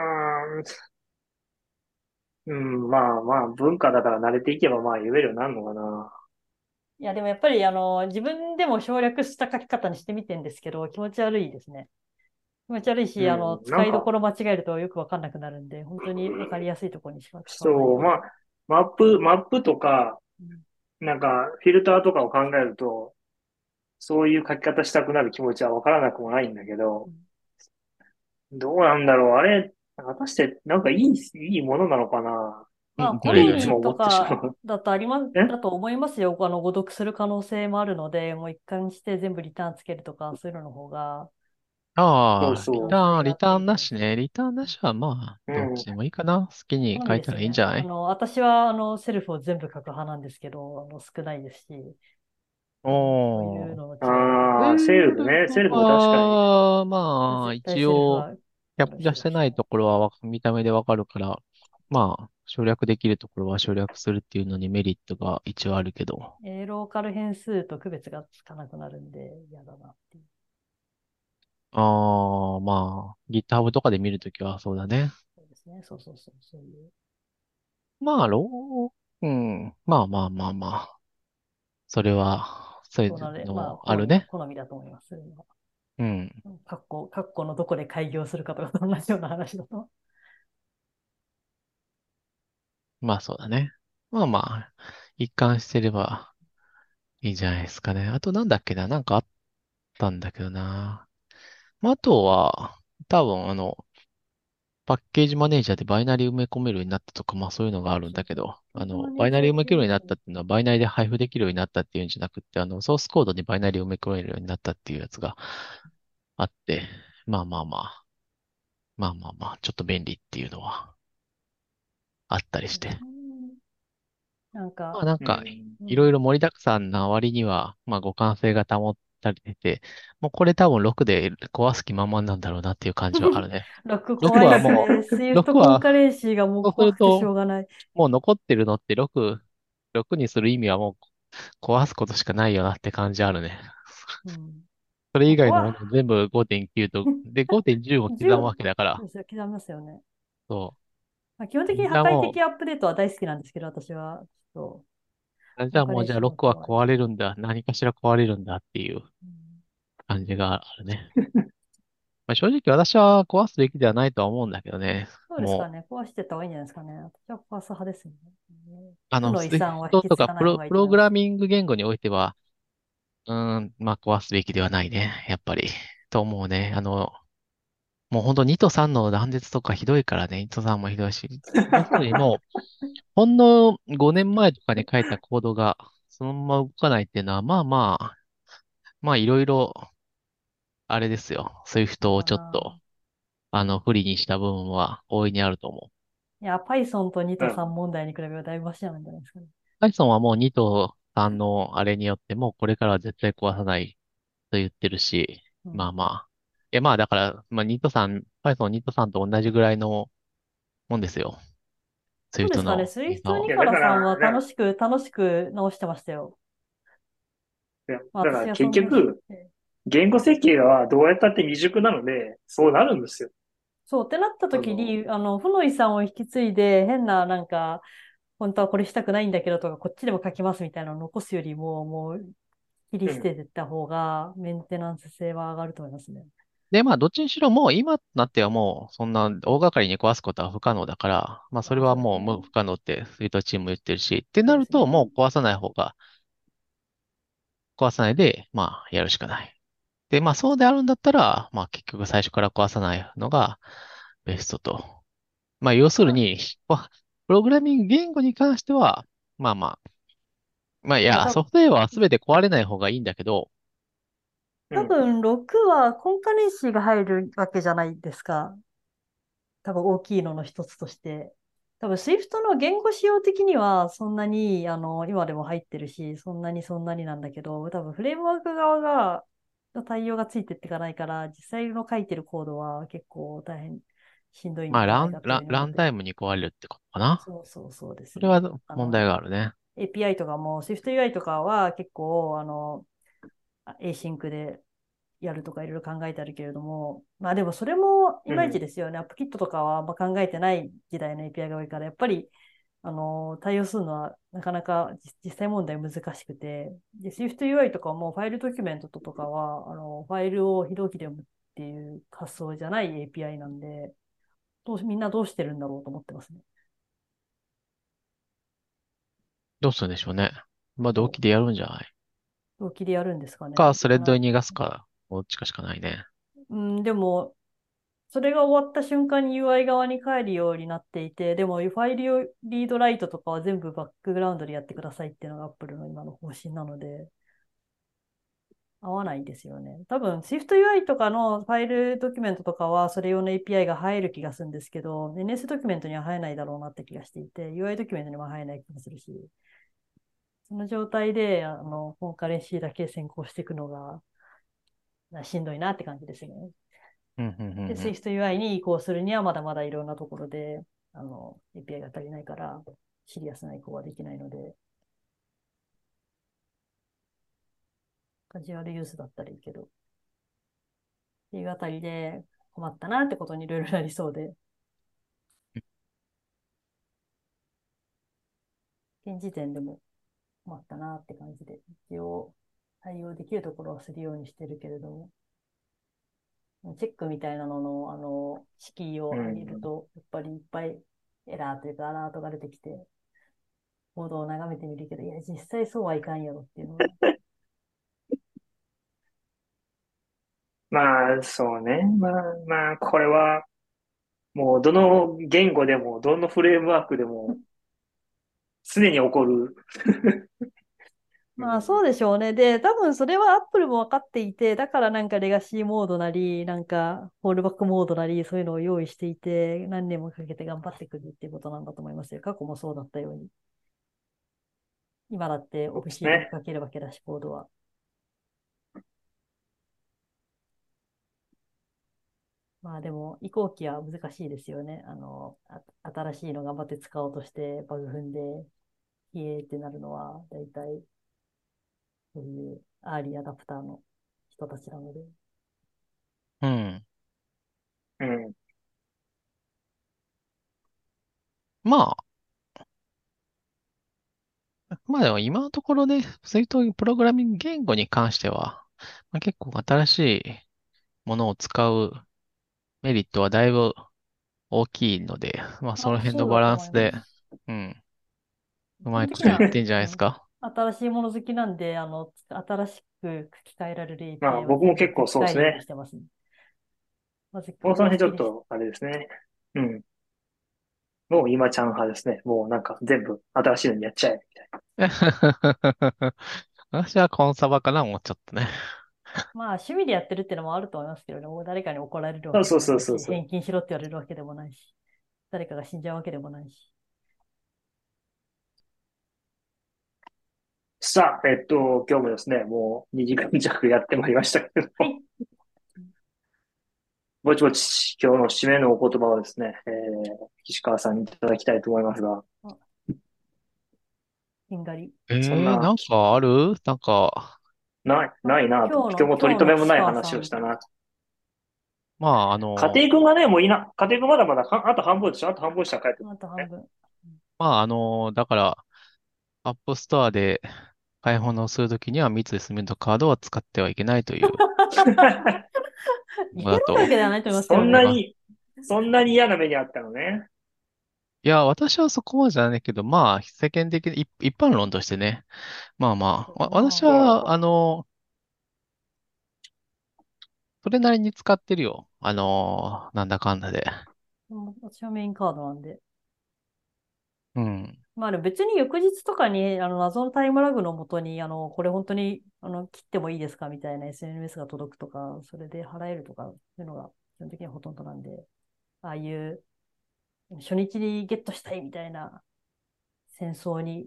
うん、まあまあ、文化だから慣れていけばまあ読めるようになるのかな。 いや、でもやっぱり自分でも省略した書き方にしてみてんですけど、気持ち悪いですね。気持ち悪いし、 うん、 使いどころ間違えるとよくわかんなくなるんで、本当にわかりやすいところにしか使わないそう、 ように。 まあ、マップとか、 うん。 フィルターとかを考えると、そういう書き方したくなる気持ちはわからなくもないんだけど、 どうなんだろう。あれ、果たしてなんかいいものなのかな。 まあ、 ど好れどれ。 っていつも思みとってしまかう。 だとえだと思いますよ。誤読する可能性もあるので、もう一貫して全部リターンつけるとか、そういうのの方がそうああ、 そリター安全がってるンなしね。 んじゃないですかね。 リターンなしはまあ、 う。うん。 どっちでもいいかな。好きに好書いたらいいんみですね。 じゃない？ 私は、セルフを全部書く派なんですけど、少ないですし、そういうおー。 のの違いが、 セああ、セルフルフね。セルフも確かに。 は、まあ、 絶対一応、 セルフはキャップ出してないところは見た目でわかるから、まあ、省略できるところは省略するっていうのにメリットが一応あるけど。 ローカル変数と区別がつかなくなるんで嫌だなっていう。 ああ、まあ、GitHub とかで見るときはそうだね。 そうですね。そうそうそう。そういう。 まあ、うん。まあまあまあまあ。それは、そういうそうなので、まあ、 のもあるね。 好みだと思います。そういうのはうん。 カッコのどこで開業するかとかと同じような話だと。 まあそうだね。まあまあ、一貫してればいいんじゃないですかね。あとなんだっけな、なんかあったんだけどな。まあ、あとは、多分パッケージマネージャーでバイナリー埋め込めるようになったとか、まあそういうのがあるんそうそう。 だけど、 マネーバイナリー埋め込ジャー系めるようになっですね。 たっていうのは、バイナリーで配布できるようになったっていうんじゃなくて、ソースコードにバイナリー埋め込めるようになったっていうやつがあって、まあまあまあ、まあまあまあ、ちょっと便利っていうのはあったりして。 なんか、 まあなんか、 うん。 いろいうん、 ろ盛りだくさんな割には、まあ互換性が保ったりて、もうこれ多分6で壊す気満々なんだろうなっていう感じはあるね。 ロック 6 怖いはもですね。スイう、 フト 6は、 コンカレンシーがもうそうす怖くてしると、 ょうがない。 もう残ってるのって6にする意味はもう壊すことしかないよなって感じあるね。 うん。 それ以外のも怖の全部5.9と、で、5.10を刻むわ 10 けだから、 ですよ、刻みますよね。 そまあ、基本的にう。 破壊的アップデートは大好きなんですけど、私は、ちょっと、コンカレンじゃあ6はシーは怖い。 壊れるんだ。何かしら壊れるんだっていううん、 感じがあるね。まあ、正直私は壊すべきではないとは思うんだけどね。もう、 そうですかね。壊してった方がいいんじゃないですかね。私は壊す派ですね。負の遺産は引 Swift とかき継がない方がいいプロと思います。 グラミング言語においては、まあ壊すべきではないね。やっぱり。と思うね。もう本当2と3の断絶とかひどいからね。2と3もひどいし。要するにもう、ほんの5年前とかに書いたコードが、そのまま動かないっていうのは、まあまあ、まあいろいろ、あれですよ。Swift をちょっと、 あ不利にした部分は大いにあると思う。 いや、Python と2と3 うん。 問題に比べればだいぶマシなんじゃないですかね。 Python はもう2と3のあれによってもうこれからは絶対壊さないと言ってるし、 うん。 まあまあ。まあだから、まあ2と3、Python 2と3と同じぐらいのもんですよ。 そうです Swift かね。 のイン Swift ファは。 2 いや、 から3は楽しく直してましたよ。まあ、 だから私はそんな、 結局、言語設計はどうやったって未熟なので、そうなるんですよ。 そうってなったあの、 時に、負の遺産を引き継いで、変な、本当はこれしたくないんだけどとか、こっちでも書きますみたいなのを残すよりも、もう、切り捨てうん。 ていった方が、メンテナンス性は上がると思いますね。 で、まあどっちにしろもう今となってはもうそんな大掛かりに壊すことは不可能だから、まあそまあ、 れはそうですね。 もう不可能ってSwift チーム言ってるし、ってそうですね。 なるともう壊さない方が、壊さないで、まあやるしかない。で、まあそうであるんだったら、まあ結局最初から壊さないのがベストと。まあ要するに、プログラミング言語に関しては、まあまあ、まあいまあ、 や、ソフトウェアは全て壊れない方がいいんだけど、 うん。 多分、6はコンカレンシーが入るわけじゃないですか。多分大きいのの一つとして。多分 Swift の言語仕様的にはそんなに今でも入ってるし、そんなになんだけど、多分フレームワーク側がの対応がついてっていかないから、実際の書いてるコードは結構大変しんどいまあんじゃないかっていうふうに思ってて。 ランタイムに壊れるってことかな。 そうそうそうですね。 それは問題があるね。 API とかも SwiftUI とかは結構Async でやるとかいろいろ考えてあるけれども、まあでもそれもいまいちうん。 ですよね。アップキットとかはあんま考えてない時代の API が多いから、やっぱり、対応するのはなかなか実際問題難しくて、で、SwiftUI とかもファイルドキュメントとかは、ファイルを非同期で読むっていう発想じゃない API なんで、みんなどうしてるんだろうと思ってますね。 どうするんでしょうね。まあ同そう。 期でやるんじゃない同期でやるんですかね。 か、スレッドに逃がすか、どっちかしかないね。 うん、でも、 それが終わった瞬間に UI 側に帰るようになっていて、でもファイルリードライトとかは全部バックグラウンドでやってくださいっていうのが Apple の今の方針なので、合わないんですよね。多分 SwiftUI とかのファイルドキュメントとかはそれ用の API が入る気がするんですけど、NS ドキュメントには入らないだろうなって気がしていて、UI ドキュメントにも入らない気がするし、その状態で、コンカレンシーだけ先行していくのがしんどいなって感じですね。 うんうんうんで、 うん。 SwiftUI に移行するにはまだまだいろんなところで、API が足りないから、シリアスな移行はできないので、カジュアルユースだったらいいけど、っていうあたりで困ったなってことにいろいろなりそうで、現時点でも困ったなって感じで、一応対応できるところはするようにしてるけれども、チェックみたいなのの、敷居を上げるうん。 と、やっぱりいっぱいエラーというかアラートが出てきて、コードを眺めてみるけど、いや、実際そうはいかんやろっていうのが、 まあ、そうね。まあ、これは、もう、どの言語でも、どのフレームワークでも、常に起こる。うん。 まあそうでしょうね。で、多分それは Apple も分かっていて、だからなんかレガシーモードなり、なんかフォールバックモードなり、そういうのを用意していて、何年もかけて頑張ってくるっていうことなんだと思いますよ。過去もそうだったように。今だってオそうブですね。 シードにかけるわけだし、コードは。まあでも移行期は難しいですよね。新しいの頑張って使おうとしてバグ踏んで、ひえーってなるのは、だいたいそういうアーリーアダプターの人たちなので。 うん。 うん。 ままあでも今のところね、そういうプログラミング言語に関しては、まあ、結構新しいものを使うメリットはだいぶ大きいので、まあそのまあ辺のバそうだとランスで、 思います。 うん、う基まい本的には、 ことやってんじゃなうん、 いですか。 新しいもの好きなんで、新しく書き換えられるまあ、 API は僕も全部結構書き換えるようにしそうですね。 てますね。まずもうそのコードを好きにし、 辺ちょっと、あれですね。うん。もう今ちゃん派ですね。もうなんか全部新しいのにやっちゃえ、みたい私はコンサバかな、もうちょっとね。 まあ趣味でやってるっていうのもあると思いますけどね、もう誰かに怒られるわな。 けでそうもないし、 そうそうそう。 返金しろって言われるわけでもないし、誰かが死んじゃうわけでもないし。 さあ、今日もですね、もう2時間弱やってまいりましたけれども、 はい。 ぼちぼち今日の締めのお言葉をですね、岸川さんにいただきたいと思いますが、 あ、しんがり。 なんそんな、 かあるなんか、 ないなと。今日も取り今日の留めもない岸川さん、 話をしたな。 まあ家庭君がね、もう家庭君まだまだあと半分でしょ。あと半分したら帰ってくるあと半ね。 分。 だから、アップストアで買い物をするときには三井住友カードは使ってはいけないといういけないわのだとけではないと思いますけそどね。 んなに、そんなに嫌な目にあったのね。 いや、私はそこまでじゃないけど、まあ、世間的に一般論としてね。まあまあ、私そうなのは、 か。 それなりに使ってるよ。なんだかんだで。 私はメインカードなんで。 うん。 まあでも別に翌日とかに、謎のタイムラグのもとに、これ本当に、切ってもいいですかみたいな SNS が届くとか、それで払えるとか、そういうのが基本的にはほとんどなんで、ああいう初日にゲットしたいみたいな戦争に、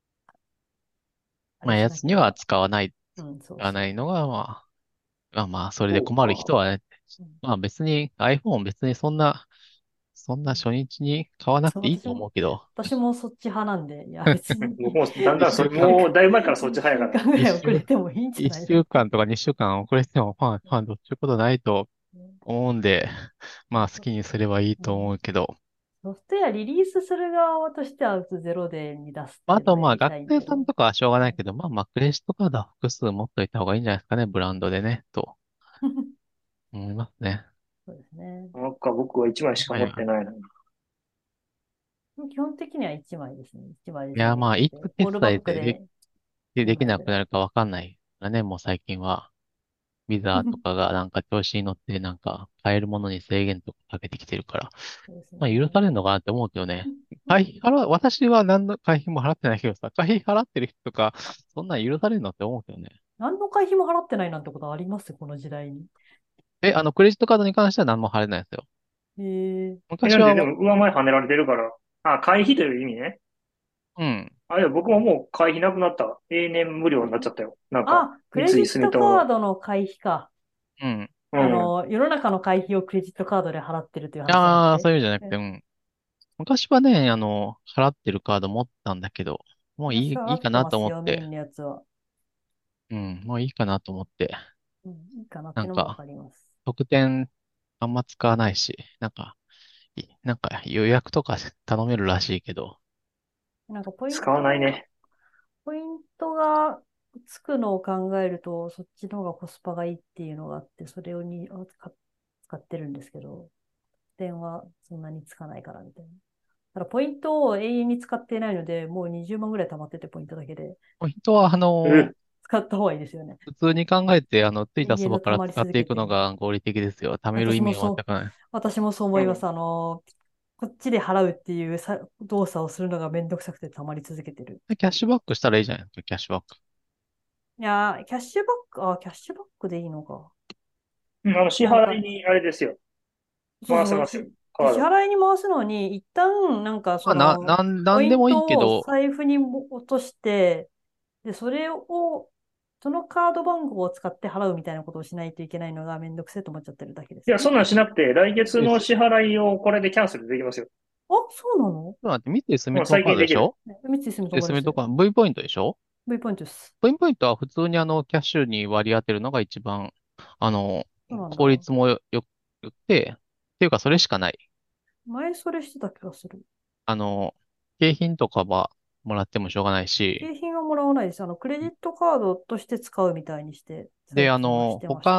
あまあ、 れしやつにはなければ。うん、そうそう。 使わないのが、まあ、それでそう困る人か。 はね、 うん、 まあ別に iPhone 別にそんな初日に買わなくそう、 ていいと思うけど、 私もそっち派なんで、いや別に僕もだんだんそれ、 一週間、 もうだいぶ前からそっち一週早いからね。 間ぐらい遅れ一週、 てもいいんじゃ一ないの。 週間とか二週間遅れても、まあ、どっちゅうことないと思うんで、まあ好きにすればいいとうん、 思うけど、 ソフトウェアリリースする側としてはゼロデーに出すっまあ、 ていうのはやあとまあ学りたいんで。 生さんとかはしょうがないけど、まあクレジットカードは複数持っといた方がいいんじゃないですかね、ブランドでね、と思いますね。 そうですね。 なんか僕は1枚しかまあ、い持ってないな。 基本的には1枚ですね。1枚で全や、まあ、 部入れて。 いつ決オールバッ済でクでできな全部やってる。 くなるかわかんないからね、もう最近は。 ウィザーとかがなんか調子に乗ってなんか買えるものに制限とかかけてきてるから、 そうですまあ許されるのね。 かなって思うけどね。私は何の会費も払ってないけどさ、会費払ってる人とか、そんなん許されるのって思うけどね。 何の会費も払ってないなんてことありますこの時代に？ クレジットカードに関しては何も払えないですよ。 へえ。 なんで、で昔はもも上前跳ねられてるから、あ、会費という意味ね。 う、うん。 あ、いや、僕ももう会費なくなった。永年無料になっちゃったよ。なんか、 あ、ク三レジッ井住友が。 トカードの会費か。 うん。 うん。 世の中の会費をクレジットカードで払ってるという話じゃなくああ、 て。 そういうんじゃなくて、うん。昔はね、払ってるカード持ったんだけど、もういい私は払ってかなとますよ、メイ思って、 ンのやつは。 うん、もういいかなと思って、 うん、いいかなってのもわなんか、 かります。 特典あんま使わないし、なんか予約とか頼めるらしいけど、 なんか使わないね。 ポイントがつくのを考えると、そっちの方がコスパがいいっていうのがあって、それを使ってるんですけど、点はそんなにつかないからみたいな。ただポイントを永遠に使っていないので、もう20万ぐらい貯まってて、ポイントだけで。 ポイントはう使った方がいいですよね。 普通に考えて、ついた永遠そばからと溜まり使っていくの続けて。 が合理的ですよ。貯める意味私もそう、 は全くない。 私もそう思います。 ん。 こっちで払うっていう動作をするのがめんどくさくて溜まり続けてる。 キャッシュバックしたらいいじゃないですか、キャッシュバック。 いやー、キャッシュバック、キャッシュバックでいいのか。 うん。支なんか、 払いに、あれですよ。 そうそう、 回せますよ。カード。 支払いに回すのに、一旦、 まあ、なポイんでもいいけントをど、 財布に落として、で、そのカード番号を使って払うみたいなことをしないといけないのがめんどくせえと思っちゃってるだけでいや、 すね。 そんなんしなくて、来月です。 の支払いをこれでキャンセルできますよ。 あ、そうなの？ ちょっと待って、三井住もう友最近できる。 カードでしょ？ 三井住三井友です。 住友カード、V ポイントでしょ？ V ポイントです。 V ポイントは普通にキャッシュに割り当てるのが一番、あの、 そうなんだ。 効率もよくて、っていうかそれしかない。 前それしてた気がする。 あの、景品とかはもらってもしょうがないし、 景品はもらわないです。クレジットカードとして使うみたいにして、 で、 最近はしてました。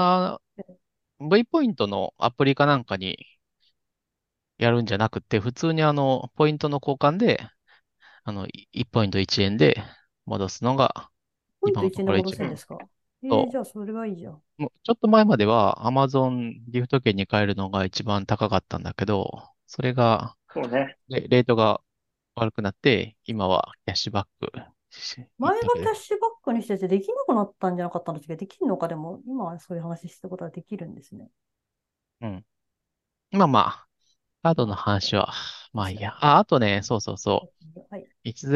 V ポイントのアプリかなんかにやるんじゃなくて、普通にポイントの交換で、1ポイント1円で戻すのが、 ポイント今の 1円で戻ところ一番。 せるんですか？じそゃあそれはいいじゃん。 もうちょっと前までは Amazon ギフト券に変えるのが一番高かったんだけど、それが、 そうね。 レートが悪くなって、今はキャッシュバック前は一択です。 キャッシュバックにしててできなくなったんじゃなかったんですけど、できるのか？でも、今はそういう話したことはできるんですね。 うん。まあまあ、カードのまあ、 話は、まあいいや。 確かに。 あとね、そうそうそう。 はい。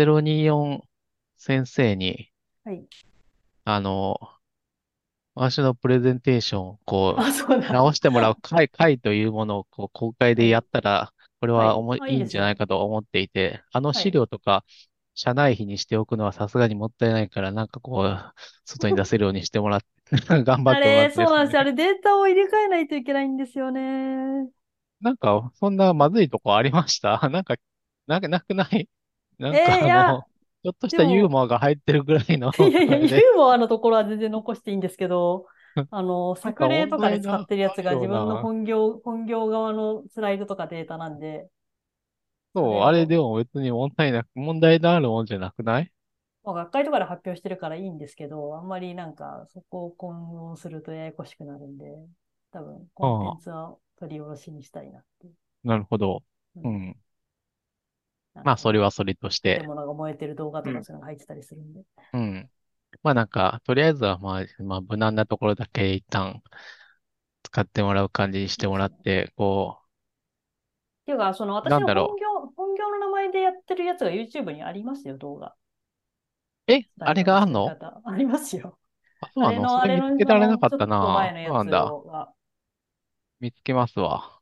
1024先生に、 はい。 あの、私のプレゼンテーションをあ、そうだ。 直してもらう会というものを公開でやはい。 ったら、これはい。あ、いいいいんじゃないですよ。 かと思っていて、資はい。 料とか、社内費にしておくのはさすがにもったいないから、外に出せるようにしてもらって、頑張ってもらっあれ、 てですね。 そうなんですよ。あれ、データを入れ替えないといけないんですよね。 そんなまずいとこありましたなくない？ いや、 ちょっとしたユーでも、 モアが入ってるぐらいの、 いやいや、ユあれで、 ーモアのところは全然残していいんですけど、作例問とかで題が使ってるやあるつが自分のような。 本業側のスライドとかデータなんで、そそう、あれでれを、 も別に問題のあるもんじゃなくない？ まあ、学会とかで発表してるからいいんですけど、あんまりなんかそこを混同するとややこしくなるんで、多分コンテああ、 ンツは取り下ろしにしたいなっていう。 なるほど。 うん、 うん。まあ、 なんか、 それはそれとして。 建物が燃えてる動画うん。 とかそういうのが入ってたりするんで。 うん。まあとりあえずはまあ、無難なところだけ一旦使ってもらう感じにしてもそうですね。っらって、 ていうか、私のなんだろ本業の名前でやってるやつが YouTube にありますよ、動画。 う。あれスライドのがあんの？ 作り方。ありますよ。 あ、そうなの？それ見つけられなかったちょっと前な。そうのやつなんだ。 が、 見つけますわ。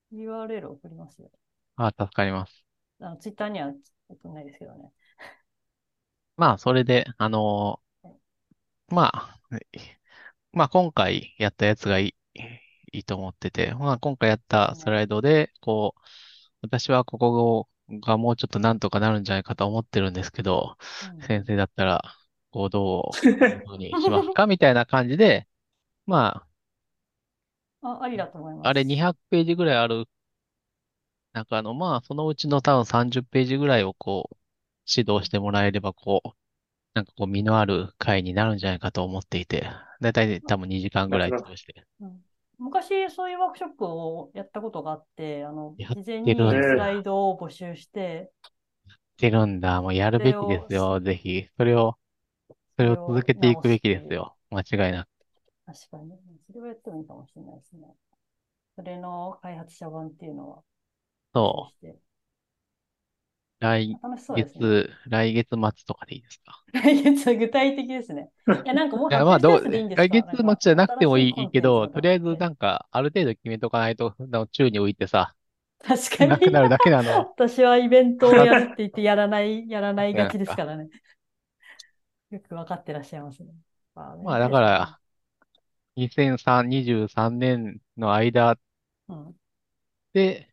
URL 送りますよ。 あ、助かります。 ツイッターには送んないですけどね。 まあ、それで、 はい、 まあ、まあ、今回やったやつがいいと思ってて、まあ、今回やっそうですね。 たスライドで、私はここがもうちょっとなんとかなるんじゃないかと思ってるんですけど、 うん。 先生だったら、どういうふうにしますかみたいな感じで、まありだと思いあ、あれます。 200ページぐらいある中の、まあ、そのうちの多分30ページぐらいを指導してもらえれば、身のある回になるんじゃないかと思っていて。 だいたい多分2時間ぐらい夏が。 潰して。 うん、昔そういうワークショップをやったことがあって、 やっ事前てるんだ。 にスライええ、 ドを募集して、 てるんだ。もうやるべきでそれを、 すよ。ぜひ。それを続けてい直くべきすっていう。 ですよ。間違いなく。 確かに。それをやってもいいかもしれないですね。それの開発者版っていうのは募集そう。 して。 来楽しそうですね。 来月末とかでいいですか？ 来月は具体的ですね。いや、なんかもういや、まあ、 発表したやつでいいんです来月か？なんか、 末じゃなくて新しいもいコンテンツいけど、とりあえずとか。はい、 なんか、ある程度決めとかないと、宙に浮いてさ、 確かに。 なくなるだけなの。 私はイベントをな、 やるって言ってやらないがちなんですか。 ですからね。よくわかってらっしゃいますね。まあ、 まあ、 大事だから、 ですよね。 2023年の間うん。 で、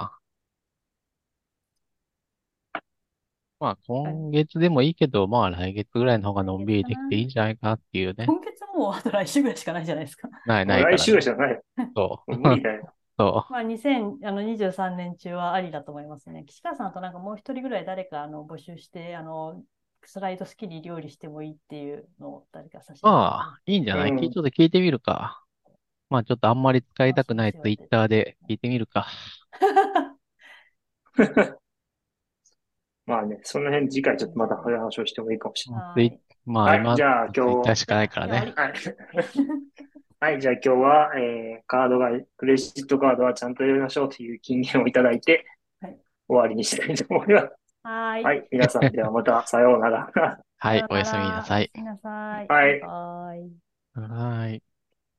まあ、 はい。 今月でもいいけど、まあ、来月ぐらいの方がのん来月びりできていいかな。 んじゃないかなっていうね。 今月もあと来週ぐらいしかないじゃないですか。 ない来からね。 週じゃない。 そもうう。 無理だよ。 そまあ、2023年中はありだと思いますね。岸川さんとなんかもう一人ぐらい誰か募集して、スライド好きに料理してもいいっていうのを誰か差しう。 出してもらっまあ、いいんじゃない？ちうん。 ょっと聞いてみるか。まあ、ちょっとあんまり使い楽したくないみですよって。 ツイッターで聞いてみるか。 まあね、その辺次回ちょっとまたじゃあ、 話をしてもいいかもしれもうはい。 ない。はい、 まあ今、 じゃあツイッター今日、 しかないじゃあ、 からね。 今日終わり。 はい。 はい。 はい、じゃあ今日は、カードが、クレジットカードはちゃんとやりましょうという金言をいただいてはい。 終わりにしたいと思います。 はい。 はい、皆さんではまたさようなら。 さはい、 ようなおやすみなら。おさい。 やすみなさい。バイはい。 バイ。 はーい。